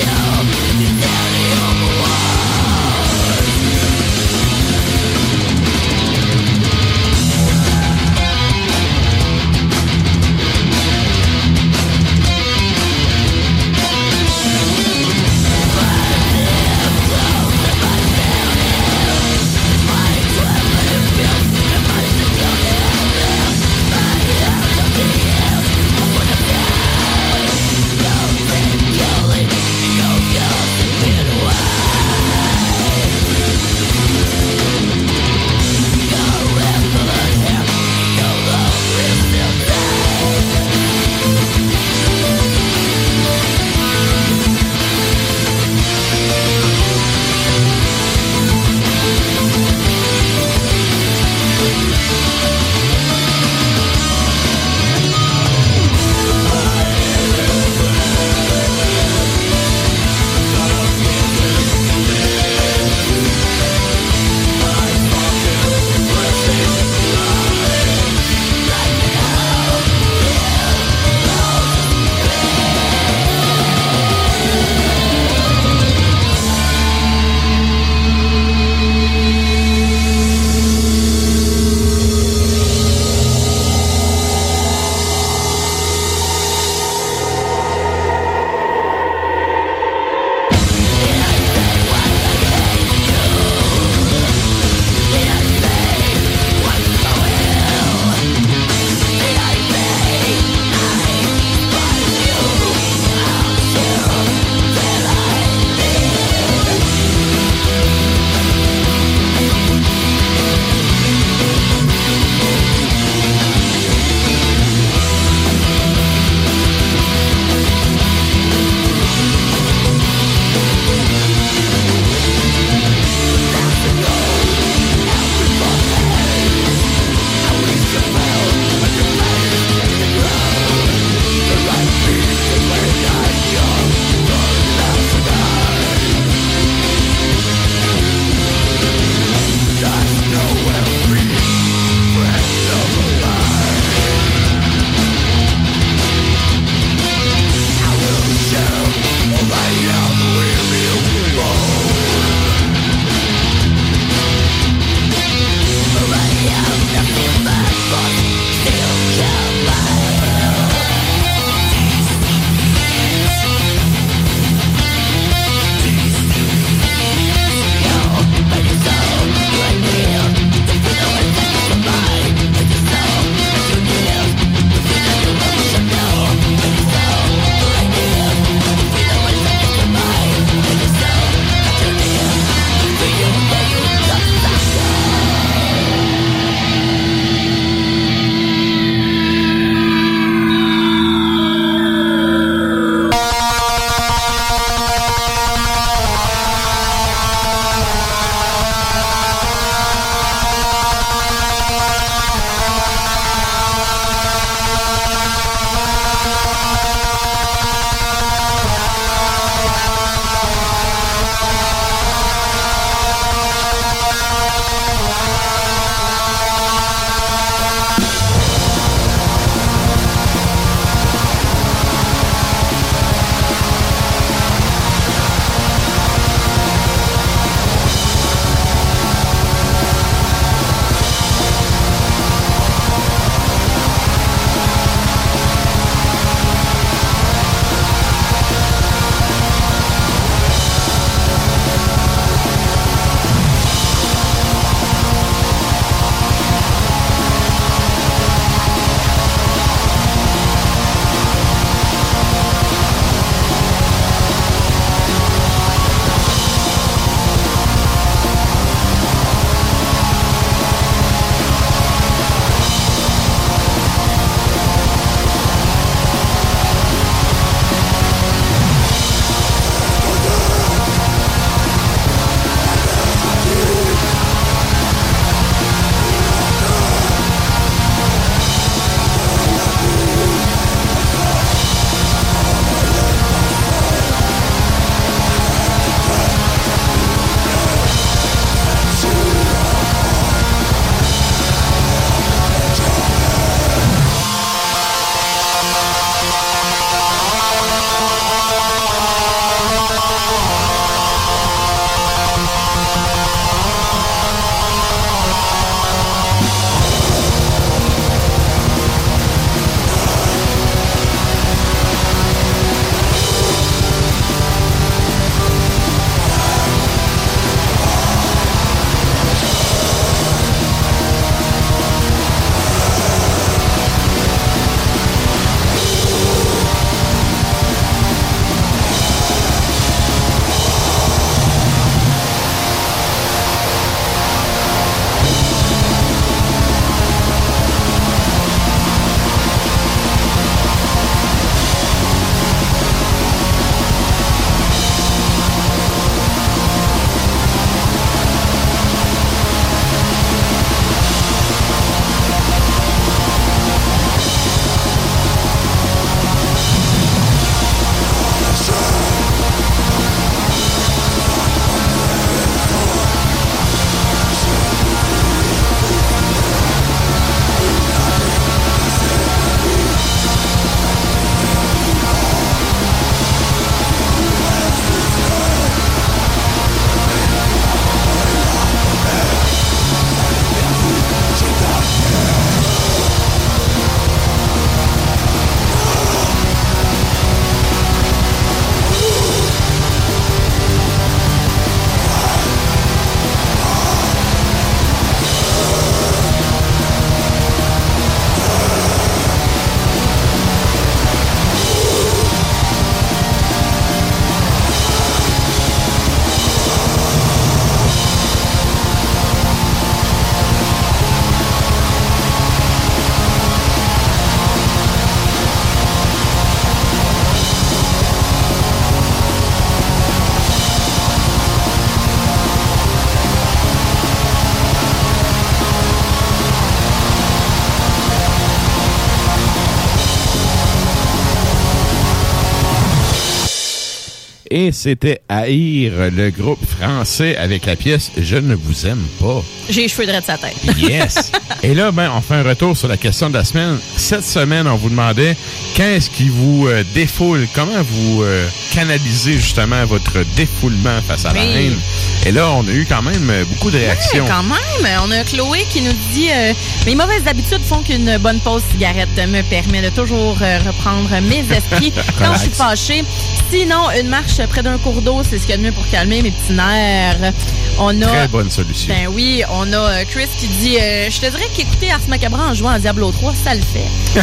Et c'était Haïr, le groupe français avec la pièce « Je ne vous aime pas ». J'ai les cheveux de sa tête. Yes! Et là, on fait un retour sur la question de la semaine. Cette semaine, on vous demandait qu'est-ce qui vous défoule? Comment vous canalisez justement votre défoulement face à la reine? Et là, on a eu quand même beaucoup de réactions. Oui, quand même. On a Chloé qui nous dit mes mauvaises habitudes font qu'une bonne pause cigarette me permet de toujours reprendre mes esprits quand je suis fâchée. Sinon, une marche près d'un cours d'eau, c'est ce qu'il y a de mieux pour calmer mes petits nerfs. On a, très bonne solution. Ben oui, on a Chris qui dit je te dirais qu'écouter Ars Macabra en jouant à Diablo 3, ça le fait.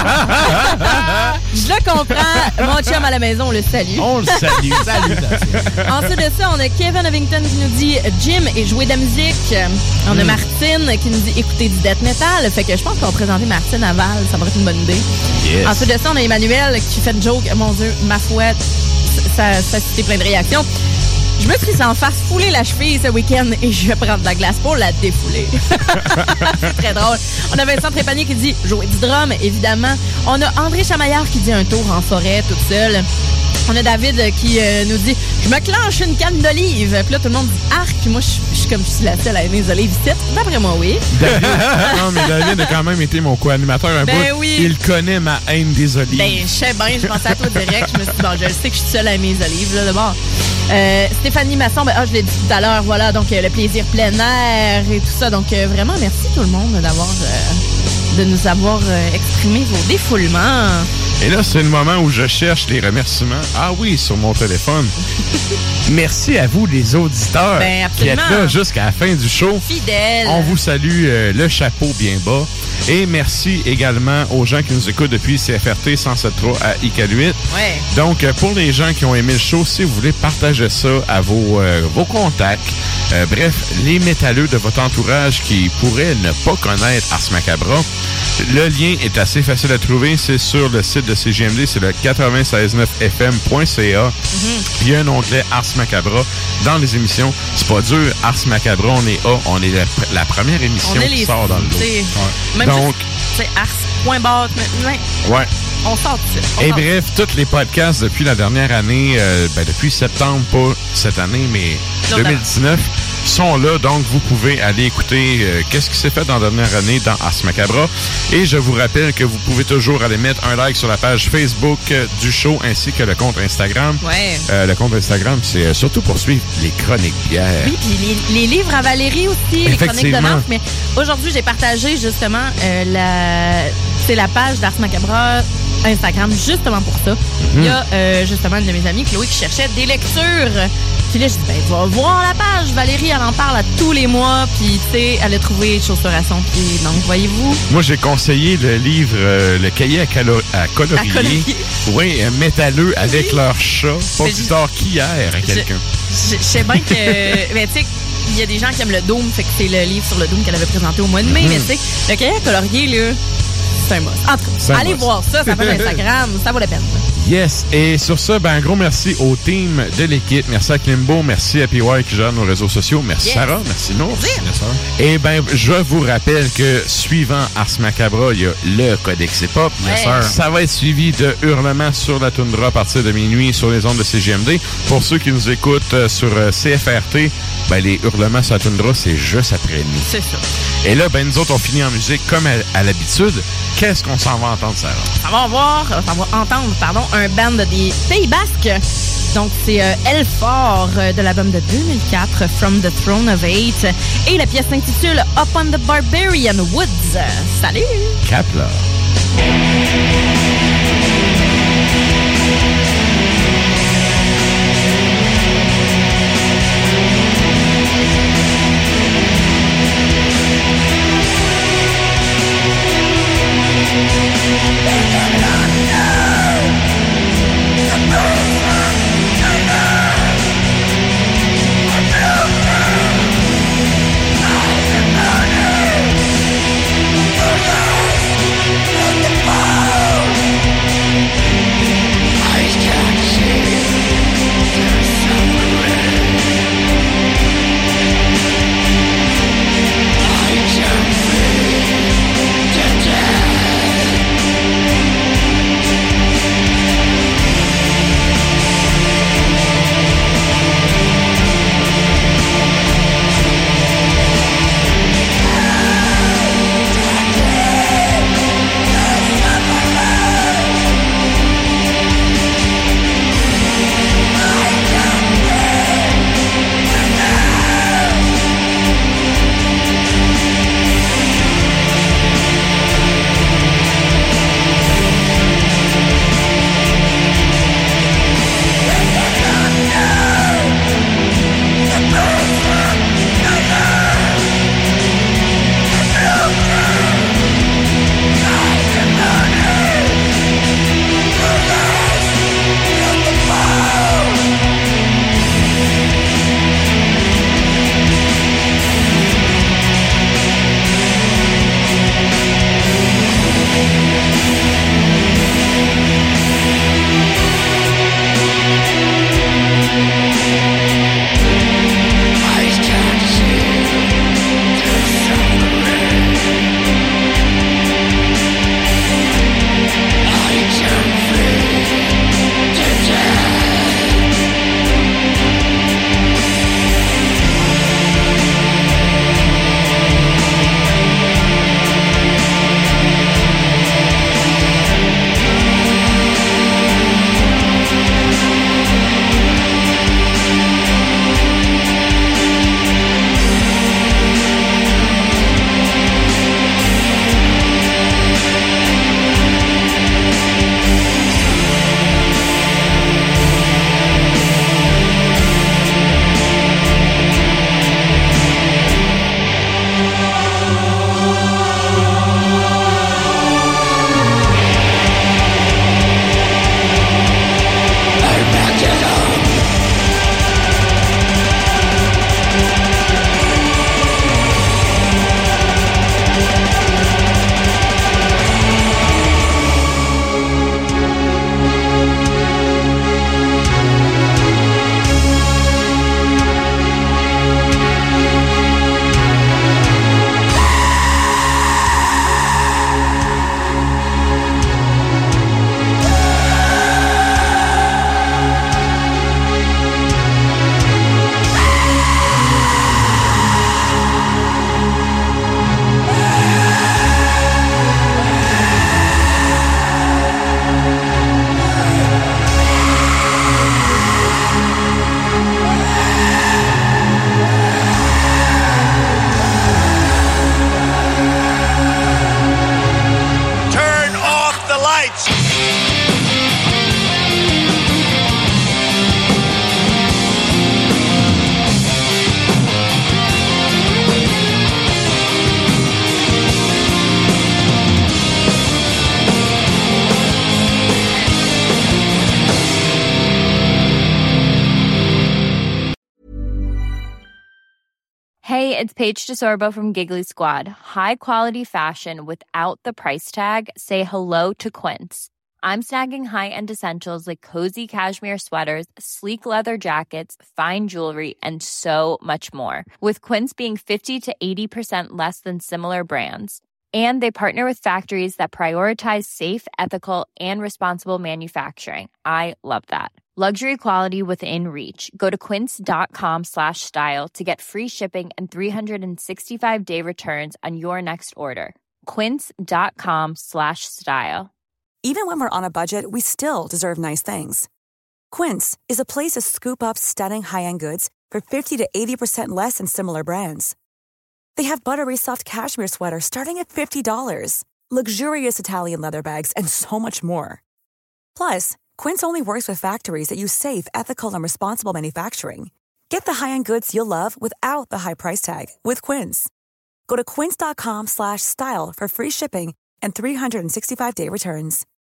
Je le comprends. Mon chum à la maison, on le salue. On le salue. Salut. Ensuite de ça, on a Kevin Ovington qui nous dit gym et jouer de la musique. On a Martine qui nous dit écouter du death metal. Fait que je pense qu'on va présenter Martine à Val. Ça va être une bonne idée. Yes. Ensuite de ça, on a Emmanuel qui fait une joke. Mon Dieu, ma foi, ça a suscité plein de réactions. Je me suis en face fouler la cheville ce week-end et je vais prendre de la glace pour la défouler. C'est très drôle. On a Vincent Trépanier qui dit jouer du drum, évidemment. On a André Chamaillard qui dit un tour en forêt toute seule. On a David qui nous dit je me clenche une canne d'olive. Puis là, tout le monde dit arc. Puis moi, je suis comme je suis la seule à aimer les olives ici. D'après moi, oui. David, non, mais David a quand même été mon co-animateur un bout. Oui. Il connaît ma haine des olives. Ben, je sais bien, je pensais à toi direct. Je me suis dit, bon, je le sais que je suis seule à aimer les olives, là, d'abord. Stéphanie Masson, je l'ai dit tout à l'heure, voilà, donc le plaisir plein air et tout ça. Donc, vraiment, merci tout le monde de nous avoir exprimé vos défoulements. Et là, c'est le moment où je cherche les remerciements. Ah oui, sur mon téléphone. Merci à vous, les auditeurs, qui êtes là jusqu'à la fin du show. Fidèles. On vous salue le chapeau bien bas. Et merci également aux gens qui nous écoutent depuis CFRT 107.3 à Iqaluit. Ouais. Donc, pour les gens qui ont aimé le show, si vous voulez partager ça à vos contacts, bref, les métalleux de votre entourage qui pourraient ne pas connaître Ars Macabra, le lien est assez facile à trouver. C'est sur le site de CJMD, c'est le 969fm.ca. Puis il y a un onglet Ars Macabra dans les émissions. C'est pas dur, Ars Macabra, on est la première émission qui sort dans le lot. Même donc, c'est ars.bar. Ouais. On sort tout de suite. Et bref, tous les podcasts depuis la dernière année, depuis septembre, pas cette année, mais 2019, sont là. Donc, vous pouvez aller écouter qu'est-ce qui s'est fait dans la dernière année dans Ars Macabra. Et je vous rappelle que vous pouvez toujours aller mettre un like sur la page Facebook du show ainsi que le compte Instagram. Ouais. Le compte Instagram, c'est surtout pour suivre les chroniques bières. Oui, puis les livres à Valérie aussi, les chroniques de Nantes. Mais aujourd'hui, j'ai partagé justement la page d'Ars Macabra Instagram justement pour ça. Il y a justement une de mes amies, Chloé, qui cherchait des lectures. Puis là, je dis, tu vas voir la page. Valérie, elle en parle à tous les mois. Puis, tu sais, elle a trouvé chaussures à son pied. Donc, voyez-vous. Moi, j'ai conseillé le livre Le cahier à colorier. Oui, métalleux avec leur chat. Pas plus tard qu'hier à quelqu'un. Je sais bien que... mais tu sais, il y a des gens qui aiment le Doom. Fait que c'est le livre sur le Doom qu'elle avait présenté au mois de mai. Mais tu sais, le cahier à colorier, là... C'est un must. En tout cas, allez voir ça page Instagram, ça vaut la peine. Yes, et sur ça, un gros merci au team de l'équipe. Merci à Klimbo, merci à PY qui gère nos réseaux sociaux. Merci Sarah, merci Nours. Et je vous rappelle que suivant Ars Macabra, il y a le Codex Hip-Hop. Ça va être suivi de Hurlements sur la toundra à partir de minuit sur les ondes de CGMD. Pour ceux qui nous écoutent sur CFRT, les Hurlements sur la toundra, c'est juste après nous. C'est ça. Et là, nous autres, on finit en musique comme à l'habitude. Qu'est-ce qu'on s'en va entendre, Sarah? On va entendre, un band des Pays Basques. Donc, c'est Elfort de l'album de 2004, From the Throne of Hate. Et la pièce s'intitule Up on the Barbarian Woods. Salut! Capla. Oh! Hey, it's Paige DeSorbo from Giggly Squad. High quality fashion without the price tag. Say hello to Quince. I'm snagging high-end essentials like cozy cashmere sweaters, sleek leather jackets, fine jewelry, and so much more. With Quince being 50 to 80% less than similar brands. And they partner with factories that prioritize safe, ethical, and responsible manufacturing. I love that. Luxury quality within reach. Go to quince.com/style to get free shipping and 365-day returns on your next order. Quince.com/style. Even when we're on a budget, we still deserve nice things. Quince is a place to scoop up stunning high-end goods for 50 to 80% less than similar brands. They have buttery soft cashmere sweaters starting at $50, luxurious Italian leather bags, and so much more. Plus, Quince only works with factories that use safe, ethical, and responsible manufacturing. Get the high-end goods you'll love without the high price tag with Quince. Go to quince.com/style for free shipping and 365-day returns.